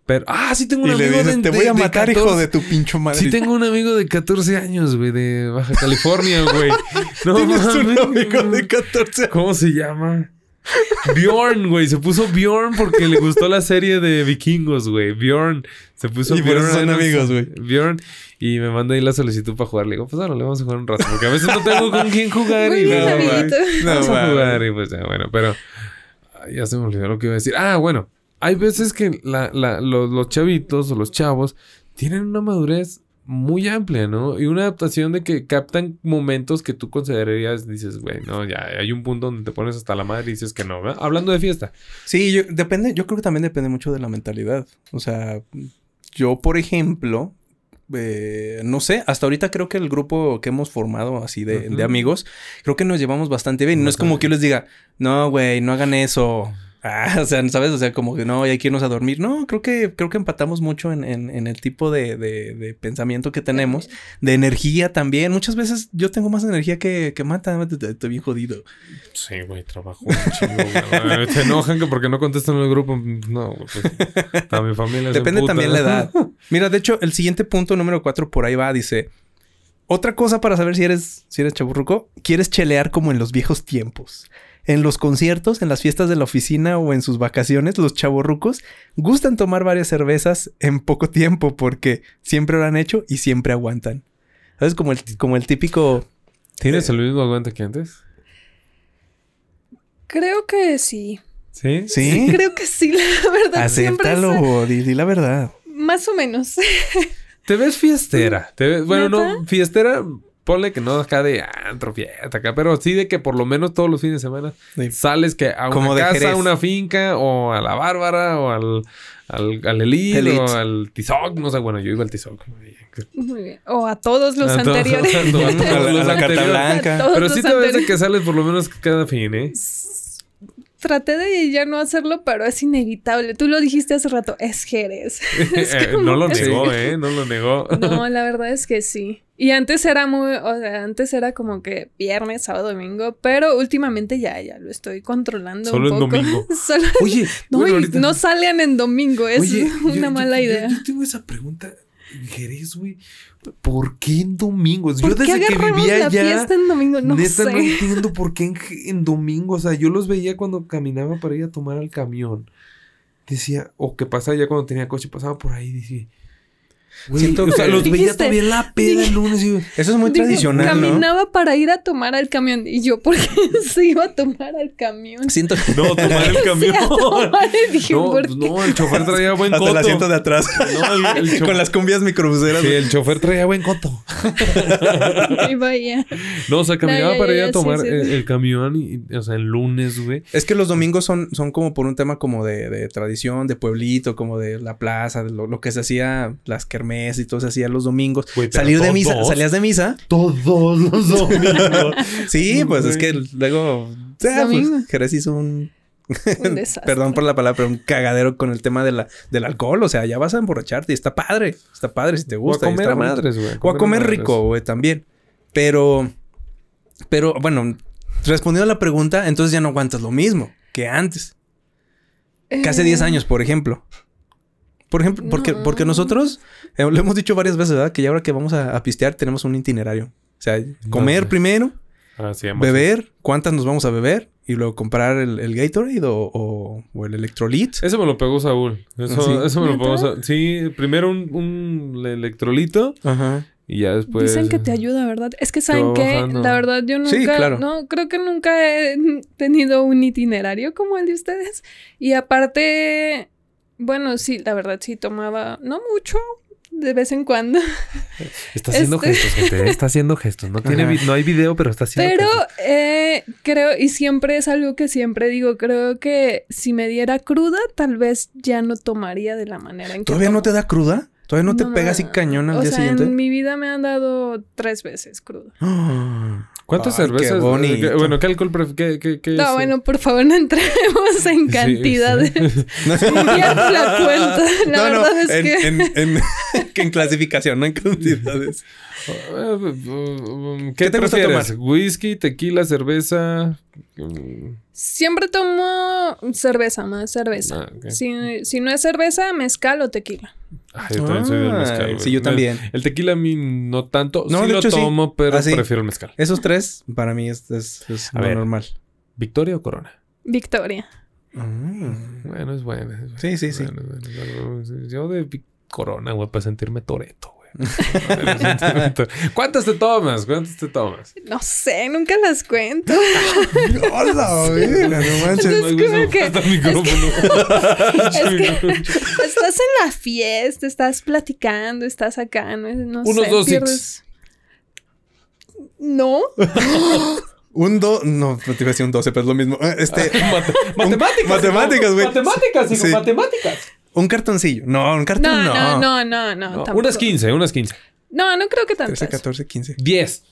Pero, ah, sí tengo un y amigo le dices, de, te de- voy a de matar, catorce hijo de tu pincho madre. Sí tengo un amigo de catorce años, güey, de Baja California, güey. No ¿Tienes un mames. amigo de catorce años? ¿Cómo se llama? Bjorn, güey. Se puso Bjorn porque le gustó la serie de vikingos, güey. Bjorn. Se puso Y por Bjorn. eso son Anderson. amigos, güey. Bjorn. Y me manda ahí la solicitud para jugar. Le digo, pues ahora le vamos a jugar un rato. Porque a veces no tengo con quién jugar. Muy y bien, no, amiguito. No, vamos a mames. jugar. Y pues ya, bueno. Pero ay, ya se me olvidó lo que iba a decir. Ah, bueno. Hay veces que la, la, los, los chavitos o los chavos tienen una madurez muy amplia, ¿no? Y una adaptación de que captan momentos que tú considerarías, dices, güey, no, ya hay un punto donde te pones hasta la madre y dices que no, ¿verdad? Hablando de fiesta. Sí, yo, depende, yo creo que también depende mucho de la mentalidad. O sea, yo, por ejemplo, eh, no sé, hasta ahorita creo que el grupo que hemos formado así de, Uh-huh. de amigos, creo que nos llevamos bastante bien. No es como que yo les diga, no, güey, no hagan eso. Ah, o sea, ¿sabes? O sea, como que no, ya hay que irnos a dormir. No, creo que, creo que empatamos mucho en, en, en el tipo de, de, de pensamiento que tenemos. De energía también. Muchas veces yo tengo más energía que, que Mata. Estoy bien jodido. Sí, güey, trabajo un chingo, güey. Se enojan que porque no contestan en el grupo. No, pues, a mi familia se Depende emputa. también la edad. Mira, de hecho, el siguiente punto, número cuatro, por ahí va. Dice, otra cosa para saber si eres, si eres chaburruco. Quieres chelear como en los viejos tiempos. En los conciertos, en las fiestas de la oficina o en sus vacaciones, los chavorrucos gustan tomar varias cervezas en poco tiempo porque siempre lo han hecho y siempre aguantan. ¿Sabes? Como el, como el típico... ¿Tienes el mismo aguante que antes? Creo que sí. ¿Sí? ¿Sí? Creo que sí, la verdad. Siempre es- Acéptalo, di, di la verdad. más o menos. Te ves fiestera. Te ves, bueno, ¿Neta? no, fiestera, ponle que no acá de antro, fiesta acá, pero sí de que por lo menos todos los fines de semana Sí. sales que a Como una de casa, Jerez. a una finca, o a la Bárbara, o al, al, al Elite, Elite. o al Tizoc, no sé, bueno, yo iba al Tizoc. Muy bien. O a todos los A todos- anteriores. a todos A la- a los la Carta anteriores. Blanca. A todos Pero los sí te ves de anteriores. que sales por lo menos cada fin, ¿eh? Traté de ya no hacerlo, pero es inevitable. Tú lo dijiste hace rato, es Jerez. Es Eh, como no lo que- negó, ¿eh? No lo negó. No, la verdad es que sí. Y antes era muy, o sea, antes era como que viernes, sábado, domingo, pero últimamente ya, ya lo estoy controlando Solo un en poco. domingo. Solo en- Oye, no, bueno, y ahorita- no salgan en domingo, es Oye, una yo- yo- mala yo- idea. Yo, tengo esa pregunta. Jerez, güey. ¿Por qué en domingos? ¿Por Yo qué desde que agarramos vivía la allá. fiesta en domingo? No neta, sé. no entiendo por qué en, en domingo. O sea, yo los veía cuando caminaba para ir a tomar al camión. Decía, o que pasaba ya cuando tenía coche, pasaba por ahí. Decía, güey, Siento o sea, que- los veía Dijiste, todavía en la peda el lunes. Y yo, Eso es muy Digo, tradicional, ¿no? caminaba para ir a tomar al camión. Y yo, ¿por qué se iba a tomar al camión? Siento que... no, tomar el Sí, camión. a tomar. Y dije, No, ¿por pues qué? no, el chofer traía buen Hasta coto. el asiento de atrás. No, el, el chofer. Con las cumbias microbuseras. Sí, el chofer traía buen coto. Y vaya. No, o sea, caminaba ya, para ya, ir a ya, tomar sí, sí, el, sí. el camión y, y, o sea, el lunes, güey. Es que los domingos son, son como por un tema como de, de tradición, de pueblito, como de la plaza, de lo, lo que se hacía, las kermés y todo se hacía los domingos. Güey, pero Salir de misa, todos. salías de misa. Todos los domingos. Sí, pues Güey. es que luego... Ah, pues, Domingo. Jerez hizo un... Un desastre. Perdón por la palabra, pero un cagadero con el tema de la, del alcohol. O sea, ya vas a emborracharte y está padre. Está padre si te O a gusta. y comer está a bonito. madres, güey. O a comer madres. rico, güey, también. Pero... Pero, bueno, respondiendo a la pregunta, entonces ya no aguantas lo mismo que antes. Que hace diez Eh, años, por ejemplo. Por ejemplo, porque, No. porque nosotros, eh, lo hemos dicho varias veces, ¿verdad? Que ya ahora que vamos a, a pistear tenemos un itinerario. O sea, comer sé. primero, Ah, sí, hemos- beber, cuántas nos vamos a beber y luego comprar el, el Gatorade o, o, o el Electrolit. Eso me lo pegó Saúl. Eso, ¿Sí? eso me lo ¿Neta? pegó Saúl. Sí, primero un, un electrolito Ajá. y ya después... Dicen que te ayuda, ¿verdad? Es que saben va que bajando. la verdad yo nunca, Sí, claro. no, creo que nunca he tenido un itinerario como el de ustedes. Y aparte, bueno, sí, la verdad sí tomaba, no mucho, de vez en cuando. Está haciendo Este- gestos, gente. Está haciendo gestos. No, tiene Ajá. vi- no hay video, pero está haciendo Pero gestos. eh, creo, y siempre es algo que siempre digo, creo que si me diera cruda, tal vez ya no tomaría de la manera en que ¿Todavía no tomo. te da cruda? ¿Todavía no te No, pega así cañón al o día sea, siguiente? en mi vida me han dado tres veces cruda. Ah. ¿Cuántas Ay, cervezas? qué bonito. ¿Qué- bueno, ¿qué alcohol pref- qué, qué, qué No, es? bueno, por favor, no entremos en Sí, cantidades. sí. Ya la cuenta. La no, no, verdad es en, que. en, en, en clasificación, no en cantidades. ¿Qué, ¿Qué te gusta prefieres? tomar? ¿Whisky, tequila, cerveza? Siempre tomo cerveza, más cerveza. Ah, okay. si, si no es cerveza, mezcal o tequila. Ah, yo también soy del mezcal, güey. Sí, yo también. El tequila a mí no tanto. No, sí de lo hecho, sí. tomo, pero Ah, sí. prefiero el mezcal. Esos tres, para mí, es, es, es A lo ver. normal. ¿Victoria o Corona? Victoria. Mm. Bueno, es bueno. Es bueno. Sí, sí, sí. Bueno, bueno, bueno. Yo de Vic- Corona, güey, para sentirme Toreto, güey. ¿Cuántas te tomas? ¿Cuántas te tomas? No sé, nunca las cuento. ¡Hola, güey! No manches. Es Ay, güey, como se me que- falta el micrófono. Es que estás en la fiesta, estás platicando, estás acá, no, no Unos sé. dos pierdes... No. Un do... No, no te iba a decir un doce, pero es lo mismo. Eh, Este... Mate- matemáticas. Matemáticas, güey. Matemáticas, hijo, Sí. matemáticas. Un cartoncillo. No, un cartón No, no. no, no, no, no. No, tampoco. unas quince, unas quince. No, no creo que tantas. trece, catorce, quince. diez.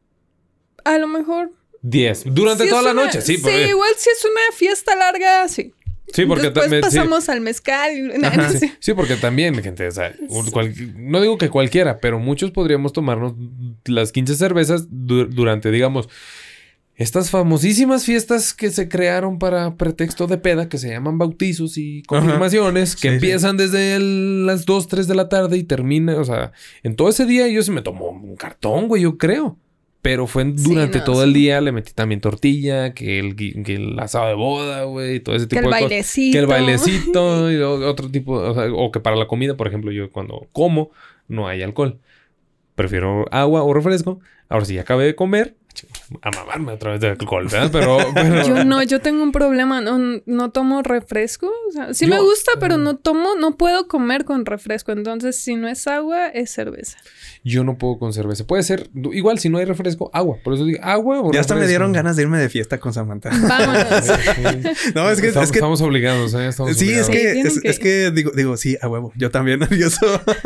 A lo mejor. diez. Durante si toda es la una- noche, sí. Sí, porque- igual si es una fiesta larga, sí. Sí, porque Después también. sí. pasamos al mezcal. y- no, Ajá. no sé. Sí, sí, porque también, gente, o sea, un- cual- no digo que cualquiera, pero muchos podríamos tomarnos las quince cervezas du- durante, digamos, estas famosísimas fiestas que se crearon para pretexto de peda, que se llaman bautizos y confirmaciones, que Sí, empiezan desde el- las dos, tres de la tarde y terminan, o sea, en todo ese día yo sí me tomo un cartón, güey, yo creo. Pero fue en- Sí, durante no, todo sí. el día, le metí también tortilla, que el, gui- que el asado de boda, güey, todo ese Que tipo el de cosas. bailecito. Que el bailecito y o- otro tipo, o, sea, o que para la comida, por ejemplo, yo cuando como no hay alcohol. Prefiero agua o refresco. Ahora sí, ya acabé de comer, a mamarme a través del alcohol, ¿verdad? Pero, pero- Yo no, yo tengo un problema, no, no tomo refresco. O sea, sí Yo- me gusta, pero no tomo, no puedo comer con refresco. Entonces, si no es agua, es cerveza. yo no puedo con cerveza. Puede ser, igual si no hay refresco, agua. Por eso digo, agua o Ya hasta me refresco. dieron ganas de irme de fiesta con Samantha. Vámonos. No, es que... estamos, es que estamos obligados, ¿eh? Estamos sí, es obligados. que, Sí, tienen es, que- es que digo, digo, sí, a huevo. Yo también nervioso.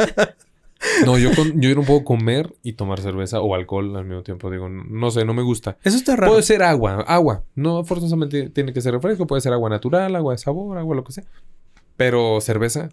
No, yo, con- yo no puedo comer y tomar cerveza o alcohol al mismo tiempo. Digo, no, no sé, no me gusta. Eso está raro. Puede ser agua, agua. No forzosamente tiene que ser refresco. Puede ser agua natural, agua de sabor, agua lo que sea. Pero cerveza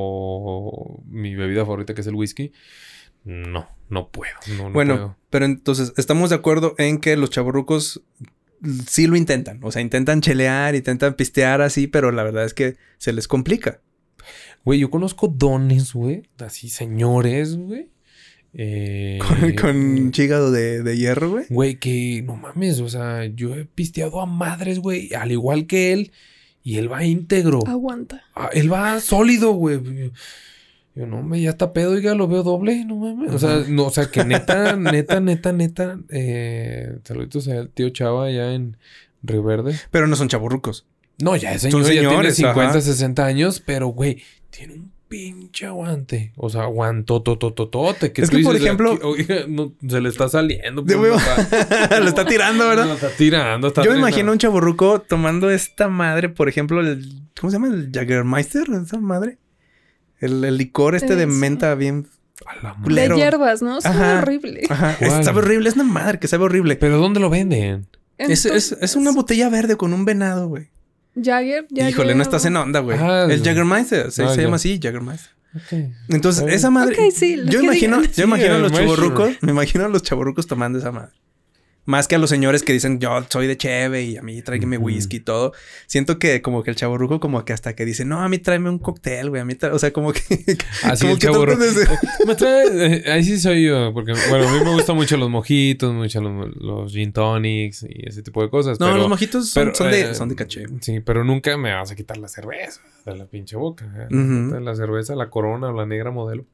o mi bebida favorita que es el whisky, no, no puedo. No, no Bueno, puedo. pero entonces estamos de acuerdo en que los chavorrucos sí lo intentan. O sea, intentan chelear, intentan pistear así, pero la verdad es que se les complica. Güey, yo conozco dones, güey. Así, señores, güey. Eh, Con, con hígado de, de hierro, güey. Güey, que no mames, o sea, yo he pisteado a madres, güey, al igual que él, y él va íntegro. Aguanta. Ah, él va sólido, güey. Yo no, me ya está pedo, oiga, lo veo doble, no mames. O sea, no, o sea, que neta, neta, neta, neta, eh, saluditos al tío Chava allá en Río Verde. Pero no son chavorrucos. No, ya ese Son señor ya tiene señores, cincuenta, ajá. sesenta años, pero güey, tiene un pinche aguante. O sea, aguantó totototote. Es que, por ejemplo- oiga, no, se le está saliendo. De pues, huevo. no está- Lo está tirando, ¿verdad? No, está tirando, está Yo me tirando. imagino a un chavorruco tomando esta madre, por ejemplo, el... ¿Cómo se llama? ¿El Jägermeister? ¿Esa madre? El, el licor este de Eh, sí. menta bien... A la madre. Culero. De hierbas, ¿no? Sabe Ajá. horrible. Ajá. ¿Cuál? Es- sabe horrible. Es una madre que sabe horrible. ¿Pero dónde lo venden? Es, es, es una botella verde con un venado, güey. Jagger, Jagger. Híjole, no estás en onda, güey. Ah, el no. Jägermeister. Se, Ah, se ya. llama así, Jägermeister. Ok. Entonces, Está bien. esa madre... Ok, sí, lo yo que imagino, digan. yo imagino a los Jägermeister. chavorrucos... Me imagino a los chavorrucos tomando esa madre. Más que a los señores que dicen, yo soy de cheve y a mí tráigame Ujú. whisky y todo. Siento que como que el chavorruco como que hasta que dice, no, a mí tráeme un cóctel, güey. A mí, tra-". o sea, como que... Así como el que chavorruco. tratan de ser- Me trae... eh, ahí sí soy yo. Porque, bueno, a mí me gustan mucho los mojitos, mucho los, los gin tonics y ese tipo de cosas. No, pero, los mojitos son, pero, son de, eh, son de caché. Sí, pero nunca me vas a quitar la cerveza de la pinche boca. ¿eh? Ujú. La cerveza, la Corona o la negra modelo.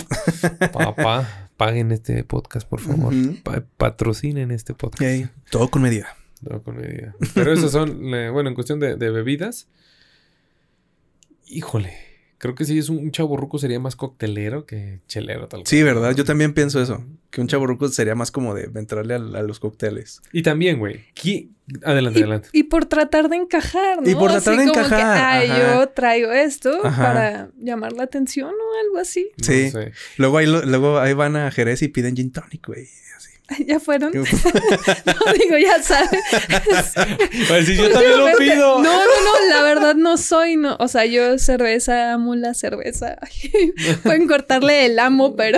Papá, paguen este podcast, por favor. Ujú. Pa- patrocinen este podcast. Ey, todo con medida. No, con medida. Pero esas son, eh, bueno, en cuestión de, de bebidas. Híjole, creo que sí es un, un chavorruco sería más coctelero que chelero, tal cual. Sí, ¿verdad? Yo también pienso eso. Que un chavorruco sería más como de entrarle a, a los cócteles. Y también, güey. ¿qui- Adelante, Y, adelante. y por tratar de encajar, ¿no? Y por tratar Así de como que, encajar, ah, ajá. yo traigo esto Ajá. para llamar la atención o algo así. No Sí. sé. Luego ahí, lo- luego ahí van a Jerez y piden gin tonic, güey. Así. ¿Ya fueron? No, digo, ya sabes. Pues si yo también lo pido. No, no, no, la verdad no soy, no. O sea, yo cerveza, amo la cerveza. Pueden cortarle el amo, pero...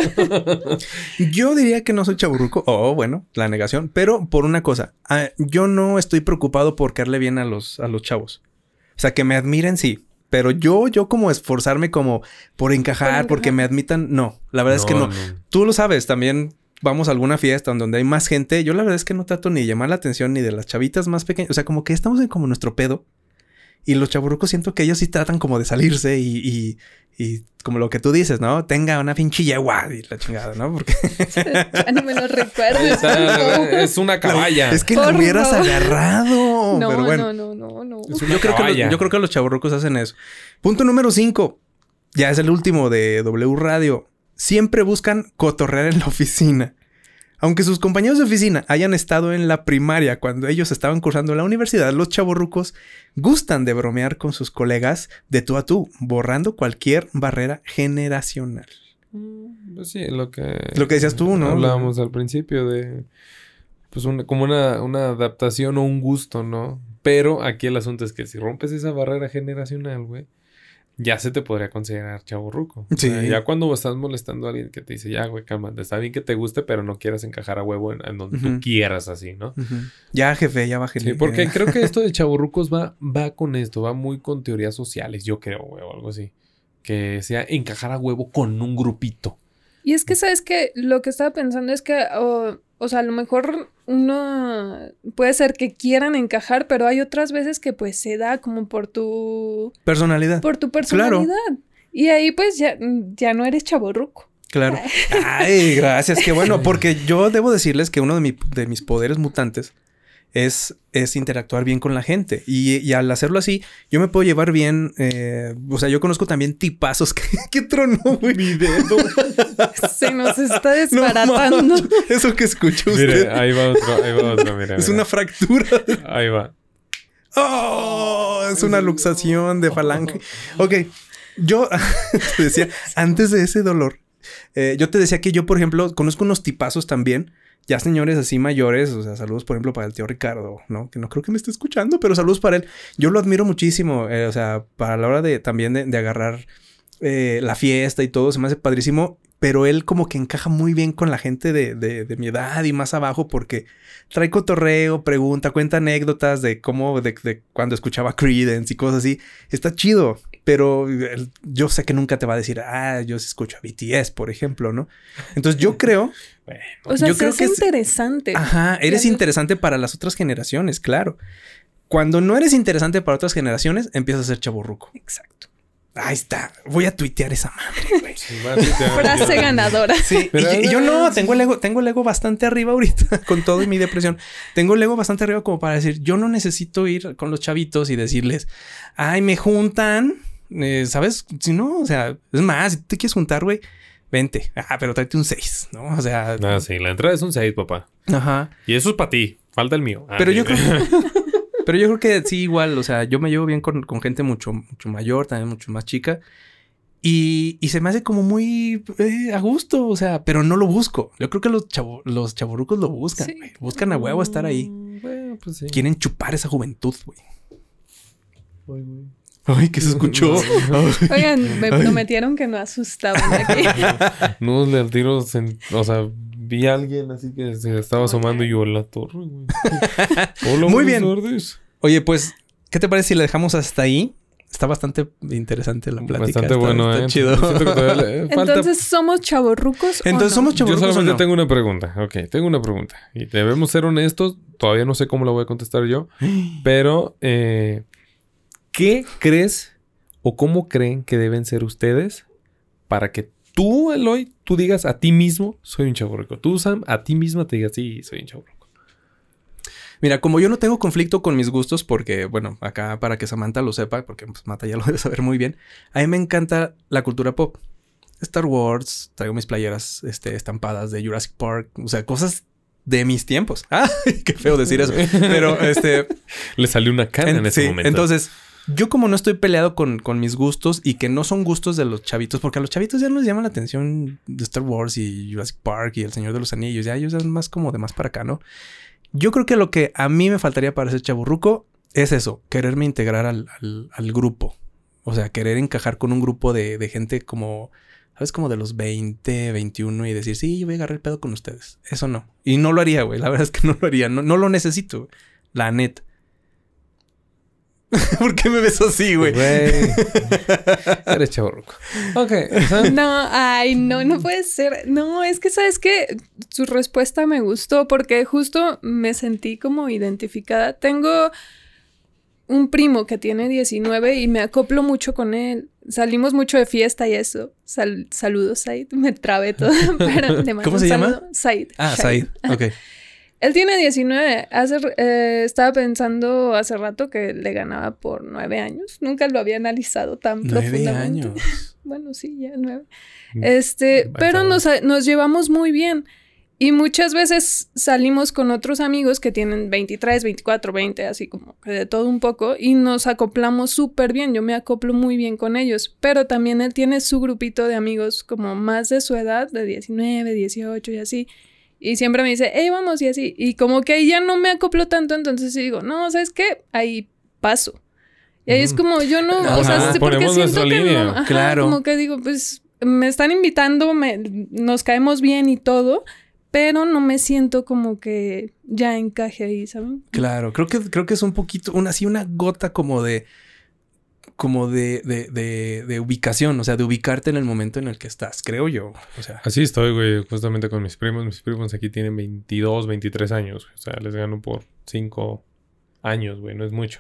Yo diría que no soy chaburruco. Oh, bueno, la negación. Pero por una cosa, uh, yo no estoy preocupado por caerle bien a los, a los chavos. O sea, que me admiren, sí. Pero yo, yo como esforzarme como por encajar, por encajar. Porque me admitan, no. La verdad no, es que no. no. Tú lo sabes, también... Vamos a alguna fiesta donde hay más gente. Yo la verdad es que no trato ni de llamar la atención ni de las chavitas más pequeñas. O sea, como que estamos en como nuestro pedo. Y los chaburrucos siento que ellos sí tratan como de salirse y, y, y como lo que tú dices, ¿no? Tenga una pinche yegua y la chingada, ¿no? Porque... Ya no me lo recuerdes. Es una caballa. Es que lo hubieras agarrado. No, pero bueno. no, no, no, no. Yo creo, que los, yo creo que los chaburrucos hacen eso. Punto número cinco. Ya es el último de W Radio. Siempre buscan cotorrear en la oficina. Aunque sus compañeros de oficina hayan estado en la primaria cuando ellos estaban cursando la universidad, los chavorrucos gustan de bromear con sus colegas de tú a tú, borrando cualquier barrera generacional. Pues sí, lo que... Lo que decías tú, ¿no? Hablábamos al principio de... Pues una, como una, una adaptación o un gusto, ¿no? Pero aquí el asunto es que si rompes esa barrera generacional, güey, ya se te podría considerar chavorruco. Sí. O sea, ya cuando estás molestando a alguien que te dice, ya, güey, calma, está bien que te guste, pero no quieras encajar a huevo en, en donde uh-huh. tú quieras, así, ¿no? Uh-huh. Ya, jefe, ya bájale. Sí, porque creo que esto de chavorrucos va, va con esto, va muy con teorías sociales, yo creo, güey, o algo así. Que sea encajar a huevo con un grupito. Y es que, ¿sabes qué? Lo que estaba pensando es que, oh, o sea, a lo mejor uno puede ser que quieran encajar, pero hay otras veces que pues se da como por tu... Personalidad. Por tu personalidad. Claro. Y ahí pues ya, ya no eres chavorruco. Claro. Ay, gracias. Qué bueno. Porque yo debo decirles que uno de, mi, de mis poderes mutantes es, es interactuar bien con la gente. Y, y al hacerlo así, yo me puedo llevar bien... Eh, o sea, yo conozco también tipazos que, que tronó, güey. Mi dedo. Se nos está desbaratando. No, eso que escuchó usted. Mire, ahí va otro, ahí va otro, mira. Es mira. una fractura. Ahí va. Oh, es una luxación de falange. Ok. Yo te decía, antes de ese dolor, eh, yo te decía que yo, por ejemplo, conozco unos tipazos también. Ya señores así mayores, o sea, saludos por ejemplo para el tío Ricardo, ¿no? Que no creo que me esté escuchando, pero saludos para él. Yo lo admiro muchísimo, eh, o sea, para la hora de también de, de agarrar eh, la fiesta y todo, se me hace padrísimo. Pero él como que encaja muy bien con la gente de, de, de mi edad y más abajo porque trae cotorreo, pregunta, cuenta anécdotas de cómo, de, de cuando escuchaba Creedence y cosas así. Está chido, pero él, yo sé que nunca te va a decir, ah, yo sí escucho a B T S, por ejemplo, ¿no? Entonces yo creo... Bueno, o sea, yo se creo hace que es, interesante. Ajá, eres interesante para las otras generaciones, claro. Cuando no eres interesante para otras generaciones, empiezas a ser chavorruco. Exacto. Ahí está. Voy a tuitear esa madre, güey. Sí, frase ganadora. Sí. Y, y yo no, tengo el ego, tengo el ego bastante arriba ahorita, con todo y mi depresión. Tengo el ego bastante arriba como para decir, yo no necesito ir con los chavitos y decirles, ay, me juntan, eh, ¿sabes? Si no, o sea, es más, si te quieres juntar, güey, vente. Ah, pero tráete un seis, ¿no? O sea... Ah, sí, la entrada es un seis, papá. Ajá. Y eso es para ti. Falta el mío. Ah, pero sí. yo creo que... Pero yo creo que sí, igual, o sea, yo me llevo bien con, con gente mucho, mucho mayor, también mucho más chica. Y, y se me hace como muy eh, a gusto, o sea, pero no lo busco. Yo creo que los, chavo, los chavorrucos lo buscan, sí. Güey. Buscan a huevo estar ahí. Bueno, pues sí. Quieren chupar esa juventud, güey. Ay, güey. Ay, ¿qué se escuchó? Oigan, me Ay. prometieron que no asustaban aquí. No, le tiro, o sea... Vi a alguien así que se estaba asomando y yo en la torre, güey. Hola, muy bien. Tardes. Oye, pues, ¿qué te parece si la dejamos hasta ahí? Está bastante interesante la plática. Bastante está, bueno, está ¿eh? chido. Le... Falta... Entonces, ¿somos chavorrucos Entonces, no? ¿somos chavorrucos Yo solamente o no? tengo una pregunta. Ok, tengo una pregunta. Y debemos ser honestos. Todavía no sé cómo la voy a contestar yo. Pero, eh, ¿qué crees o cómo creen que deben ser ustedes para que tú, Eloy, tú digas a ti mismo, soy un chavorruco? Tú, Sam, a ti misma te digas, sí, soy un chavorruco. Mira, como yo no tengo conflicto con mis gustos, porque, bueno, acá para que Samantha lo sepa, porque pues, Mata ya lo debe saber muy bien, a mí me encanta la cultura pop. Star Wars, traigo mis playeras este, estampadas de Jurassic Park, o sea, cosas de mis tiempos. ¡Ah! Qué feo decir eso. Pero, este... Le salió una cana en, en ese sí, momento. Entonces, yo como no estoy peleado con, con mis gustos y que no son gustos de los chavitos, porque a los chavitos ya nos llama la atención de Star Wars y Jurassic Park y El Señor de los Anillos. Ya ellos son más como de más para acá, ¿no? Yo creo que lo que a mí me faltaría para ser chavorruco es eso. Quererme integrar al, al, al grupo. O sea, querer encajar con un grupo de, de gente como... ¿Sabes? Como de los veinte, veintiuno y decir, sí, yo voy a agarrar el pedo con ustedes. Eso no. Y no lo haría, güey. La verdad es que no lo haría. No, no lo necesito, güey. La neta. ¿Por qué me ves así, güey? Güey. Eres chavorruco. Ok. ¿sabes? No, ay, no, no puede ser. No, es que, ¿sabes qué? Su respuesta me gustó porque justo me sentí como identificada. Tengo un primo que tiene diecinueve y me acoplo mucho con él. Salimos mucho de fiesta y eso. Sal- saludos, Said. Me trabé todo. Pero le mando ¿Cómo un se saludo. llama? Said. Ah, Said. Ok. Él tiene diecinueve. Hace, eh, estaba pensando hace rato que le ganaba por nueve años. Nunca lo había analizado tan Nueve profundamente. años. Bueno, sí, ya nueve. Este, Ahí pero está. nos, nos llevamos muy bien. Y muchas veces salimos con otros amigos que tienen veintitrés, veinticuatro, veinte, así como que de todo un poco. Y nos acoplamos súper bien. Yo me acoplo muy bien con ellos. Pero también él tiene su grupito de amigos como más de su edad, de diecinueve, dieciocho y así. Y siempre me dice, hey, vamos, y así. Y como que ahí ya no me acoplo tanto, entonces digo, no, ¿sabes qué? Ahí paso. Y ahí mm. es como, yo no, Ajá, o sea, sí, porque siento que línea. no, ajá, Claro. como que digo, pues, me están invitando, me, nos caemos bien y todo, pero no me siento como que ya encaje ahí, ¿saben? Claro, creo que, creo que es un poquito, una, así una gota como de, como de, de, de, de ubicación, o sea, de ubicarte en el momento en el que estás, creo yo. O sea, Así estoy, güey, justamente con mis primos. Mis primos aquí tienen veintidós, veintitrés años. O sea, les gano por cinco años, güey, no es mucho.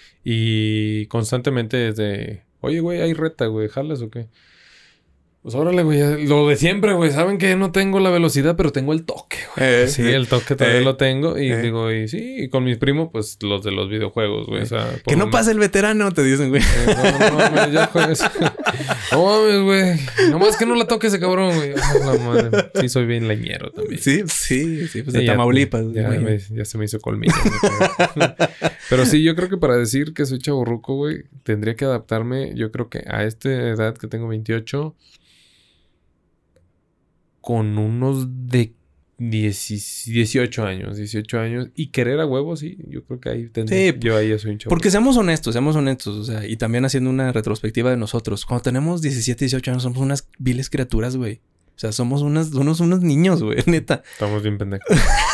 Y constantemente es de, oye, güey, hay reta, güey, ¿jalas o qué? Pues órale, güey, lo de siempre, güey. Saben que no tengo la velocidad, pero tengo el toque, güey. Eh, Sí, eh, el toque todavía eh, lo tengo. Y eh. digo, y sí, y con mis primos, pues los de los videojuegos, güey. O sea, por que no una- pase el veterano, te dicen, güey. Eh, no, no mames, ya juegas. No mames, güey. Nomás que no la toque ese cabrón, güey. Ah, la madre. Sí, soy bien leñero también. Sí, sí, sí, pues de Sí, ya- Tamaulipas. Ya, güey. me- ya se me hizo colmillo. ¿no? Pero sí, yo creo que para decir que soy chavorruco, güey, tendría que adaptarme, yo creo que a esta edad que tengo veintiocho, con unos de diez, dieciocho años, dieciocho años, y querer a huevo, sí, yo creo que ahí tendría, Sí, yo ahí ya soy un chavorruco. Porque seamos honestos, seamos honestos, o sea, y también haciendo una retrospectiva de nosotros. Cuando tenemos diecisiete, dieciocho años, somos unas viles criaturas, güey. O sea, somos unas, unos, unos niños, güey, neta. Estamos bien pendejos.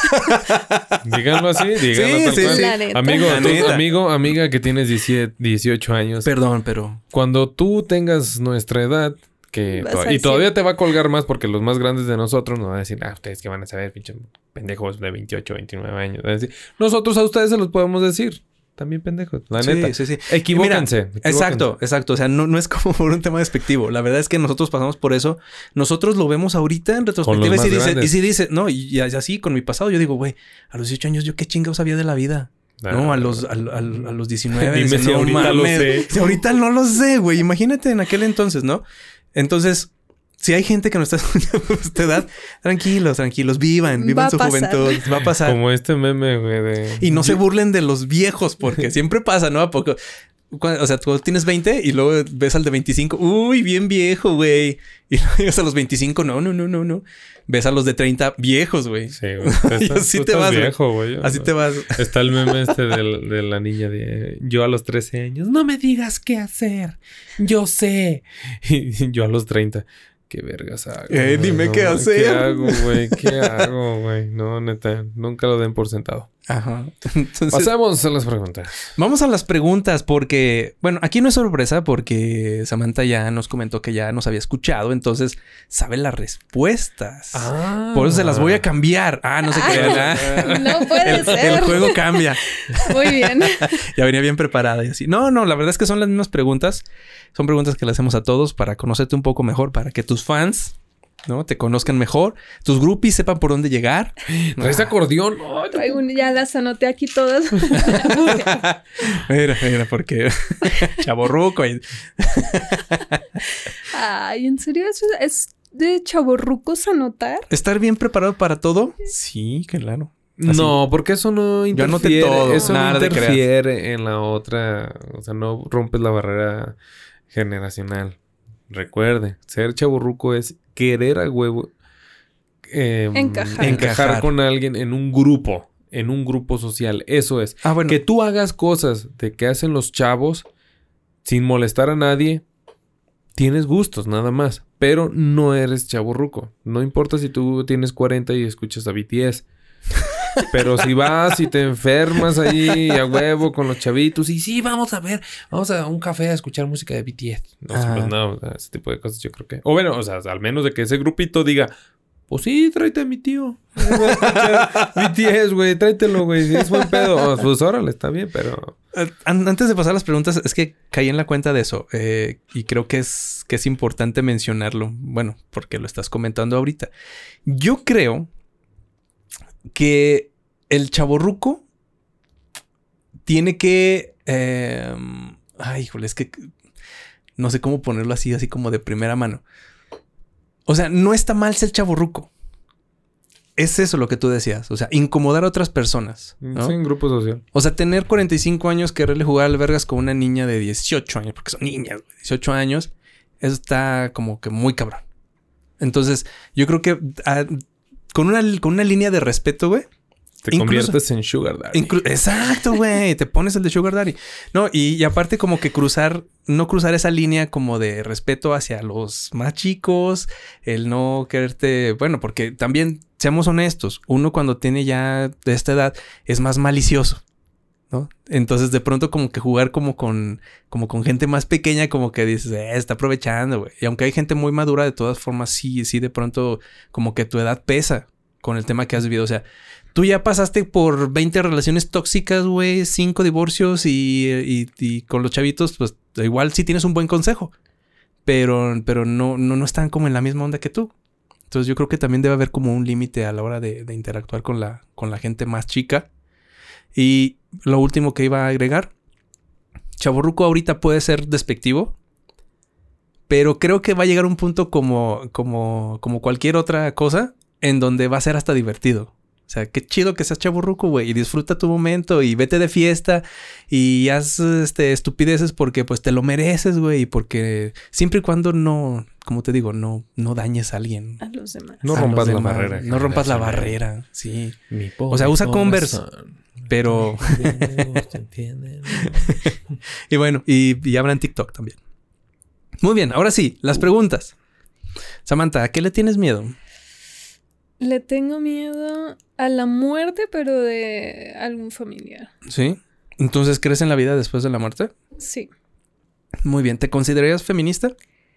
Díganlo así, díganlo Sí, tal sí, cual. sí. La neta. Amigo, La tú- neta. amigo, amiga que tienes diecisiete, dieciocho años. Perdón, pero... Cuando tú tengas nuestra edad, que Vas to- a y decir- todavía te va a colgar más porque los más grandes de nosotros nos van a decir, ah, ustedes que van a saber, pinche pendejos de veintiocho, veintinueve años. Van a decir, nosotros a ustedes se los podemos decir. También pendejos, la sí, neta. sí, sí. Equivóquense. Mira, equivóquense. exacto, exacto. O sea, no, no es como por un tema despectivo. La verdad es que nosotros pasamos por eso. Nosotros lo vemos ahorita en retrospectiva y más si dice, grandes. y si dice, no, y, y así con mi pasado, yo digo, güey, a los dieciocho años yo qué chingados sabía de la vida. Ah, No, a los, a, a- a los diecinueve. Dime dice, si no ahorita lo mames, sé. Si ahorita no lo sé, güey. Imagínate en aquel entonces, ¿no? Entonces, si hay gente que no está escuchando a esta edad, tranquilos, tranquilos, vivan, Va vivan a su pasar. juventud. Va a pasar. Como este meme, güey, de... Y no se burlen de los viejos, porque siempre pasa, ¿no? ¿A poco? Cu- O sea, tú tienes veinte y luego ves al de veinticinco. Uy, bien viejo, güey. Y luego llegas a los veinticinco. No, no, no, no, no. Ves a los de treinta viejos, güey. Sí, güey. Tú Y estás- así tú te estás vas, güey. viejo, güey. Así te vas. Está el meme este del- de la niña de... Yo a los trece años. No me digas qué hacer. Yo sé. Y yo a los treinta. ¿Qué vergas hago? Eh, güey? dime No qué mames, hacer. ¿Qué hago, güey? ¿Qué hago, güey? No, neta. Nunca lo den por sentado. Ajá. Entonces, Pasemos a las preguntas. vamos a las preguntas porque, bueno, aquí no es sorpresa porque Samantha ya nos comentó que ya nos había escuchado, entonces sabe las respuestas. Ah. Por eso se las voy a cambiar. Ah, no se crean. ah. No puede El, ser. el juego cambia. Muy bien. Ya venía bien preparada y así. No, no, la verdad es que son las mismas preguntas. Son preguntas que le hacemos a todos para conocerte un poco mejor, para que tus fans, ¿no? Te conozcan mejor, tus groupies sepan por dónde llegar. ¿Traes acordeón? Ay, Traigo un- ya las anoté aquí todas. Mira, mira, porque chavorruco. y- Ay, ¿en serio? ¿Eso es de chavorrucos anotar? ¿Estar bien preparado para todo? Sí, claro. Así. No, porque eso no Yo anoté interfiere. todo. Eso Nada no de crear. interfiere en la otra. O sea, no rompes la barrera generacional. Recuerde, ser chavorruco es querer a huevo eh, Encajar. encajar Encajar. con alguien en un grupo, en un grupo social. Eso es. Ah, bueno. Que tú hagas cosas de que hacen los chavos sin molestar a nadie. Tienes gustos, nada más. Pero no eres chavorruco. No importa si tú tienes cuarenta y escuchas a B T S. Pero si vas y te enfermas ahí a huevo con los chavitos y sí, vamos a ver, vamos a un café a escuchar música de B T S. No, Ajá. pues no, ese tipo de cosas yo creo que... O bueno, o sea, al menos de que ese grupito diga, pues sí, tráete a mi tío. Voy a escuchar B T S, güey, tráetelo, güey. Si es buen pedo, oh, pues órale, está bien, pero... Eh, an- Antes de pasar a las preguntas, es que caí en la cuenta de eso. eh, y creo que es, que es importante mencionarlo. Bueno, porque lo estás comentando ahorita. Yo creo que el chavorruco tiene que... eh, ay, híjole, es que no sé cómo ponerlo así, así como de primera mano. O sea, no está mal ser chavorruco. Es eso lo que tú decías. O sea, incomodar a otras personas, ¿no? Sí, en grupo social. O sea, tener cuarenta y cinco años, quererle jugar al vergas con una niña de dieciocho años, porque son niñas, güey, dieciocho años, eso está como que muy cabrón. Entonces, yo creo que ah, con, una, con una línea de respeto, güey. Te Incluso- conviertes en sugar daddy. inclu- Exacto, güey. Te pones el de Sugar Daddy. No, y, y aparte como que cruzar, no cruzar esa línea como de respeto hacia los más chicos, el no quererte, bueno, porque también, seamos honestos, uno cuando tiene ya de esta edad es más malicioso, ¿no? Entonces de pronto como que jugar como con, como con gente más pequeña, como que dices, eh, está aprovechando, güey. Y aunque hay gente muy madura, de todas formas, sí, sí, de pronto como que tu edad pesa con el tema que has vivido. O sea, tú ya pasaste por veinte relaciones tóxicas, güey, cinco divorcios y, y, y con los chavitos, pues igual sí tienes un buen consejo, pero, pero no, no, no están como en la misma onda que tú. Entonces yo creo que también debe haber como un límite a la hora de, de interactuar con la, con la gente más chica. Y lo último que iba a agregar, chavorruco ahorita puede ser despectivo, pero creo que va a llegar un punto como, como, como cualquier otra cosa en donde va a ser hasta divertido. O sea, qué chido que seas chavorruco, güey, y disfruta tu momento y vete de fiesta y haz este, estupideces porque pues te lo mereces, güey, y porque siempre y cuando no, como te digo, no, no dañes a alguien. A los demás. No A rompas los la demás. barrera. No rompas la generacional. barrera, sí. Mi O sea, usa pobre Converse, corazón. pero... ¿Te entienden? Y bueno, y, y habrá en TikTok también. Muy bien, ahora sí, las preguntas. Samantha, ¿a qué le tienes miedo? Le tengo miedo a la muerte, pero de algún familiar. ¿Sí? Entonces, ¿crees en la vida después de la muerte? Sí. Muy bien. ¿Te considerarías feminista?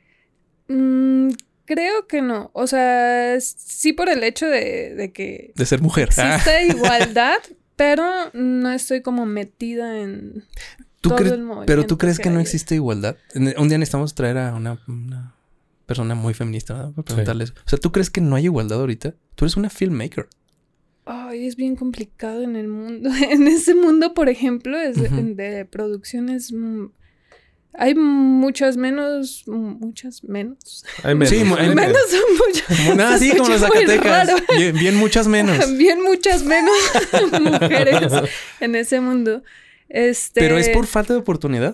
Mm, creo que no. O sea, sí por el hecho de, de que De ser mujer. Ah. existe igualdad, pero no estoy como metida en ¿Tú todo crees- el movimiento. Pero tú crees que no hay. existe igualdad. En- Un día necesitamos traer a una, una persona muy feminista, ¿verdad? Para preguntarle eso. O sea, ¿tú crees que no hay igualdad ahorita? Tú eres una filmmaker. Ay, es bien complicado en el mundo. En ese mundo, por ejemplo, es de, Ujú. de producciones. mm, Hay muchas menos. Muchas menos. Hay menos. Sí, mo- hay hay Menos son muchas. Nada, Se sí, como los escucha muy Zacatecas. raro. Bien, bien muchas menos. Bien muchas menos mujeres en ese mundo. Este. Pero es por falta de oportunidad.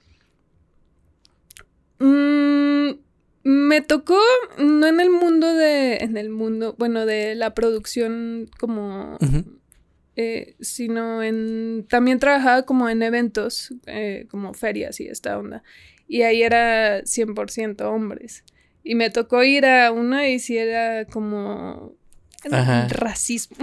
Mm, me tocó, no en el mundo de, en el mundo, bueno, de la producción como, Ujú. eh, sino en, también trabajaba como en eventos, eh, como ferias y esta onda. Y ahí era cien por ciento hombres. Y me tocó ir a una y si era como Ajá. racismo.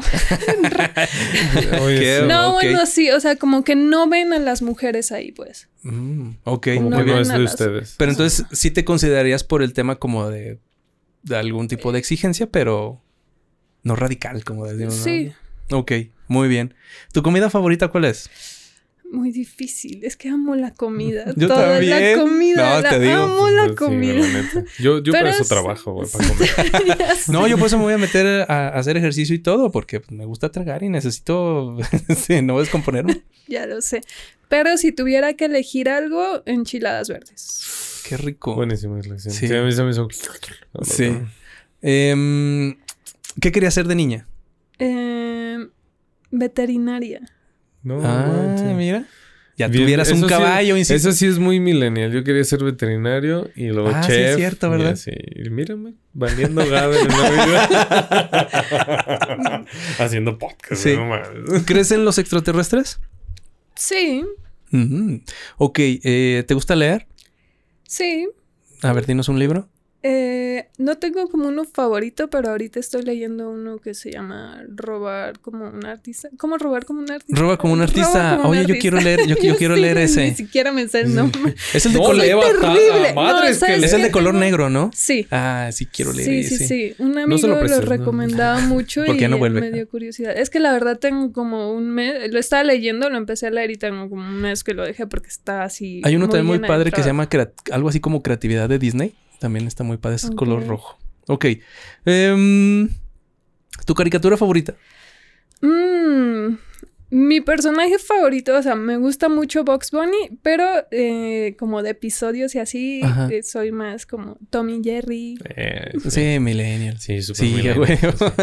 Oye, ¿Qué? sí. No, ok. bueno, sí, o sea, como que no ven a las mujeres ahí, pues. Mm, ok. Como No que muy no bien. es ven a de las- ustedes. Pero entonces sí te considerarías por el tema como de, de algún tipo de exigencia, pero no radical, como decimos, ¿no? Sí. Ok, muy bien. ¿Tu comida favorita cuál es? Muy difícil, es que amo la comida. Yo Toda también. la comida, No, la te digo. amo la Sí, comida. la neta. Yo, yo Pero para eso es- trabajo, güey, para comer. Ya sé. No, yo por eso me voy a meter a, a hacer ejercicio y todo, porque pues, me gusta tragar y necesito sí, no descomponerme. Ya lo sé. Pero si tuviera que elegir algo, enchiladas verdes. Qué rico. Buenísima elección. Sí. Sí. a mí se me hizo... Sí. Em, ¿Qué querías hacer de niña? Eh, Veterinaria. No, Ah, manches. mira. Ya Bien, tuvieras un eso sí- caballo, insisto. Eso sí es muy millennial. Yo quería ser veterinario y luego Ah, sí, chef. es cierto, ¿verdad? Y así. Y mírame, valiendo gado en la vida. Haciendo podcast. Sí. No mames. ¿Crees en los extraterrestres? Sí, Mm. Ok, eh, ¿te gusta leer? sí. A ver, dinos un libro. Eh, no tengo como uno favorito, pero ahorita estoy leyendo uno que se llama Robar como un artista. ¿Cómo robar como un artista? Roba como un artista. Roba como un Oye, yo artista. quiero leer, yo, yo quiero sí, leer ese. Ni siquiera me sé el nombre. Es el de No, color, lea bata- terrible. a madres No, que ¿sabes es el de qué color tengo? negro, ¿no? Sí. Ah, sí quiero leer Sí, ese. sí, sí. Un No amigo se lo lo, prestes, ¿no? recomendaba mucho ¿Por y qué no vuelve? me dio curiosidad. Es que la verdad tengo como un mes, lo estaba leyendo, lo empecé a leer y tengo como un mes que lo dejé porque está así. Hay uno también muy llena de padre que se trabajo. llama crea- algo así como Creatividad de Disney. También está muy padre, es Ok. color rojo. Ok. Em, ¿Tu caricatura favorita? Mm, mi personaje favorito, o sea, me gusta mucho Bugs Bunny, pero eh, como de episodios y así, Ajá. eh, soy más como Tom y Jerry. Eh, Sí, Millennial. Sí, súper Sí, millennial. güey.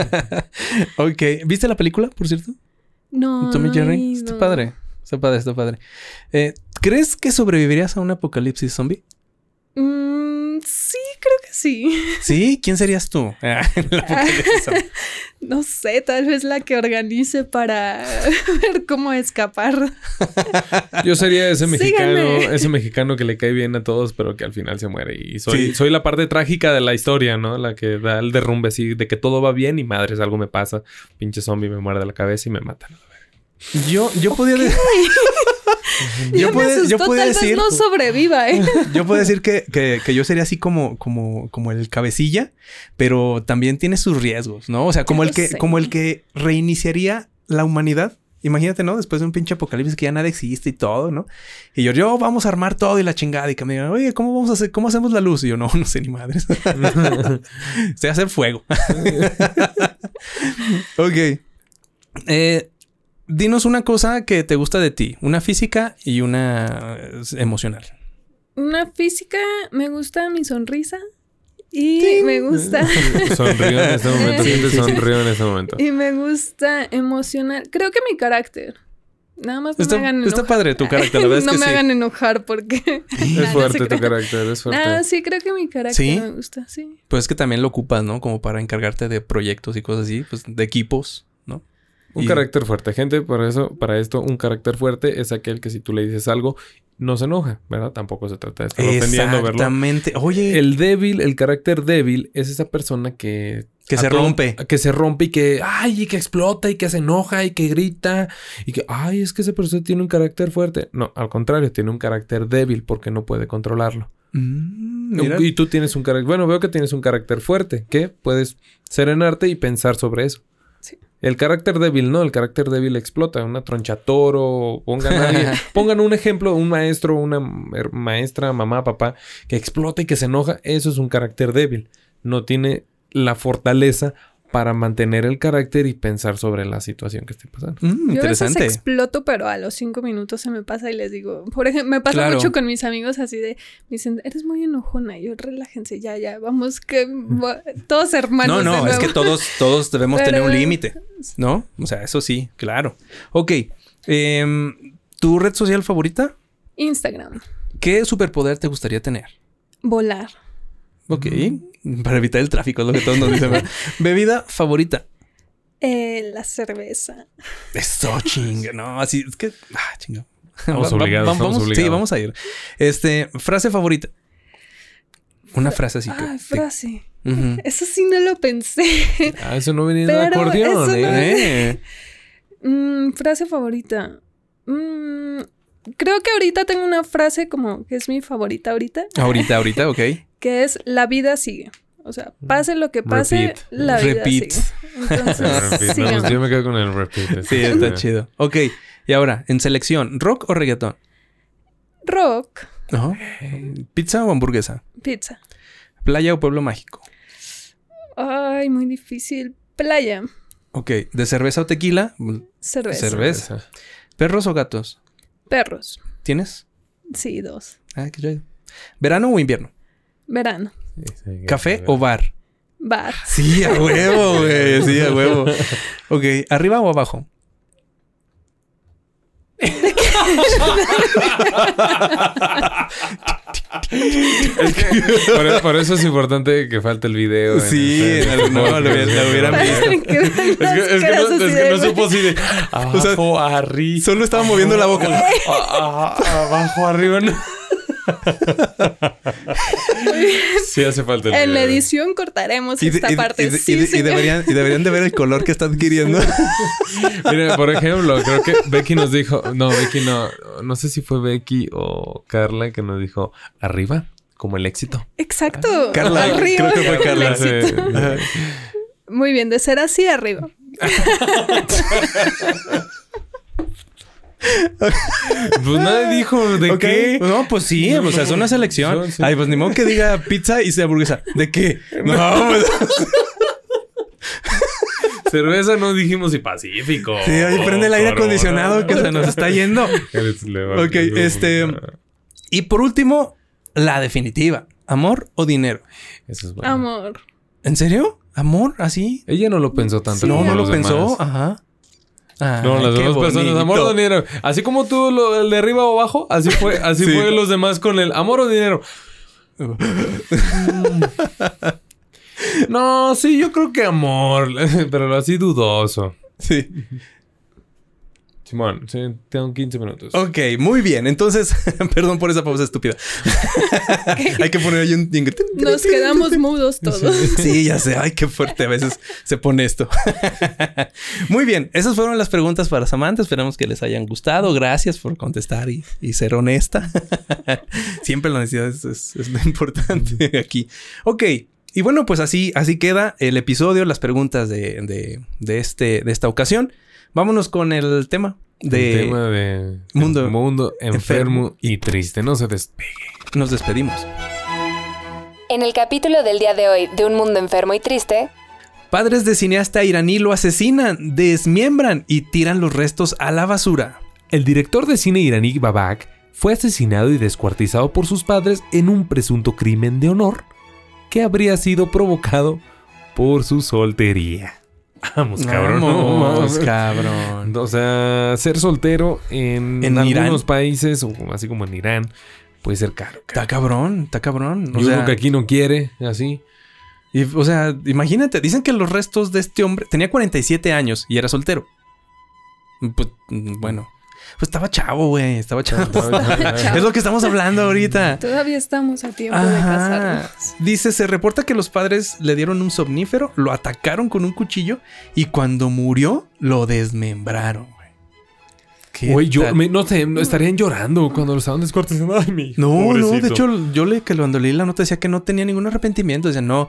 Ok. ¿Viste la película, por cierto? No, Tommy no Jerry. he Está ido. padre. Está padre, está padre. Eh, ¿Crees que sobrevivirías a un apocalipsis zombie? Mm, sí, creo que sí. Sí. ¿Quién serías tú? Ah, en el apocalipsis zombie. No sé, tal vez la que organice para ver cómo escapar. Yo sería ese mexicano, Síganme. ese mexicano que le cae bien a todos, pero que al final se muere. Y soy, Sí. soy la parte trágica de la historia, ¿no? La que da el derrumbe así de que todo va bien y madres, algo me pasa. Pinche zombie me muerde la cabeza y me matan. Yo, yo podía de- Ya yo me podía, asustó, yo podía tal decir, vez no sobreviva, ¿eh? yo podía decir que, que, que yo sería así como, como, como el cabecilla, pero también tiene sus riesgos, ¿no? O sea, como Ya el lo que, sé. como el que reiniciaría la humanidad. Imagínate, ¿no? Después de un pinche apocalipsis que ya nada existe y todo, ¿no? Y yo, yo, vamos a armar todo y la chingada. Y que me digan, oye, ¿cómo vamos a hacer? ¿Cómo hacemos la luz? Y yo, no, no sé ni madres. Sé hacer fuego. Ok. Eh, dinos una cosa que te gusta de ti. Una física y una eh, emocional. Una física, me gusta mi sonrisa y me gusta Sonrío en este momento. Sí, gente, sí, sí. sonrío en este momento. y me gusta emocional. Creo que mi carácter. Nada más no Está, me hagan está enojar. padre tu carácter, la verdad es no que me sí. hagan enojar porque Es fuerte tu carácter, es fuerte. Ah, sí, creo que mi carácter ¿Sí? me gusta, sí. Pues es que también lo ocupas, ¿no? Como para encargarte de proyectos y cosas así, pues de equipos, ¿no? Un Y- carácter fuerte, gente. Por eso, para esto, un carácter fuerte es aquel que si tú le dices algo, no se enoja, ¿verdad? Tampoco se trata de estar ofendiendo, ¿verdad? Exactamente. Oye, El débil, el carácter débil es esa persona que... Que a se todo- rompe. Que se rompe y que... Ay, y que explota y que se enoja y que grita. Y que... Ay, es que esa persona tiene un carácter fuerte. No, al contrario, tiene un carácter débil porque no puede controlarlo. mm, mira. Y tú tienes un carácter... Bueno, veo que tienes un carácter fuerte. Que puedes serenarte y pensar sobre eso. Sí. El carácter débil, no. El carácter débil explota. Una tronchatoro. Pongan a alguien... pongan un ejemplo. Un maestro, una her- maestra, mamá, papá. Que explota y que se enoja. Eso es un carácter débil. No tiene la fortaleza para mantener el carácter y pensar sobre la situación que esté pasando. Mm, Yo a veces interesante. exploto, pero a los cinco minutos se me pasa y les digo... Por ejemplo, me pasa Claro. mucho con mis amigos así de... Me dicen, eres muy enojona. Y yo, relájense, ya, ya. Vamos, que... va- Todos hermanos No, de no, es nuevo. que todos, todos debemos Pero- tener un límite, ¿no? O sea, eso sí, claro. Ok. em, ¿Tu red social favorita? Instagram. ¿Qué superpoder te gustaría tener? Volar. Ok. Para evitar el tráfico, es lo que todos nos dicen. ¿verdad? ¿Bebida favorita? Eh, la cerveza. Eso, chinga. No, así es que... Ah, chinga. Estamos Va- va- obligados, vamos, estamos Sí, obligados. vamos a ir. Este, frase favorita. Una frase así que... Ah, te- frase. Ujú. Eso sí no lo pensé. Ah, eso no venía en el Pero acordeón, eso no- ¿eh? Eh. Mm, frase favorita. Mm, creo que ahorita tengo una frase como que es mi favorita ahorita, Ahorita, ahorita, ok. que es la vida sigue. O sea, pase lo que pase, Repeat. la vida Repeat. sigue. Entonces, Repeat. No, síganme. pues yo me quedo con el repeat. Sí, está chido. Ok. Y ahora, en selección, ¿rock o reggaetón? Rock, Ajá. ¿Pizza o hamburguesa? pizza. ¿Playa o pueblo mágico? Ay, muy difícil. Playa, Ok. ¿De cerveza o tequila? cerveza. Cerveza. ¿Perros o gatos? Perros. ¿Tienes? Sí, dos. Ah, qué chido. ¿Verano o invierno? Verano. ¿Café o bar? Bar. Sí, a huevo, güey. Sí, a huevo. Ok. ¿Arriba o abajo? Es que por, por eso es importante que falte el video. Sí, en el, no, lo, hubieran, lo hubieran visto. Es que, es que no, es que no supo así de abajo, o sea, arriba. Solo estaba moviendo la boca. A, a, abajo, arriba. No. Sí hace falta el En video. la edición cortaremos Y de- esta y de- parte. y de- sí, y de- y señor. deberían, y deberían de ver el color que está adquiriendo. Mira, por ejemplo, creo que Becky nos dijo... No, Becky no... No sé si fue Becky o Carla que nos dijo... Arriba, como el éxito. Exacto. Carla, Arriba. creo que fue Carla. Sí, sí. Muy bien, de ser así, arriba. Pues nadie dijo de Ok. qué. No, pues sí, No, o sea, es no, una no. selección. Sí. Ay, pues ni modo que diga pizza y sea hamburguesa. ¿De qué? No, pues. Cerveza no dijimos y Pacífico. Sí, ahí prende el aire Corona. acondicionado que se nos está yendo. Ok, este. Y por último, la definitiva. ¿Amor o dinero? Eso es bueno. Amor. ¿En serio? ¿Amor? ¿Así? Ella no lo pensó tanto. Sí, No, como no lo los pensó. demás. Ajá. Ah, No, las qué demás personas, bonito. amor o dinero. Así como tú, lo, el de arriba o abajo, así fue, así Sí. fue los demás con el amor o dinero. No, sí, yo creo que amor, pero así dudoso. Sí. Simón, sí, tengo quince minutos. Ok, muy bien. Entonces, perdón por esa pausa estúpida. Hay que poner ahí un... Nos quedamos mudos todos. Sí, ya sé. Ay, qué fuerte a veces se pone esto. Muy bien. Esas fueron las preguntas para Samantha. Esperamos que les hayan gustado. Gracias por contestar y, y ser honesta. Siempre la honestidad es, es, es lo importante aquí. Ok. Y bueno, pues así, así queda el episodio, las preguntas de, de, de, este, de esta ocasión. Vámonos con el tema de... El tema de mundo mundo enfermo, enfermo y triste. No se despegue. Nos despedimos. En el capítulo del día de hoy de Un Mundo Enfermo y Triste, Padres de cineasta iraní lo asesinan, desmiembran y tiran los restos a la basura. El director de cine iraní Babak fue asesinado y descuartizado por sus padres en un presunto crimen de honor que habría sido provocado por su soltería. Vamos, cabrón. Vamos, cabrón. O sea, ser soltero en, En algunos Irán. países, o así como en Irán, puede ser caro. Está cabrón, está cabrón. O Yo sea, creo que aquí no quiere, así. y, o sea, imagínate, dicen que los restos de este hombre tenía cuarenta y siete años y era soltero. Pues, bueno, pues estaba chavo, güey, estaba chavo. chavo. Es lo que estamos hablando ahorita. Todavía estamos a tiempo de Ajá. casarnos. Dice, se reporta que los padres le dieron un somnífero, lo atacaron con un cuchillo y cuando murió lo desmembraron, güey. ¿Qué Güey, yo, tal? me- no sé, no, estarían llorando cuando lo estaban descuartizando. Ay, mi hijo, No, no, de pobrecito. hecho, yo le que cuando leí la nota decía que no tenía ningún arrepentimiento. Decía, no,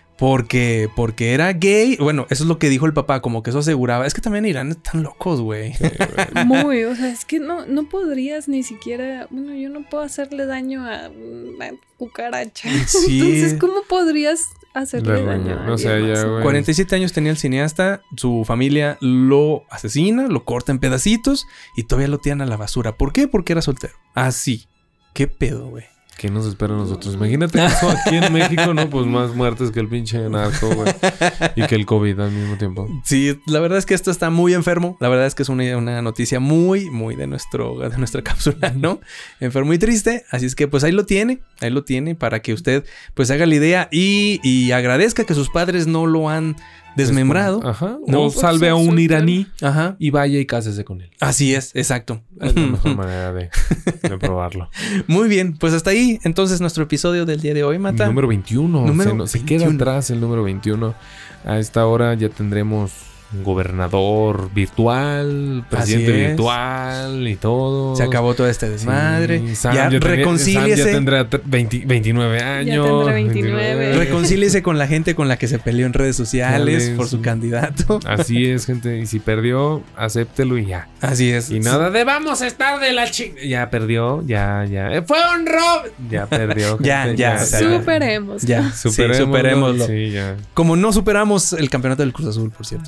porque, porque era gay. Bueno, eso es lo que dijo el papá, como que eso aseguraba. Es que también en Irán están locos, güey. Muy, o sea, es que no, no podrías ni siquiera, bueno, yo no puedo hacerle daño a una cucaracha. Sí. Entonces, ¿cómo podrías hacerle Le daño arruinó, a no sé, alguien ya, más? güey. cuarenta y siete años tenía el cineasta, su familia lo asesina, lo corta en pedacitos y todavía lo tiran a la basura. ¿Por qué? Porque era soltero. Así. ¿Qué pedo, güey? ¿Qué nos espera a nosotros? Imagínate eso aquí en México, ¿no? Pues más muertes que el pinche narco, güey. Y que el COVID al mismo tiempo. Sí, la verdad es que esto está muy enfermo. La verdad es que es una, una noticia muy, muy de, nuestro, de nuestra cápsula, ¿no? Enfermo y triste. Así es que pues ahí lo tiene. Ahí lo tiene para que usted pues haga la idea y, y agradezca que sus padres no lo han desmembrado. Ajá. No, o por salve ser a un soltero. iraní Ajá. y vaya y cásese con él. Así es, exacto. Es la mejor manera de, de probarlo. Muy bien, pues hasta ahí entonces nuestro episodio del día de hoy, Mata. Número veintiuno. Número se, no- se queda veintiuno. atrás el número veintiuno. A esta hora ya tendremos un gobernador virtual, presidente Así es. virtual y todo. Se acabó todo este desmadre. Sí, Sam ya ya tendría- reconcíliese. Sam ya tendrá tre- veinte, veintinueve años. tendrá veintinueve. Reconcíliese con la gente con la que se peleó en redes sociales Sociales. por su candidato. Así es, gente. Y si perdió, acéptelo y ya. Así es. Y nada de vamos a estar de la ching... Ya perdió, ya, ya. Eh, Fue un rob. Ya perdió. Ya, gente, ya, o sea, Superemos. Ya, Superémoslo. sí, superémoslo. Sí, ya. Como no superamos el campeonato del Cruz Azul, por cierto.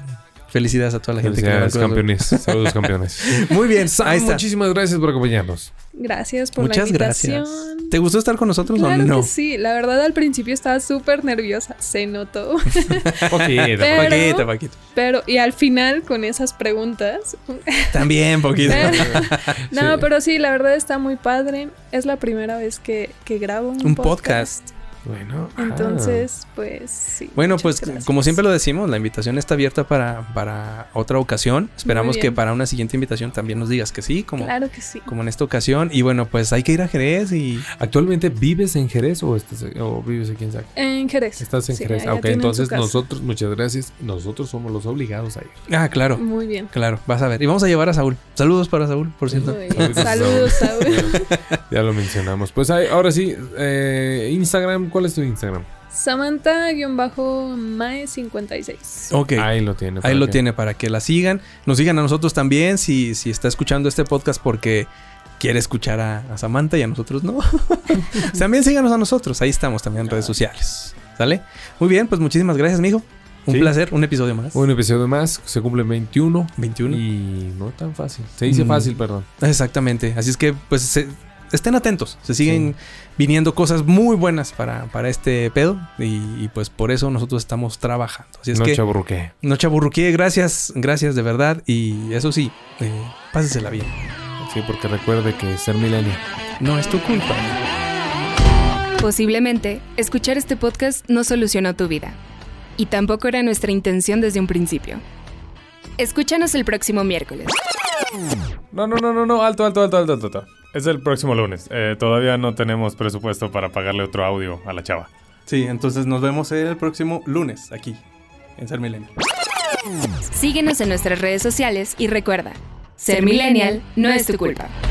Felicidades a toda la gente que le va al Cruz Azul. Campeones. Saludos, campeones. Muy bien, Sam, ahí está. Muchísimas gracias por acompañarnos. Gracias por Muchas la invitación. gracias. ¿Te gustó estar con nosotros Claro o no? que sí. La verdad, al principio estaba súper nerviosa. Se notó. Poquito, Pero- Paquito, Paquito. Pero, y al final, con esas preguntas. También, poquito. Pero- no, Sí. pero sí, la verdad está muy padre. Es la primera vez que, que grabo un, Un podcast. Bueno. ah. Entonces, pues sí. Bueno, muchas pues gracias. como siempre lo decimos, la invitación está abierta para, para otra ocasión. Esperamos Muy que bien. para una siguiente invitación también nos digas que sí, como, Claro que sí. como en esta ocasión. Y bueno, pues hay que ir a Jerez y... ¿Actualmente vives en Jerez o, estás, o vives aquí en Sac? En Jerez. Estás en Sí, Jerez. allá Ah, ok, tienen su entonces casa. nosotros, muchas gracias. Nosotros somos los obligados a ir. Ah, claro, Muy bien. claro, vas a ver. Y vamos a llevar a Saúl. Saludos para Saúl, por cierto. Muy bien. Saludos, Saúl. Ya lo mencionamos. Pues ahí- ahora sí, eh, Instagram, ¿cuál es tu Instagram? Samantha-Mae cincuenta y seis. Ok. Ahí lo tiene. Ahí para lo que- tiene para que la sigan. Nos sigan a nosotros también si, si está escuchando este podcast porque quiere escuchar a, a Samantha y a nosotros no. También síganos a nosotros. Ahí estamos también en redes sociales. ¿Sale? Muy bien, pues muchísimas gracias, mijo. Un Sí. placer, un episodio más. Un episodio más, se cumple veintiuno. veintiuno. Y no tan fácil. Se dice Mm. fácil, perdón. Exactamente. Así es que, pues, se- estén atentos. Se siguen viniendo cosas muy buenas para, para este pedo. Y, y, pues por eso nosotros estamos trabajando. Así es no que chaburruqué. no chaburruqué. Gracias, gracias de verdad. Y eso sí, eh, pásesela bien. Sí, porque recuerde que ser millennial. No es tu culpa. Posiblemente, escuchar este podcast no solucionó tu vida. Y tampoco era nuestra intención desde un principio. Escúchanos el próximo miércoles. No, no, no, no, no, alto, alto, alto, alto, alto, alto. Es el próximo lunes. Eh, todavía no tenemos presupuesto para pagarle otro audio a la chava. Sí, entonces nos vemos el próximo lunes aquí en Ser Millennial. Síguenos en nuestras redes sociales y recuerda, ser millennial no es tu culpa.